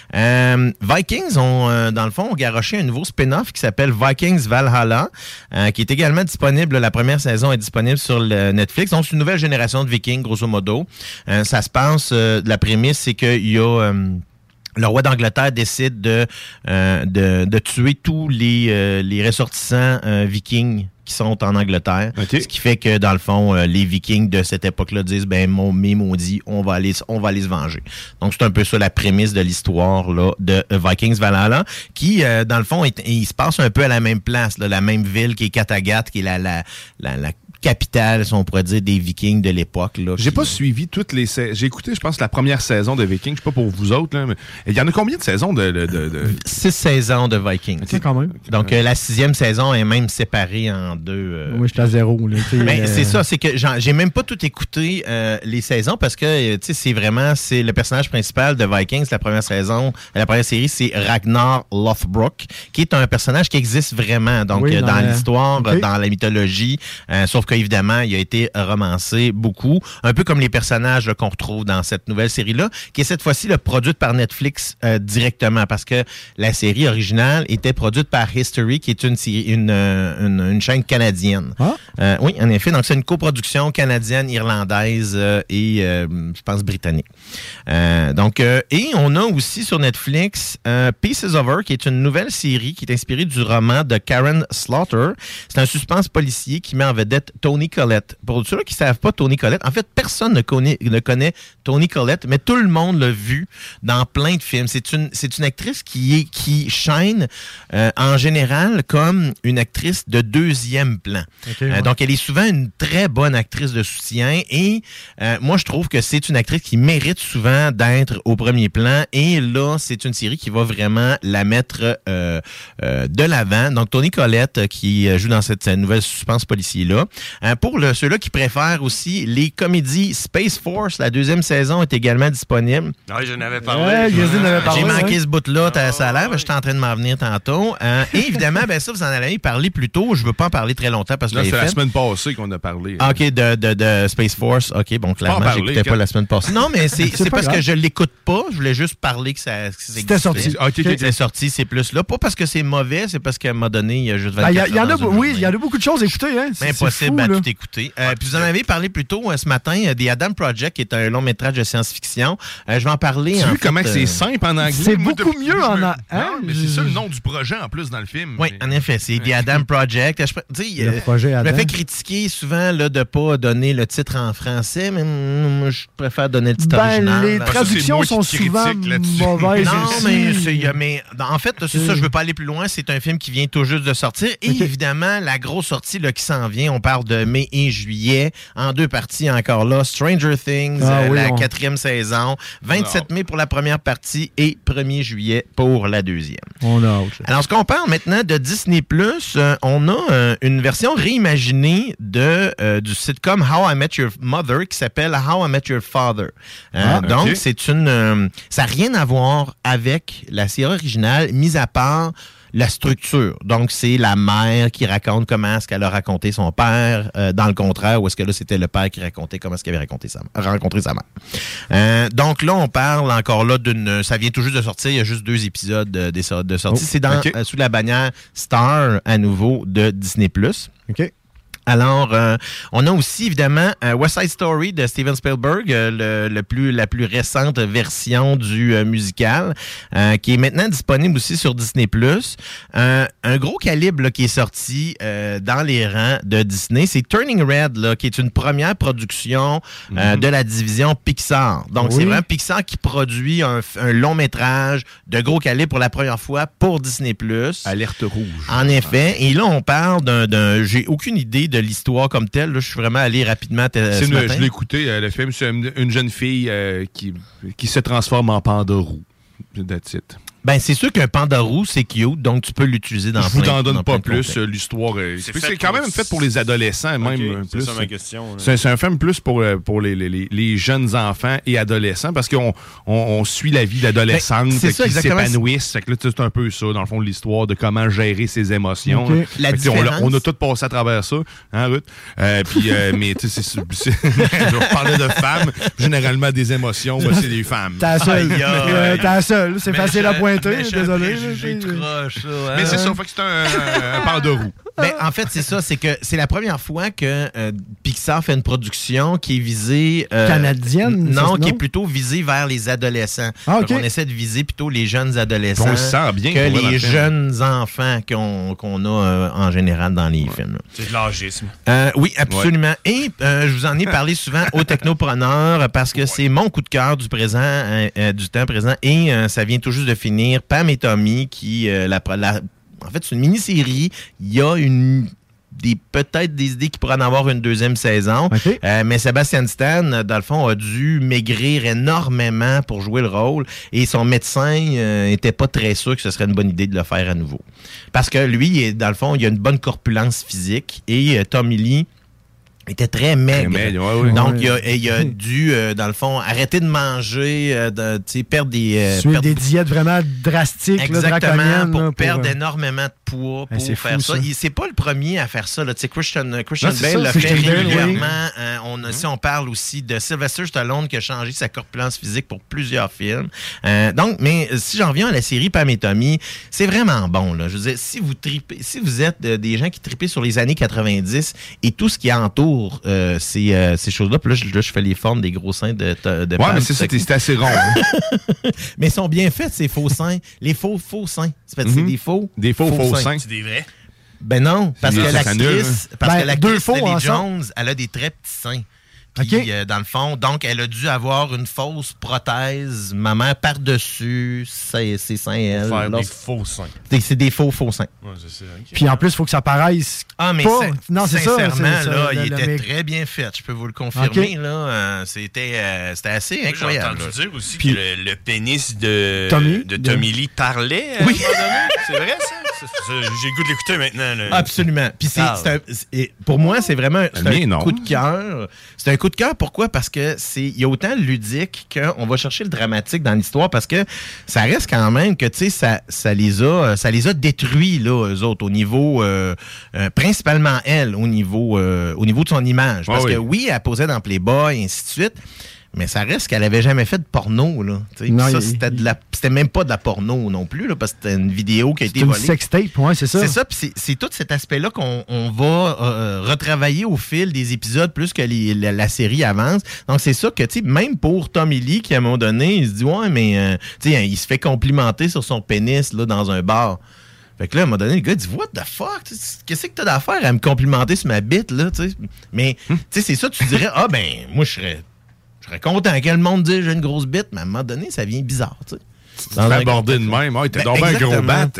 Euh, Vikings ont, euh, dans le fond, ont garoché un nouveau spin-off qui s'appelle Vikings Valhalla, euh, qui est également disponible. La première saison est disponible sur le Netflix. Donc, c'est une nouvelle génération de Vikings, grosso modo. Euh, ça se passe, euh, la prémisse, c'est qu'il y a... Euh, le roi d'Angleterre décide de, euh, de, de tuer tous les, euh, les ressortissants euh, vikings qui sont en Angleterre. Okay. Ce qui fait que, dans le fond, euh, les Vikings de cette époque-là disent, ben, mon, mes maudits, on va aller, on va aller se venger. Donc, c'est un peu ça la prémisse de l'histoire, là, de Vikings Valhalla, qui, euh, dans le fond, est, il se passe un peu à la même place, là, la même ville qui est Kattegat, qui est la, la, la, la capitale, si on pourrait dire, des Vikings de l'époque. Là, J'ai qui... pas suivi toutes les saisons. J'ai écouté, je pense, la première saison de Vikings. Je sais pas pour vous autres, là, mais il y en a combien de saisons de... de, de, de... Six saisons de Vikings. C'est quand même. Donc, euh, la sixième saison est même séparée en deux. Euh... Oui, j'étais à zéro. Là, ben, euh... c'est ça, c'est que j'ai même pas tout écouté euh, les saisons parce que, tu sais, c'est vraiment, c'est le personnage principal de Vikings, la première saison, la première série, c'est Ragnar Lothbrok, qui est un personnage qui existe vraiment, donc oui, dans, dans la... l'histoire, okay. dans la mythologie, euh, sauf qu'évidemment, il a été romancé beaucoup, un peu comme les personnages là, qu'on retrouve dans cette nouvelle série-là, qui est cette fois-ci là, produite par Netflix euh, directement, parce que la série originale était produite par History, qui est une, une, une, une chaîne canadienne. Ah? Euh, oui, en effet, donc c'est une coproduction canadienne, irlandaise euh, et, euh, je pense, britannique. Euh, donc, euh, et on a aussi sur Netflix euh, Pieces of Her, qui est une nouvelle série qui est inspirée du roman de Karen Slaughter. C'est un suspense policier qui met en vedette Toni Collette. Pour ceux qui ne savent pas Toni Collette, en fait, personne ne connaît, ne connaît Toni Collette, mais tout le monde l'a vu dans plein de films. C'est une, c'est une actrice qui, est, qui chaîne euh, en général comme une actrice de deuxième plan. Okay, euh, ouais. Donc, elle est souvent une très bonne actrice de soutien et euh, moi, je trouve que c'est une actrice qui mérite souvent d'être au premier plan et là, c'est une série qui va vraiment la mettre euh, euh, de l'avant. Donc, Toni Collette qui joue dans cette, cette nouvelle suspense policier-là. Euh, pour le, ceux-là qui préfèrent aussi les comédies Space Force, la deuxième saison est également disponible. Ah, je n'avais parlé. Ouais, Gazine avait parlé. J'ai manqué ouais. ce bout-là, t'as- ça a l'air, j'étais en train de m'en venir tantôt. Euh, et évidemment, ben ça, vous en allez parler plus tôt. Je veux pas en parler très longtemps parce que Là, je c'est l'avais la fait. semaine passée qu'on a parlé. Ah, OK, de, de, de Space Force. OK, bon, clairement, parler, j'écoutais quand- pas la semaine passée. Non, mais c'est C'est c'est pas parce grave. que je l'écoute pas. Je voulais juste parler que ça que ça C'était existait. sorti. OK, OK, OK. C'est sorti, c'est plus là. Pas parce que c'est mauvais, c'est parce qu'à un moment donné, il y a juste Ben, vingt-quatre Il y, a- il y en a, heures dans une oui, journée. il y en a beaucoup de choses à écouter. Hein. C'est- C'est c'est impossible fou, à là. tout écouter. Euh, puis vous en avez parlé plus tôt euh, ce matin, euh, The Adam Project, qui est un long métrage de science-fiction. Euh, je vais en parler. Tu en as vu fait, comment que c'est euh, simple en anglais? C'est Moi, beaucoup depuis- mieux je en me- a- hein? Non, mais c'est ça le nom du projet en plus dans le film. Oui, en effet, c'est The Adam Project. Je, tu sais, Le euh, projet je me Adam. fais critiquer souvent là, de ne pas donner le titre en français, mais mm, moi, je préfère donner le titre Ben, original. les là. traductions sont souvent mauvaises Non, aussi. mais, c'est- mais en fait, c'est ça, je veux pas aller plus loin. C'est un film qui vient tout juste de sortir. Et Ok. évidemment, la grosse sortie là, qui s'en vient, on parle de mai et juillet, en deux parties encore là. Stranger Things, Ah euh, oui, la on- quatrième saison. vingt-sept mai pour la première partie et premier juillet pour la deuxième. On a hâte. Alors, ce qu'on parle maintenant de Disney+, euh, on a euh, une version réimaginée de, euh, du sitcom How I Met Your Mother qui s'appelle How I Met Your Father. Euh, Ah, donc, ok. c'est une... euh, ça n'a rien à voir avec la série originale, mis à part la structure. Donc, c'est la mère qui raconte comment est-ce qu'elle a raconté son père, euh, dans le contraire, ou est-ce que là, c'était le père qui racontait comment est-ce qu'il avait raconté sa, rencontré sa mère. Euh, donc là, on parle encore là d'une... Ça vient tout juste de sortir, il y a juste deux épisodes de, de, de sortie. Oh, c'est dans, ok. euh, sous la bannière Star, à nouveau, de Disney+. OK. Alors, euh, on a aussi évidemment euh, West Side Story de Steven Spielberg, euh, le, le plus, la plus récente version du euh, musical, euh, qui est maintenant disponible aussi sur Disney+. Euh, un gros calibre là, qui est sorti euh, dans les rangs de Disney, c'est Turning Red, là, qui est une première production euh, Mhm. de la division Pixar. Donc, Oui. c'est vraiment Pixar qui produit un, un long métrage de gros calibre pour la première fois pour Disney+. Alerte rouge. En effet. Et là, on parle d'un... d'un- j'ai aucune idée de l'histoire comme telle. Là, je suis vraiment allé rapidement euh, C'est ce une- matin. je l'ai écouté, euh, le film, c'est une, une jeune fille euh, qui, qui se transforme en panda roux. That's it. Ben, c'est sûr qu'un panda roux, c'est cute, donc tu peux l'utiliser dans Je vous plein- en donne dans pas plein de plus. contextes. euh, L'histoire, euh, C'est c'est fait quand pour- même fait pour les adolescents, même. Ok, euh, c'est plus. ça ma question, là. C'est c'est un film plus pour, euh, pour les, les- les- les jeunes enfants et adolescents parce qu'on on, on suit la vie d'adolescente Ben, c'est qui ça, exactement. s'épanouissent. Fait que là, c'est un peu ça, dans le fond, de l'histoire de comment gérer ses émotions. Ok. là. La Fait que, on, a- différence- on a tous passé à travers ça, hein, Ruth? Euh, puis, euh, mais tu sais, c'est- c'est- je parlais de femmes. Généralement, des émotions, ben, c'est des femmes. T'es la seule. Aïe, aïe. Euh, T'es la seule. C'est Mais facile je- à pointer. mais je- Désolé. préjugé là, c'est- croche, ça, hein. Mais c'est ça, fait que c'est un, un panda roux. Ben, en fait, c'est ça. C'est que c'est la première fois que euh, Pixar fait une production qui est visée... euh, Canadienne, ça, Non, non? qui est plutôt visée vers les adolescents. Ah, ok. Donc, on essaie de viser plutôt les jeunes adolescents On le sent bien que pour vrai dans les le film. jeunes enfants qu'on qu'on a euh, en général dans les films. là. C'est de l'âgisme. Euh, oui, absolument. Et euh, je vous en ai parlé souvent aux technopreneurs parce que c'est mon coup de cœur du présent, euh, euh, du temps présent. Et euh, ça vient tout juste de finir. Pam et Tommy, qui, euh, la, la- en fait, c'est une mini-série. Il y a une des peut-être des idées qui pourraient en avoir une deuxième saison. OK. Euh, mais Sébastien Stan, dans le fond, a dû maigrir énormément pour jouer le rôle et son médecin euh, était pas très sûr que ce serait une bonne idée de le faire à nouveau. Parce que lui, il est- dans le fond, il a une bonne corpulence physique et euh, Tommy Lee était très maigre. Très maigre, ouais, ouais. Donc, Ouais. il a, il a dû, euh, dans le fond, arrêter de manger, euh, de, tu sais, perdre des... euh, Suivre perdre- des diètes vraiment drastiques, là, Exactement, draconiennes. pour là, perdre euh, énormément de poids, Eh, pour c'est faire fou, ça. ça. Il- C'est pas le premier à faire ça. Là. Tu sais, Christian, Christian Non, c'est Bale ça, l'a c'est fait Christian Bale, oui. régulièrement. Euh, on, a- si on parle aussi de Sylvester Stallone qui a changé sa corpulence physique pour plusieurs films. Euh, donc, mais si j'en reviens à la série Pam et Tommy, c'est vraiment bon. Là. Je veux dire, si vous tripez, si vous êtes euh, des gens qui tripez sur les années quatre-vingt-dix et tout ce qui entoure euh, ces, euh, ces choses-là, puis là, je, là, je fais les formes des gros seins de, de Ouais, Pam. mais c'est ça, Fait que- c'est assez rond. hein. mais ils sont bien faits, ces faux seins. Les faux faux seins. C'est fait, c'est Mhm. des faux Des faux faux seins. C'est des vrais. Ben non, parce C'est que des- ça s'annule, l'actrice, hein. parce Ben, que l'actrice deux faux Lily ensemble. Jones, elle a des très petits seins. Puis, OK. euh, dans le fond, donc, elle a dû avoir une fausse prothèse, ma mère par-dessus ses, ses seins, elle. Faire Lors- des faux seins. C'est c'est des faux faux seins. Ouais, c'est ça. ok. Puis en plus, il faut que ça paraisse. Ah, mais pas. sin- Non, c'est ça, sincèrement, c'est ça, là, le- il le était mec. très bien fait, je peux vous le confirmer. OK. Là, euh, c'était, euh, c'était assez J'ai incroyable. entendu là. dire aussi Puis- que le, le pénis de Tommy? de Tommy Lee parlait à Oui. un moment donné. C'est vrai, ça? J'ai le goût de l'écouter maintenant. Là. Absolument. Puis c'est, c'est un, c'est, pour moi, c'est vraiment c'est un non. coup de cœur. C'est un coup de cœur. Pourquoi? Parce que c'est il y a autant le ludique qu'on va chercher le dramatique dans l'histoire parce que ça reste quand même que tu sais ça, ça les a ça les a détruits là eux autres au niveau euh, euh, principalement elle au niveau euh, au niveau de son image parce oh, oui. que oui elle posait dans Playboy et ainsi de suite. Mais ça reste qu'elle avait jamais fait de porno, là. Non, ça, il, c'était, de la, c'était même pas de la porno non plus, là, parce que c'était une vidéo qui a été volée. C'est une sextape, ouais, c'est ça. C'est ça, puis c'est, c'est tout cet aspect-là qu'on on va euh, retravailler au fil des épisodes plus que les, la, la série avance. Donc, c'est ça que, tu sais, même pour Tommy Lee, qui à un moment donné, il se dit, ouais, mais, euh, tu sais, il se fait complimenter sur son pénis, là, dans un bar. Fait que là, à un moment donné, le gars dit « What the fuck? Qu'est-ce que t'as d'affaire à me complimenter sur ma bite, là? » Mais, tu sais, c'est ça, tu dirais « Ah, ben, moi, je serais... Je serais content que le monde dise j'ai une grosse bite, mais à un moment donné, ça vient bizarre, tu sais. Tu te fais aborder de même. Oh, t'es donc un gros bat.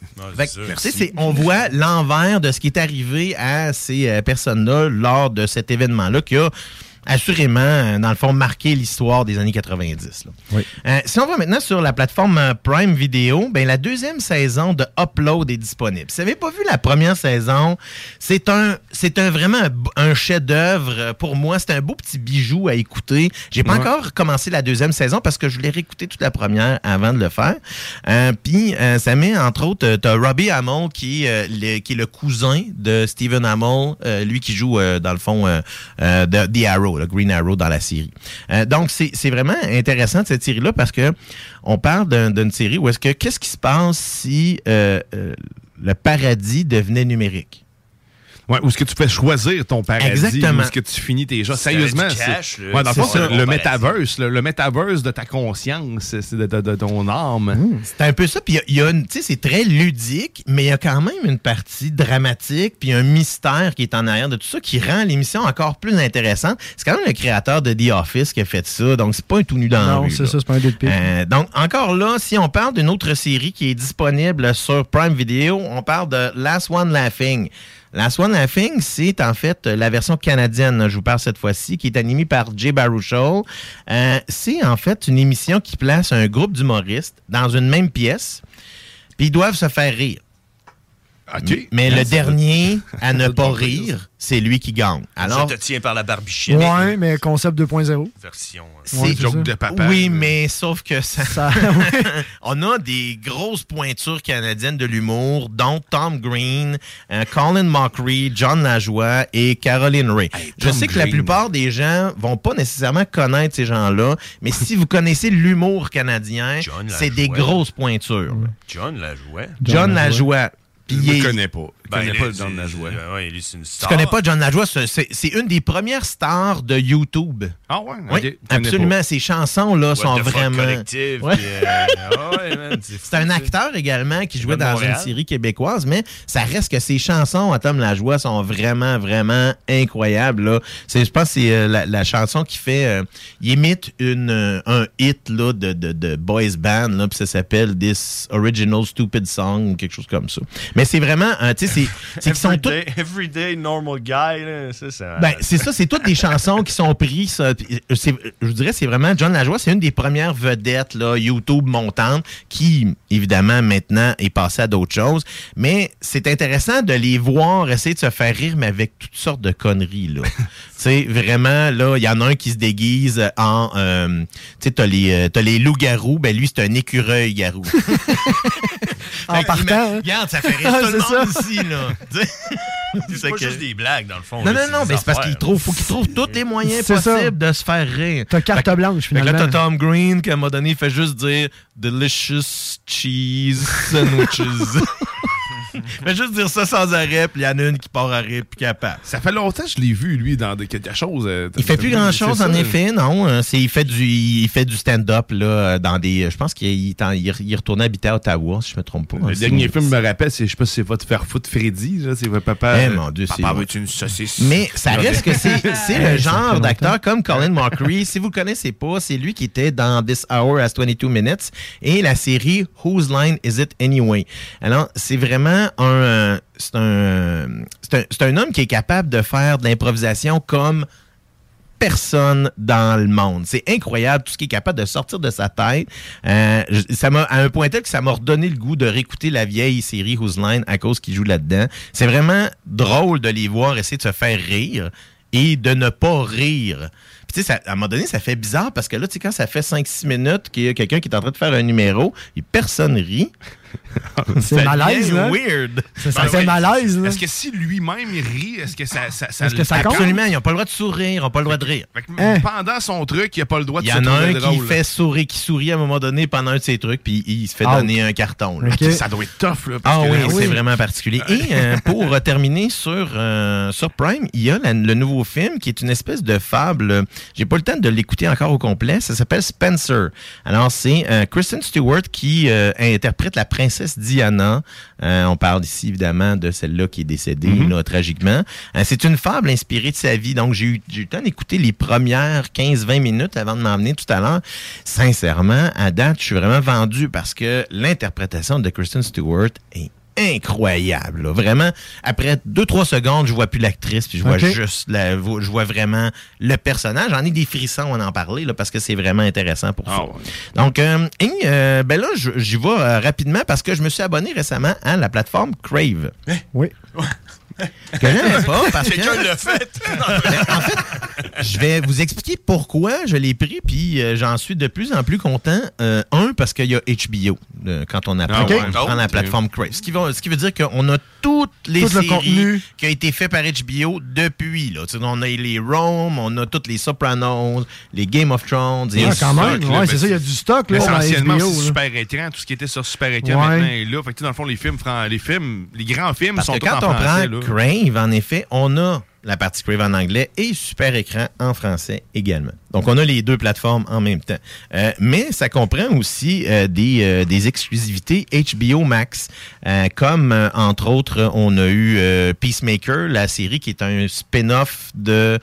On voit l'envers de ce qui est arrivé à ces euh, personnes-là lors de cet événement-là qui a assurément, dans le fond, marqué l'histoire des années quatre-vingt-dix. Là. Oui. Euh, si on va maintenant sur la plateforme Prime Video, ben, la deuxième saison de Upload est disponible. Si vous n'avez pas vu la première saison, c'est un, c'est un vraiment un, un chef-d'œuvre pour moi. C'est un beau petit bijou à écouter. J'ai pas ouais. encore commencé la deuxième saison parce que je voulais réécouter toute la première avant de le faire. Euh, Puis, euh, ça met, entre autres, t'as Robbie Amell qui, euh, le, qui est le cousin de Stephen Amell, euh, lui qui joue, euh, dans le fond, euh, euh, de The Arrow. Le Green Arrow dans la série. Euh, donc, c'est, c'est vraiment intéressant cette série-là parce que on parle d'un, d'une série où est-ce que qu'est-ce qui se passe si euh, euh, le paradis devenait numérique? Ouais, où est-ce que tu fais choisir ton paradis? Exactement. Où est-ce que tu finis tes jeux? Sérieusement, c'est... Cash, ouais, dans le fond, le, le metaverse, le, le metaverse de ta conscience, c'est de, de, de ton âme. Mmh. C'est un peu ça. Puis il y a, y a une, tu sais, c'est très ludique, mais il y a quand même une partie dramatique, puis un mystère qui est en arrière de tout ça, qui rend l'émission encore plus intéressante. C'est quand même le créateur de The Office qui a fait ça, donc c'est pas un tout nu dans non, la rue. Non, c'est là. ça, c'est pas un deux de pique. Euh, donc, encore là, si on parle d'une autre série qui est disponible sur Prime Video, on parle de Last One Laughing. Last One Laughing, c'est en fait la version canadienne, je vous parle cette fois-ci, qui est animée par Jay Baruchel. Euh, c'est en fait une émission qui place un groupe d'humoristes dans une même pièce, puis ils doivent se faire rire. Okay. Mais le dernier à ne pas rire, c'est lui qui gagne. Alors, je te tiens par la barbichette. Ouais, mais concept deux point zéro. Version. C'est ouais, joke de papa. Oui, mais sauf que ça. ça on a des grosses pointures canadiennes de l'humour, dont Tom Green, euh, Colin Mockery, John Lajoie et Caroline Ray. Hey, je sais que Green. La plupart des gens vont pas nécessairement connaître ces gens-là, mais si vous connaissez l'humour canadien, John c'est Lajoie. Des grosses pointures. Ouais. John Lajoie. John, John Lajoie. Je ne connais pas. Je ben, connais là, pas John Lajoie. Ouais, lui, c'est une star. Tu connais pas John Lajoie? C'est, c'est, c'est une des premières stars de YouTube. Ah ouais? Oui, okay. absolument. Ces chansons-là What sont vraiment... Collective. Ouais. Puis, euh... oh, ouais, man, c'est, c'est un acteur également qui jouait dans Montréal. Une série québécoise, mais ça reste que ses chansons à Tom Lajoie sont vraiment, vraiment incroyables. Là. C'est, je pense que c'est euh, la, la chanson qui fait... Euh, il imite une, euh, un hit là, de, de, de boys band, là, puis ça s'appelle This Original Stupid Song ou quelque chose comme ça. Mais c'est vraiment... Euh, tu sais, c'est, c'est qu'ils sont tous... Everyday Normal Guy, là, ça, ça... Ben, c'est ça, c'est toutes des chansons qui sont prises. Ça, c'est, je vous dirais, c'est vraiment John Lajoie, c'est une des premières vedettes là, YouTube montantes qui, évidemment, maintenant est passée à d'autres choses. Mais c'est intéressant de les voir essayer de se faire rire, mais avec toutes sortes de conneries. Là. Tu sais, vraiment, là, il y en a un qui se déguise en... Euh, tu sais, t'as les, t'as les loups-garous, ben lui, c'est un écureuil-garou. En partant. Hein? Regarde, ça fait rire tout le monde ça. Ici, là. C'est, c'est pas que... juste des blagues, dans le fond. Non, là, non, non, mais c'est parce qu'il trouve, faut qu'il trouve tous les moyens c'est possibles ça. De se faire rire. T'as carte fait, blanche, finalement. Fait que là, t'as Tom Green qui, à un moment donné, il fait juste dire « Delicious cheese sandwiches ». Il fait juste dire ça sans arrêt, puis il y en a une qui part à rire, puis qui apparaît. Ça fait longtemps que je l'ai vu, lui, dans quelque chose. Euh, il fait plus grand-chose, en effet, non. C'est, il, fait du, il fait du stand-up, là, dans des... Je pense qu'il il, il retournait habiter à Ottawa, si je me trompe pas. Le hein, dernier film, je me rappelle, c'est, je sais pas si c'est Va te faire foutre Freddy, là, c'est votre papa... Eh, mon Dieu, papa c'est... veut une saucisse. Mais ça reste que c'est, c'est le genre d'acteur comme Colin Mockery. Si vous le connaissez pas, c'est lui qui était dans This Hour as twenty-two minutes et la série Whose Line Is It Anyway? Alors, c'est vraiment un... C'est un, c'est un, c'est un homme qui est capable de faire de l'improvisation comme personne dans le monde. C'est incroyable tout ce qu'il est capable de sortir de sa tête. Euh, ça m'a à un point tel que ça m'a redonné le goût de réécouter la vieille série Whose Line à cause qu'il joue là-dedans. C'est vraiment drôle de les voir essayer de se faire rire et de ne pas rire. Puis, tu sais, à un moment donné, ça fait bizarre parce que là, tu sais, quand ça fait cinq six minutes qu'il y a quelqu'un qui est en train de faire un numéro et personne rit. C'est malaise, là. Weird. Ça, ça ben fait ouais. malaise, là. Est-ce que si lui-même il rit, est-ce que ça, ça, ça, est-ce que ça compte? Absolument, ils n'ont pas le droit de sourire, ils n'ont pas le droit de rire. Fait que hein? Pendant son truc, il n'a pas le droit de se trouver drôle. Il y en a un qui drôle, fait sourire, qui sourit à un moment donné pendant un de ses trucs, puis il se fait ah, donner un carton. Là. Okay. Ça doit être tough, là. Ah que, oui, là, c'est oui. vraiment particulier. Et euh, pour euh, terminer sur, euh, sur Prime, il y a la, le nouveau film qui est une espèce de fable. J'ai pas le temps de l'écouter encore au complet. Ça s'appelle Spencer. Alors, c'est euh, Kristen Stewart qui euh, interprète la princesse Diana. Euh, on parle ici, évidemment, de celle-là qui est décédée, mm-hmm. là, tragiquement. Euh, c'est une fable inspirée de sa vie. Donc, j'ai eu, j'ai eu le temps d'écouter les premières quinze vingt minutes avant de m'emmener tout à l'heure. Sincèrement, à date, je suis vraiment vendu parce que l'interprétation de Kristen Stewart est incroyable. Là. Vraiment, après deux trois secondes, je vois plus l'actrice, puis je vois okay. juste, la, je vois vraiment le personnage. J'en ai des frissons à en parler, là, parce que c'est vraiment intéressant pour ça. Oh, ouais. Donc, euh, et, euh, ben là, j'y vais euh, rapidement parce que je me suis abonné récemment à la plateforme Crave. Eh? Oui. Que j'aimais pas parce que... Quelqu'un l'a fait. En fait, je vais vous expliquer pourquoi je l'ai pris, puis euh, j'en suis de plus en plus content. Euh, un, parce qu'il y a H B O euh, quand on apprend okay. on prend la plateforme Crave. Ce qui, va, ce qui veut dire qu'on a toutes les Tout séries qui ont été faites par H B O depuis. Là. On a les Rome, on a toutes les Sopranos, les Game of Thrones. Ouais, quand même, ouais, ouais, c'est ça, il y a du stock. Là, essentiellement, H B O, c'est là. super écran. Tout ce qui était sur super écran ouais. maintenant est là. Fait que, dans le fond, les films, les films, les grands films parce sont tous en quand on français. Prend Crave, en effet, on a la partie Crave en anglais et Super Écran en français également. Donc, on a les deux plateformes en même temps. Euh, mais ça comprend aussi euh, des, euh, des exclusivités H B O Max, euh, comme, euh, entre autres, on a eu euh, Peacemaker, la série qui est un spin-off de...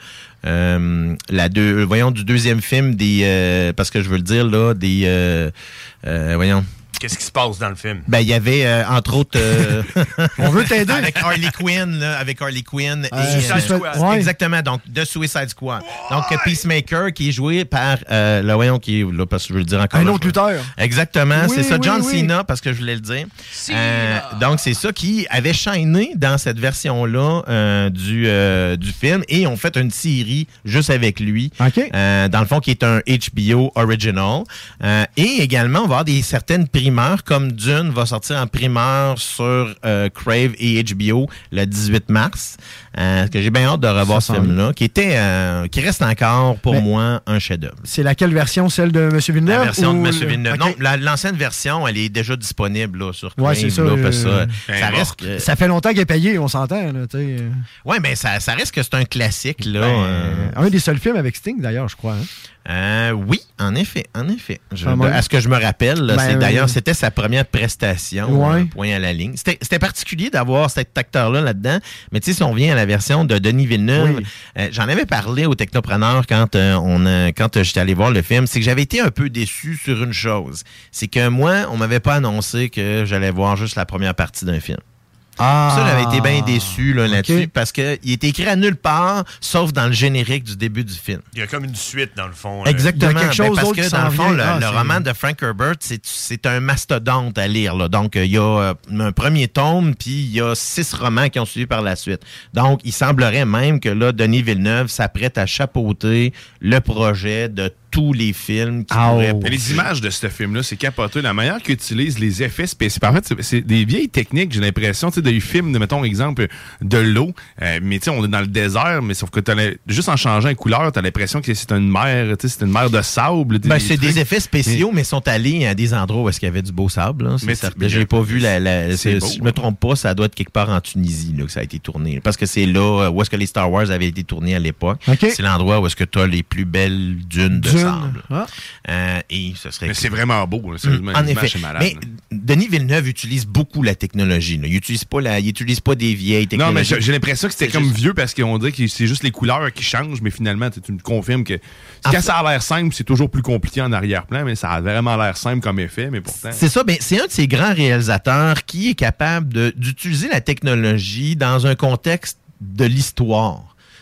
Euh, la deux, voyons, du deuxième film des... Euh, parce que je veux le dire, là, des... Euh, euh, voyons... Qu'est-ce qui se passe dans le film? Ben, il y avait, euh, entre autres... Euh, on veut t'aider. Avec Harley Quinn, là, avec Harley Quinn. Euh, et, Suicide euh, Squad. Ouais. Exactement, donc, de Suicide Squad. Ouais. Donc, Peacemaker, qui est joué par, euh, là, voyons, qui est, là, parce que je veux le dire encore. Un là, autre lutteur. Exactement, oui, c'est ça, oui, John oui. Cena, parce que je voulais le dire. Euh, donc, c'est ça qui avait shiné dans cette version-là euh, du, euh, du film, et on fait une série juste avec lui. Okay. Euh, dans le fond, qui est un H B O original. Euh, et également, on va avoir des certaines primeurs, comme Dune va sortir en primeur sur euh, Crave et H B O le dix-huit mars. Euh, que j'ai bien hâte de revoir ça ce film-là, qui était, euh, qui reste encore pour Mais moi un chef-d'œuvre. C'est laquelle version, celle de M. Villeneuve? La version ou de M. le... Villeneuve. Okay. Non, la, l'ancienne version, elle est déjà disponible là, sur Crave. Ouais, c'est ça. Là, euh... ça, ça, reste, euh... ça fait longtemps qu'elle est payée, on s'entend. Là, oui, mais ça, ça reste que c'est un classique. Là, ben, euh... Un des seuls films avec Sting, d'ailleurs, je crois. Hein? Euh, oui, en effet, en effet. Je, ah, à ce que je me rappelle, là, ben, c'est, d'ailleurs, c'était sa première prestation, ouais. euh, point à la ligne. C'était, c'était particulier d'avoir cet acteur-là là-dedans, mais tu sais, si on vient à la version de Denis Villeneuve, oui. euh, j'en avais parlé au Technopreneur quand euh, on a, quand euh, j'étais allé voir le film, c'est que j'avais été un peu déçu sur une chose. C'est que moi, on m'avait pas annoncé que j'allais voir juste la première partie d'un film. Ah, ça, j'avais été bien déçu là, là-dessus okay. parce qu'il était écrit à nulle part, sauf dans le générique du début du film. Il y a comme une suite, dans le fond. Exactement. Il y a quelque chose ben, parce d'autre que, qui dans le fond, le, ah, le roman de Frank Herbert, c'est, c'est un mastodonte à lire. Là. Donc, il y a euh, un premier tome, puis il y a six romans qui ont suivi par la suite. Donc, il semblerait même que là, Denis Villeneuve s'apprête à chapeauter le projet de tous les films qui oh. pourraient... Mais les images de ce film-là, c'est capoteux. La manière qu'ils utilisent les effets spéciaux. En fait, c'est, c'est des vieilles techniques, j'ai l'impression, tu sais, des films, de, mettons, exemple, de l'eau. Euh, mais tu sais, on est dans le désert, mais sauf que t'as juste en changeant une couleur, t'as l'impression que c'est une mer, tu sais, c'est une mer de sable. Ben, des c'est trucs. Des effets spéciaux, mais, mais sont allés à des endroits où est-ce qu'il y avait du beau sable. Là. Mais certain, j'ai pas vu la... la c'est beau, si je me trompe pas, ça doit être quelque part en Tunisie là, que ça a été tourné. Parce que c'est là où est-ce que les Star Wars avaient été tournés à l'époque. Okay. C'est l'endroit où est-ce que t'as les plus belles dunes de Dune. sable. Ah. Euh, et ce serait mais c'est vraiment beau. Là, mmh, en effet. Malade, mais là. Denis Villeneuve utilise beaucoup la technologie. Là. Il utilise pas la, il utilise pas des vieilles technologies. Non, mais j'ai, j'ai l'impression que c'était c'est comme juste... vieux parce qu'on dirait que c'est juste les couleurs qui changent, mais finalement, tu me confirmes que quand ça a l'air simple, c'est toujours plus compliqué en arrière-plan, mais ça a vraiment l'air simple comme effet, mais pourtant... C'est ça, ben, c'est un de ces grands réalisateurs qui est capable de, d'utiliser la technologie dans un contexte de l'histoire.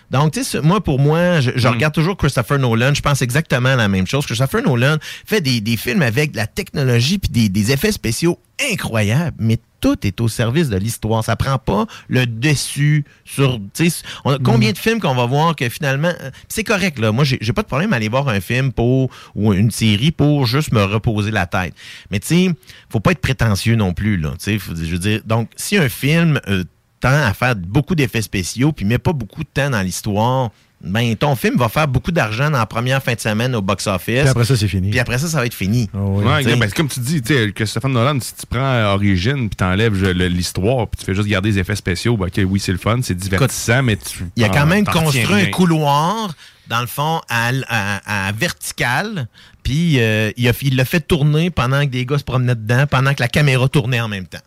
Donc, tu sais, moi, pour moi, je, je mm. regarde toujours Christopher Nolan. Je pense exactement la même chose. Christopher Nolan fait des, des films avec de la technologie puis des, des effets spéciaux incroyables, mais tout est au service de l'histoire. Ça prend pas le dessus sur... On a combien de films qu'on va voir que finalement... C'est correct, là. Moi, j'ai, j'ai pas de problème à aller voir un film pour ou une série pour juste me reposer la tête. Mais tu sais, faut pas être prétentieux non plus, là. Tu sais, je veux dire... Donc, si un film euh, tend à faire beaucoup d'effets spéciaux puis met pas beaucoup de temps dans l'histoire... Ben, ton film va faire beaucoup d'argent dans la première fin de semaine au box-office. Puis après ça, c'est fini. Puis après ça, ça va être fini. Oh, oui. Ouais, ben, comme tu dis, Christopher Nolan, si tu prends Origine puis t'enlèves le, l'histoire puis tu fais juste garder les effets spéciaux, ben, OK, oui, c'est le fun, c'est divertissant, mais tu... Il a quand même construit un couloir, dans le fond, à, à, à vertical, puis euh, il, a, il l'a fait tourner pendant que des gars se promenaient dedans, pendant que la caméra tournait en même temps.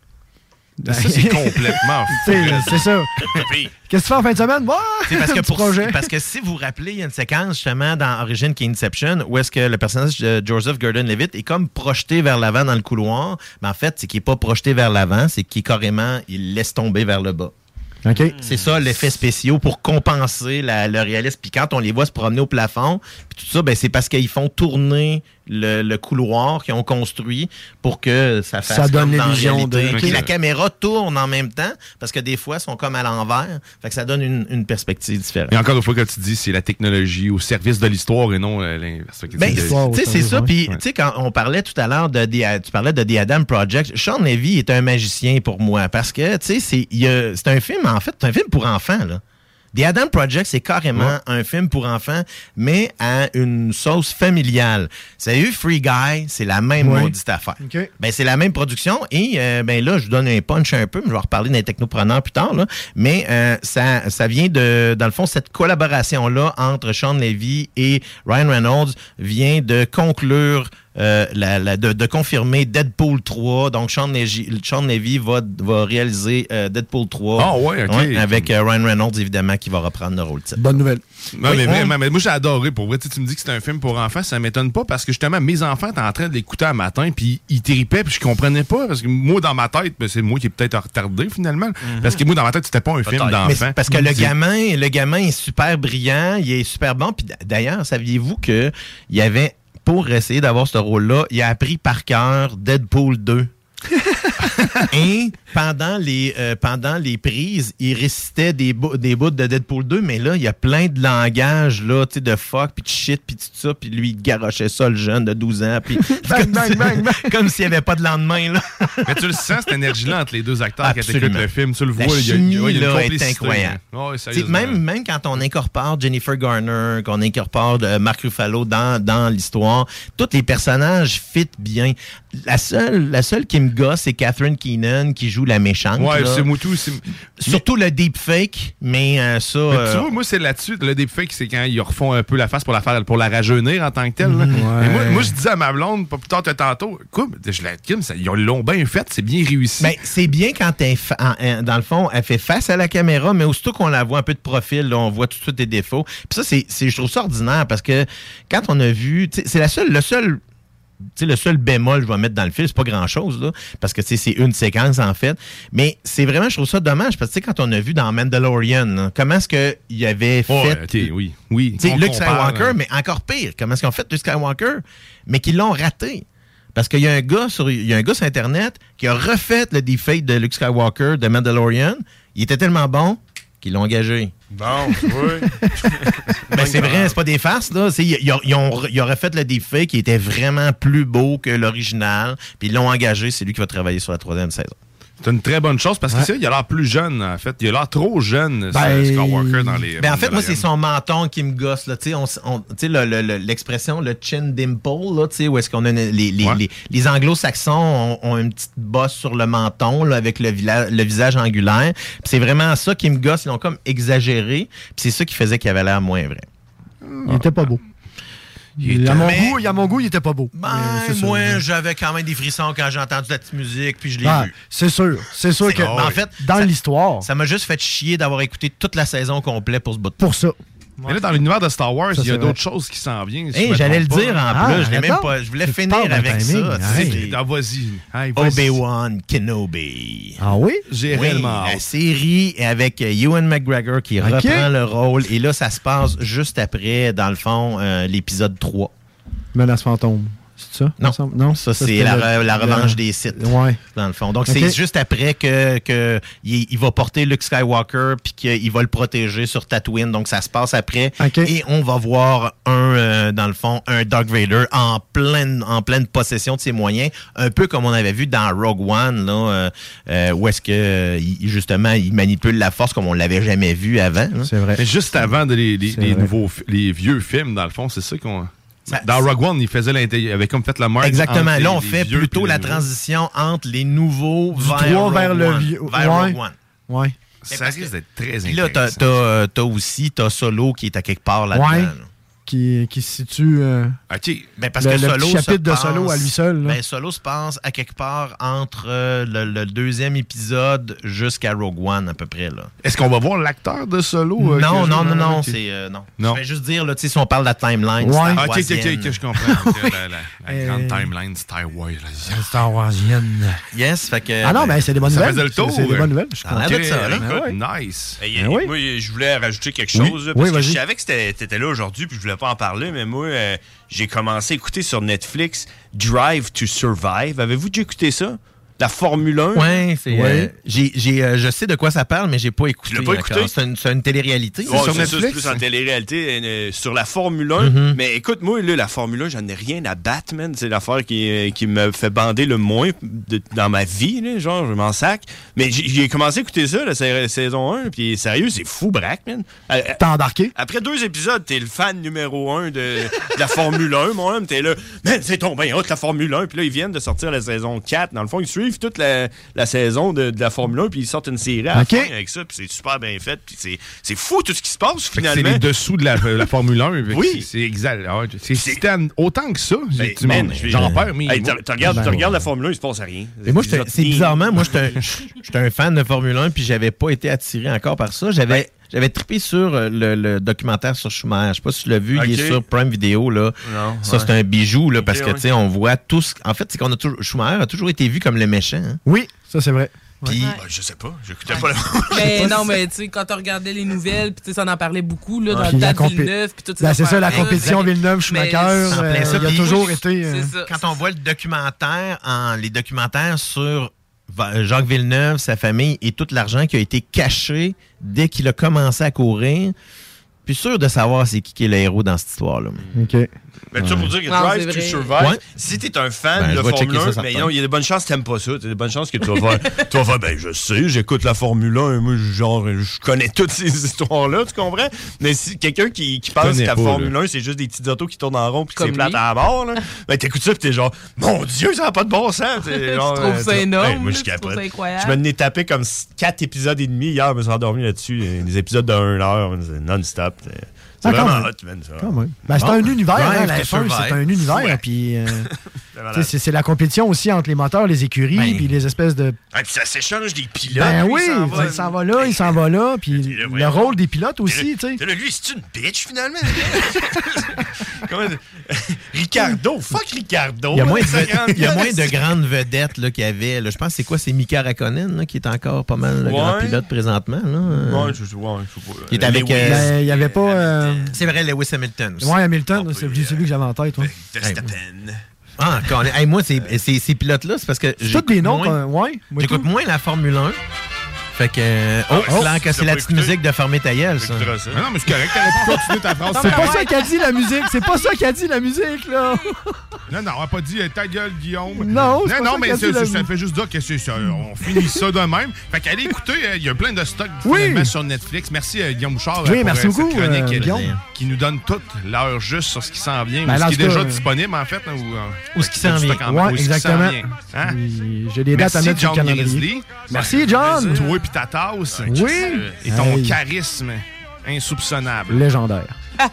Ça, c'est complètement fou. C'est ça. Qu'est-ce que tu fais en fin de semaine? Ouais, c'est parce que pour projet. Parce que si vous vous rappelez, il y a une séquence justement dans Origin qui est Inception où est-ce que le personnage de Joseph Gordon-Levitt est comme projeté vers l'avant dans le couloir. Mais en fait, c'est qu'il n'est pas projeté vers l'avant, c'est qu'il carrément, il laisse tomber vers le bas. Okay. C'est ça, l'effet spéciaux pour compenser la, le réalisme. Puis quand on les voit se promener au plafond, puis tout ça, ben c'est parce qu'ils font tourner le, le couloir qu'ils ont construit pour que ça fasse ça donne comme l'illusion dans la réalité. de... Puis la caméra tourne en même temps, parce que des fois, ils sont comme à l'envers. Fait que ça donne une, une perspective différente. Et encore une fois, comme tu dis, c'est la technologie au service de l'histoire et non euh, l'inverse. Ben, tu sais, c'est ça. Puis, tu sais, quand on parlait tout à l'heure de, de, tu parlais de The Adam Project, Sean Levy est un magicien pour moi, parce que, tu sais, c'est, c'est un film, en fait, c'est un film pour enfants, là. The Adam Project, c'est carrément ouais. un film pour enfants, mais à une sauce familiale. Ça a eu Free Guy, c'est la même ouais. maudite affaire. Okay. Ben, c'est la même production et euh, ben là, je vous donne un punch un peu, mais je vais reparler des technopreneurs plus tard. Là. Mais euh, ça, ça vient de, dans le fond, cette collaboration-là entre Sean Levy et Ryan Reynolds vient de conclure Euh, la, la, de, de confirmer Deadpool trois. Donc, Sean Levy, Sean Levy va, va réaliser euh, Deadpool trois. Ah oh, ouais, OK. Ouais, avec euh, Ryan Reynolds, évidemment, qui va reprendre le rôle titre. Bonne nouvelle. Non, oui, mais, hein? mais, mais moi, j'ai adoré. Pour vrai, tu me dis que c'est un film pour enfants, ça m'étonne pas parce que justement, mes enfants étaient en train de l'écouter un matin puis ils tripaient puis je comprenais pas parce que moi, dans ma tête, ben, c'est moi qui est peut-être retardé finalement. Mm-hmm. Parce que moi, dans ma tête, c'était pas un peut-être. film d'enfant. Parce que le gamin, le gamin est super brillant, il est super bon. Puis d'ailleurs, saviez-vous qu'il y avait... Pour essayer d'avoir ce rôle-là, il a appris par cœur Deadpool deux. Et pendant les, euh, pendant les prises, il récitait des, bou- des bouts de Deadpool deux, mais là, il y a plein de langages là, de fuck, puis de shit, puis tout ça, puis lui, il garochait ça, le jeune de douze ans, puis bang, bang, bang, bang. Comme s'il n'y avait pas de lendemain. Là. Mais tu le sens, cette énergie-là entre les deux acteurs Absolument. Quand tu écoutes le film, tu le vois, la il y a, chimie, il y a, il y a une là, complicité. est incroyable. Oh, même, même quand on incorpore Jennifer Garner, qu'on incorpore de Mark Ruffalo dans, dans l'histoire, tous les personnages fit bien. La seule, la seule qui me gosse, c'est Catherine Keenan qui joue la méchante. Ouais, là. c'est Moutou. C'est... Surtout mais... le deepfake, mais euh, ça... Mais euh... tu vois, moi, c'est là-dessus. Le deepfake, c'est quand ils refont un peu la face pour la faire, pour la rajeunir en tant que telle. Là. Ouais. Mais moi, moi, je disais à ma blonde, pas plus tard que tantôt, écoute, je la Kim, ça, ils l'ont bien fait, c'est bien réussi. Ben, c'est bien quand elle, fa- en, en, dans le fond, elle fait face à la caméra, mais aussitôt qu'on la voit un peu de profil, là, on voit tout de suite des défauts. Puis ça, c'est, c'est, je trouve ça ordinaire parce que quand on a vu, c'est la seule, le seul... T'sais, le seul bémol que je vais mettre dans le film, c'est pas grand-chose, là, parce que c'est une séquence, en fait. Mais c'est vraiment, je trouve ça dommage, parce que quand on a vu dans Mandalorian, là, comment est-ce qu'il avait fait... Oh, okay, oui, oui. Luke Skywalker, mais encore pire, comment est-ce qu'ils ont fait Luke Skywalker, mais qu'ils l'ont raté. Parce qu'il y a un gars sur, il y a un gars sur Internet qui a refait le deepfake de Luke Skywalker de Mandalorian. Il était tellement bon qu'ils l'ont engagé. Bon, oui. Ben, c'est vrai, c'est pas des farces, là. Ils, ils, ils, ont, ils auraient fait le deepfake qui était vraiment plus beau que l'original, puis ils l'ont engagé, c'est lui qui va travailler sur la troisième saison. C'est une très bonne chose parce que ouais. ça, il a l'air plus jeune, en fait. Il a l'air trop jeune, ben, Skywalker, dans les. Ben, en fait, moi, c'est son menton qui me gosse, là. Tu sais, on, on, le, le, le, l'expression, le chin dimple, là, tu sais, où est-ce qu'on a les, les, ouais. les, les anglo-saxons ont, ont une petite bosse sur le menton, là, avec le, vila- le visage angulaire. Puis c'est vraiment ça qui me gosse. Ils l'ont comme exagéré. Puis c'est ça qui faisait qu'il avait l'air moins vrai. Il ah. était pas beau. Il à, mon mais... goût, à mon goût, il était pas beau. Ben, moi, sûr. J'avais quand même des frissons quand j'ai entendu la petite musique, puis je l'ai ah, vu. C'est sûr. C'est sûr c'est... que, oh, en fait, dans ça, l'histoire... Ça m'a juste fait chier d'avoir écouté toute la saison complète pour ce bout de Pour ça. Mais là, dans l'univers de Star Wars, Ça, il y a c'est d'autres vrai. choses qui s'en viennent. si Hey, je me j'allais trompe le dire pas. en Ah, plus. Je l'ai même attends. pas. Je voulais Tu finir parles de avec timing. ça. Hey. tu sais. Ah, vas-y. Hey, vas-y. Obi-Wan Kenobi. Ah oui? J'ai Oui, réellement la hâte. série avec euh, Ewan McGregor qui Ok. reprend le rôle. Et là, ça se passe juste après, dans le fond, euh, l'épisode trois. Menace fantôme. C'est ça? Non. il me semble? Non, Ça, c'est c'était la, le- re- la le- revanche des Sith, Ouais. dans le fond. Donc, Ok. c'est juste après que, que il, il va porter Luke Skywalker puis qu'il va le protéger sur Tatooine. Donc, ça se passe après. Ok. Et on va voir un, euh, dans le fond, un Darth Vader en pleine, en pleine possession de ses moyens. Un peu comme on avait vu dans Rogue One, là, euh, euh, où est-ce que, euh, il- justement, il manipule la force comme on l'avait jamais vu avant. là. C'est vrai. Mais juste avant de les, les, C'est les vrai. nouveaux, fi- les vieux films, dans le fond, c'est ça qu'on... Ça- Dans Rogue One, il faisait l'inté- il avait comme fait la marque. Exactement. entre Là, les- on les fait vieux plutôt puis la les nouveaux. transition entre les nouveaux Du vers, trois Rogue vers le One, vieux. vers Ouais. Rogue One. Ouais. Ça risque d'être très Puis là, t'as, intéressant. t'as, euh, t'as aussi t'as Solo qui est à quelque part là-dedans. Ouais. là. Qui, qui se situe. euh, OK. Ben parce Le- que le Solo petit se chapitre de passe- Solo à lui seul, là. Ben Solo se passe à quelque part entre euh, le, le deuxième épisode jusqu'à Rogue One à peu près là. Est-ce qu'on va voir l'acteur de Solo? euh, non, que non, je- non, non, ok. c'est euh, non. Non. Je vais juste dire là, tu sais, si on parle de la timeline, Ouais. Star Ah, ok, ok, ok, Warsienne. ok, je comprends. Ok, la, la- la Euh, grande timeline Star Wars. Star Warsienne. Yes, fait que Ah non, ben c'est des bonnes ça nouvelles. faisait le tour, C'est c'est des ouais. bonnes nouvelles. Je suis Ça a l'air content. de ça, là. Ben ouais. Nice. Hey, Ben oui. Moi, je voulais rajouter quelque Oui. chose. là, Oui, parce que vas-y. je savais que c'était- t'étais là aujourd'hui, puis je voulais pas en parler, mais moi, euh, j'ai commencé à écouter sur Netflix Drive to Survive. Avez-vous déjà écouté ça? La Formule un? Ouais, c'est. Ouais. euh, j'ai, j'ai, euh, je sais de quoi ça parle, mais j'ai pas écouté. Tu l'as pas encore. écouté? C'est une, c'est une télé-réalité. Ouais, sur c'est Netflix? ça, c'est plus en télé-réalité euh, sur la Formule un. Mhm. Mais écoute, moi, là, la Formule un, j'en ai rien à battre, man. C'est l'affaire qui, euh, qui me fait bander le moins de- dans ma vie, là, genre, je m'en sac. Mais j'ai j'ai commencé à écouter ça, la sa- saison un, puis sérieux, c'est fou, braque, man. Euh, euh, T'as embarqué? Après deux épisodes, t'es le fan numéro un de, de la Formule un, mon homme. T'es là, man, c'est tombé haute la Formule un. Puis là, ils viennent de sortir la saison quatre. Dans le fond, ils suivent toute la, la saison de, de la Formule un, puis ils sortent une série à la Ok. fin avec ça. Puis c'est super bien fait. Puis c'est, c'est fou tout ce qui se passe, Fait que c'est finalement. les dessous de la, la Formule un. Fait que Oui. C'est c'est exact. Ah, C'est excitant autant que ça. Ben, J'ai- tu man, m'en- je- J'en perds, mais. Hey, tu tu regardes, Ben, tu regardes ouais. la Formule un, il se passe rien. Et moi, j'étais- c'est Des- bizarrement, moi, j'étais un, j'étais un fan de Formule un, puis j'avais pas été attiré encore par ça. J'avais, j'avais trippé sur euh, le, le documentaire sur Schumacher. Je sais pas si tu l'as vu, il Ok. est sur Prime Video, là. Non, Ça, ouais. c'est un bijou, là, parce que, ouais. tu sais, on voit tout ce- En fait, c'est qu'on a toujours. Schumacher a toujours été vu comme le méchant. hein. Oui, ça c'est vrai. Puis, Ouais. Ben, je sais pas, j'écoutais pas la Mais non, mais tu sais, quand tu regardais les nouvelles, puis tu sais, ça en parlait beaucoup, là, dans Puis le la temps de compé- Villeneuve, puis toutes ces Ben, c'est ça, la affaires-là. compétition Villeneuve-Schumacher, Mais- En plein euh, ça, il a puis- toujours été. euh, C'est ça. quand on voit le documentaire, en, les documentaires sur Va- Jacques Villeneuve, sa famille et tout l'argent qui a été caché dès qu'il a commencé à courir, puis sûr de savoir c'est qui qui est le héros dans cette histoire-là. OK. Mais tout ça pour dire que Non, Drive c'est to vrai. Survive, Ouais. si t'es un fan Ben, de je vais Formule checker ça, un, certain. mais non, il y a de bonnes chances que t'aimes pas ça. Il y a de bonnes chances que tu vas faire, tu vas faire, ben je sais, j'écoute la Formule un, moi, genre, je connais toutes ces histoires-là, tu comprends? Mais si quelqu'un qui, qui pense que connais la pas, Formule un, c'est juste des petites autos qui tournent en rond puis que c'est Comme plate lui. à la mort, là, ben t'écoutes ça pis t'es genre, mon Dieu, ça n'a pas de bon sens! T'es genre, Tu trouves ça euh, énorme, hey, moi, je là, tu trouves capote. ça incroyable. Je me n'ai tapé comme quatre épisodes et demi hier, je me suis endormi là-dessus, des épisodes de une heure, c'est non-stop. C'est Ah, quand vraiment même. hot, man, ça. Quand même. Ben, c'est Bon. un univers, Drive hein, to la F un, Survive. c'est un univers. Ouais. Puis, euh, C'est malade. tu sais, c'est c'est la compétition aussi entre les moteurs, les écuries, Ben. puis les espèces de. Ah, puis ça s'échange des pilotes. Ben lui, oui, il s'en va. il s'en va là, il s'en va là, puis Puis là, le voyons. rôle des pilotes aussi, tu sais. T'sais, là, lui, c'est une bitch, finalement. Comment dire? Ricardo, fuck Ricardo. Il y a moins de, Ça grande il y a gueule. moins de grandes vedettes là, qu'il y avait. là. Je pense que c'est quoi? C'est Mika Raikkonen là, qui est encore pas mal le Ouais. grand pilote présentement. Là. Ouais, je sais, ouais, je sais pas. Il est avec, Lewis. euh, Ben, il n'y avait pas. euh, C'est vrai, Lewis Hamilton aussi. Ouais, Hamilton, On c'est peut, lui celui que j'avais en tête. Ouais. Verstappen. Ah, quand- hey, moi, ces, ces, ces pilotes-là, c'est parce que C'est tous j'écoute des noms, moins, euh, ouais. moi, j'écoute tout. moins la Formule un. Fait que. euh, Oh, ouais, c'est clair si que tu c'est l'as la pas petite écouté, musique de fermer ta gueule, ça. T'écouteras ça. Mais non, mais c'est correct, t'aurais pu continuer ta phrase. C'est pas ça qu'a dit la musique, c'est pas ça qu'a dit la musique, là. Non, non, on n'a pas dit euh, ta gueule, Guillaume. Non, c'est pas non, ça mais qu'a c'est- dit la ça musique. fait juste dire que c'est ça. On finit ça de même. Fait qu'allez écouter, euh, il y a plein de stocks Oui. finalement sur Netflix. Merci euh, Guillaume Bouchard euh, Oui, pour merci euh, beaucoup, cette chronique euh, euh, Guillaume. qui nous donne toute l'heure juste sur ce qui s'en vient, Ben, ou ce là, qui est en tout déjà cas, disponible en fait. Là, ou, euh, Ou ce qui s'en du vient. stock en main, Ouais, ou ce qui s'en exactement. vient. Hein? Puis, j'ai des dates à Merci mettre sur le John calendrier. Grizzly. Merci, John. Toi et ta tasse. Oui. Et ton Hey. charisme insoupçonnable. Légendaire.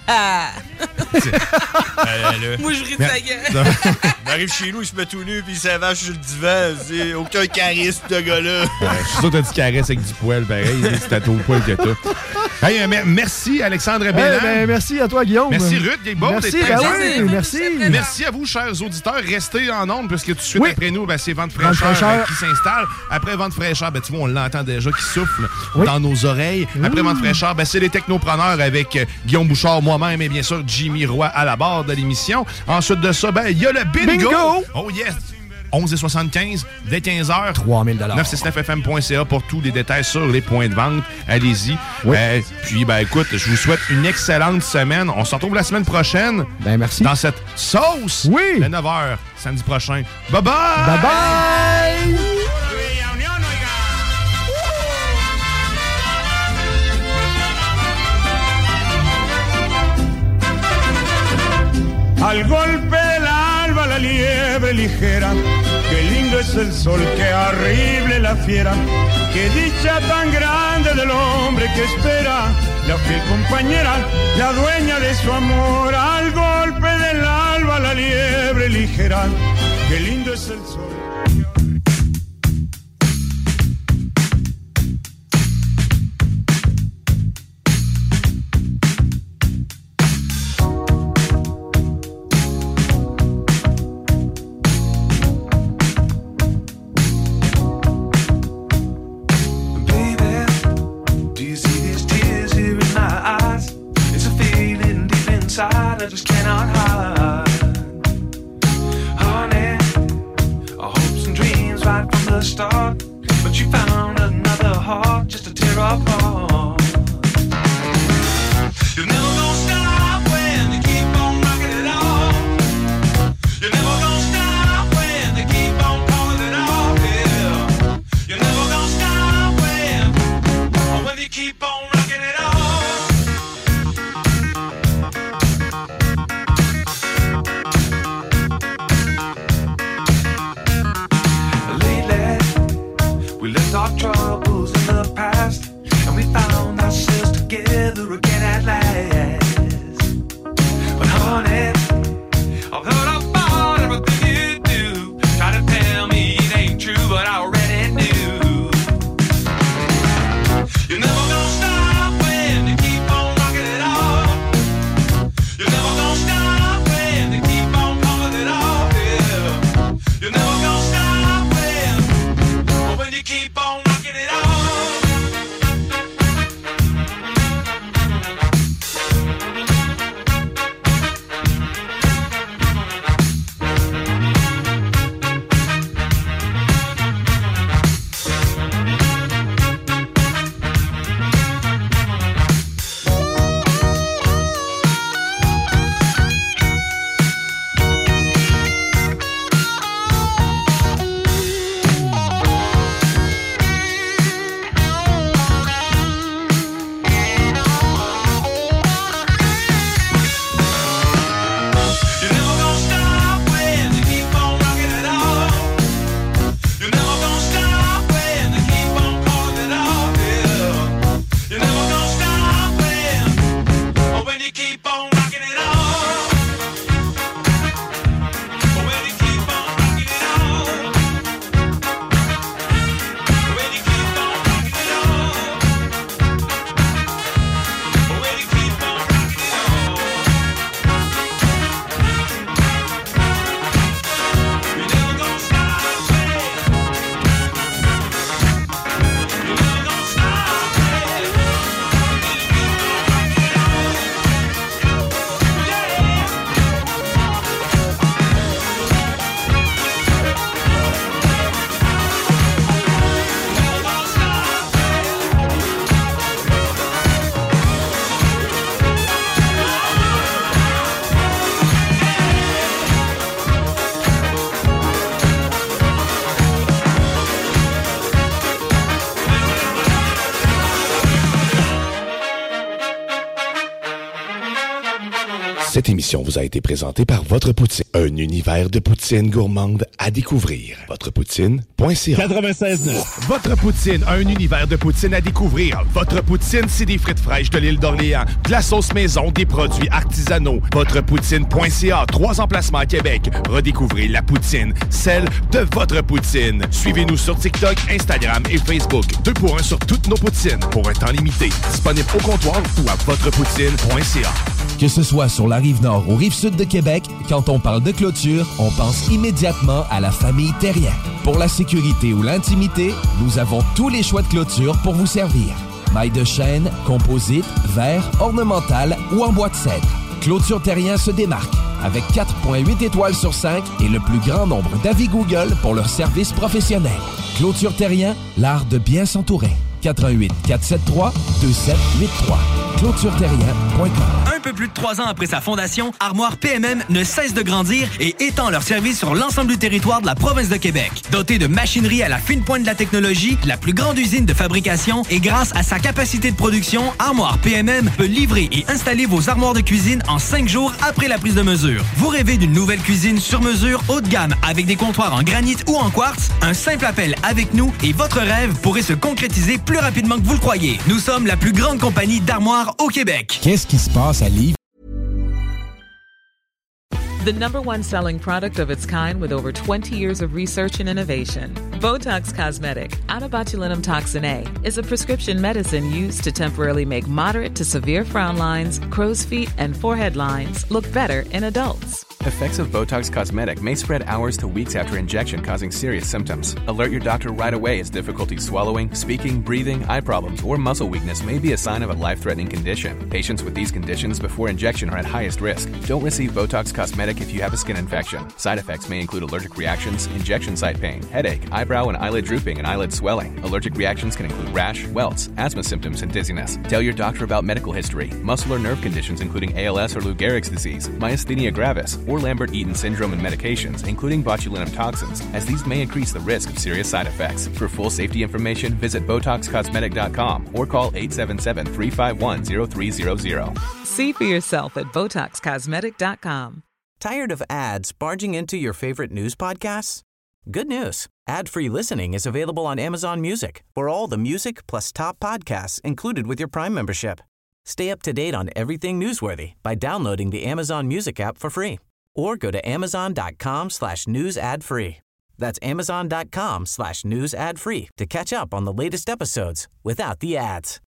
Euh, là. Moi, je ris de sa gueule. Il arrive chez nous, il se met tout nu, puis il s'avance sur le divan. C'est aucun charisme, ce gars-là. Ouais, je suis sûr que t'as dit caresse avec du poil, pareil. C'est à ton poil que t'as. Hey, euh, mer- merci, Alexandre Hey, Bélan. ben, merci à toi, Guillaume. Merci, Ruth. Bon, merci, t'es ben présent. oui, merci. Merci à vous, chers auditeurs. Restez en ondes, parce que tout de suite Oui. après nous, ben, c'est Vente Vente fraîcheur, fraîcheur. euh, qui s'installe. Après Vente fraîcheur, ben, tu vois, on l'entend déjà qui souffle Oui. dans nos oreilles. Après Mmh. Vente fraîcheur, ben, c'est les technopreneurs avec euh, Guillaume Bouchard, moi-même et bien sûr Jimmy Roy à la barre de l'émission. Ensuite de ça, ben, il y a le bingo. Bingo. Oh yes! onze et soixante-quinze, dès quinze heures. trois mille dollars. neuf cent soixante-neuf F M point C A pour tous les détails sur les points de vente. Allez-y. Oui. Euh, puis, ben, écoute, je vous souhaite une excellente semaine. On se retrouve la semaine prochaine. Ben, merci. Dans cette sauce. Oui. De neuf heures, samedi prochain. Bye bye! Bye bye! Al golpe del alba la liebre ligera, qué lindo es el sol, qué horrible la fiera, qué dicha tan grande del hombre que espera, la fiel compañera, la dueña de su amor. Al golpe del alba la liebre ligera, qué lindo es el sol. I just cannot hide. Honey, our hopes and dreams right from the start, but you found another heart just to tear apart. You're never gonna stop when you keep on rocking it off. You're never gonna stop when you keep on calling it off. Yeah. You're never gonna stop when, when you keep on rocking it off. Our troubles in the past, and we found ourselves together again at last. But honey, I've heard about everything you do. Try to tell me it ain't true, but I already knew. You're never gonna stop when you keep on rocking it off. You're never gonna stop when you keep on calling it off. Yeah. You're never gonna stop when, when you keep on. Cette émission vous a été présentée par Votre Poutine, un univers de poutine gourmande à découvrir. votre poutine point c a quatre-vingt-seize neuf. Votre Poutine, un univers de poutine à découvrir. Votre Poutine, c'est des frites fraîches de l'île d'Orléans, de la sauce maison, des produits artisanaux. votre poutine point c a, trois emplacements à Québec. Redécouvrez la poutine, celle de Votre Poutine. Suivez-nous sur TikTok, Instagram et Facebook. Deux pour un sur toutes nos poutines, pour un temps limité. Disponible au comptoir ou à votre poutine point c a. Que ce soit sur la Rive-Nord ou Rive-Sud de Québec, quand on parle de clôture, on pense immédiatement à la famille Terrien. Pour la sécurité ou l'intimité, nous avons tous les choix de clôture pour vous servir. Mailles de chêne, composite, verre, ornemental ou en bois de cèdre. Clôture Terrien se démarque avec quatre virgule huit étoiles sur cinq et le plus grand nombre d'avis Google pour leur service professionnel. Clôture Terrien, l'art de bien s'entourer. quatre un huit quatre sept trois deux sept huit trois. clôture terrien point com. Un peu plus de trois ans après sa fondation, Armoire P M M ne cesse de grandir et étend leur service sur l'ensemble du territoire de la province de Québec. Dotée de machinerie à la fine pointe de la technologie, la plus grande usine de fabrication et grâce à sa capacité de production, Armoire P M M peut livrer et installer vos armoires de cuisine en cinq jours après la prise de mesure. Vous rêvez d'une nouvelle cuisine sur mesure haut de gamme avec des comptoirs en granit ou en quartz? Un simple appel avec nous et votre rêve pourrait se concrétiser plus rapidement que vous le croyez. Nous sommes la plus grande compagnie d'armoires au Québec. Qu'est-ce qui se passe à Livre? The number one selling product of its kind with over twenty years of research and innovation. Botox Cosmetic, out of botulinum toxin A, is a prescription medicine used to temporarily make moderate to severe frown lines, crow's feet, and forehead lines look better in adults. Effects of Botox Cosmetic may spread hours to weeks after injection, causing serious symptoms. Alert your doctor right away as difficulty swallowing, speaking, breathing, eye problems, or muscle weakness may be a sign of a life-threatening condition. Patients with these conditions before injection are at highest risk. Don't receive Botox Cosmetic if you have a skin infection. Side effects may include allergic reactions, injection site pain, headache, eyebrow and eyelid drooping, and eyelid swelling. Allergic reactions can include rash, welts, asthma symptoms, and dizziness. Tell your doctor about medical history, muscle or nerve conditions including A L S or Lou Gehrig's disease, myasthenia gravis, or Lambert-Eaton syndrome and medications, including botulinum toxins, as these may increase the risk of serious side effects. For full safety information, visit Botox Cosmetic dot com or call eight seven seven, three five one, zero three zero zero. See for yourself at Botox Cosmetic dot com. Tired of ads barging into your favorite news podcasts? Good news. Ad-free listening is available on Amazon Music for all the music plus top podcasts included with your Prime membership. Stay up to date on everything newsworthy by downloading the Amazon Music app for free or go to amazon.com slash news ad free. That's amazon.com slash news ad free to catch up on the latest episodes without the ads.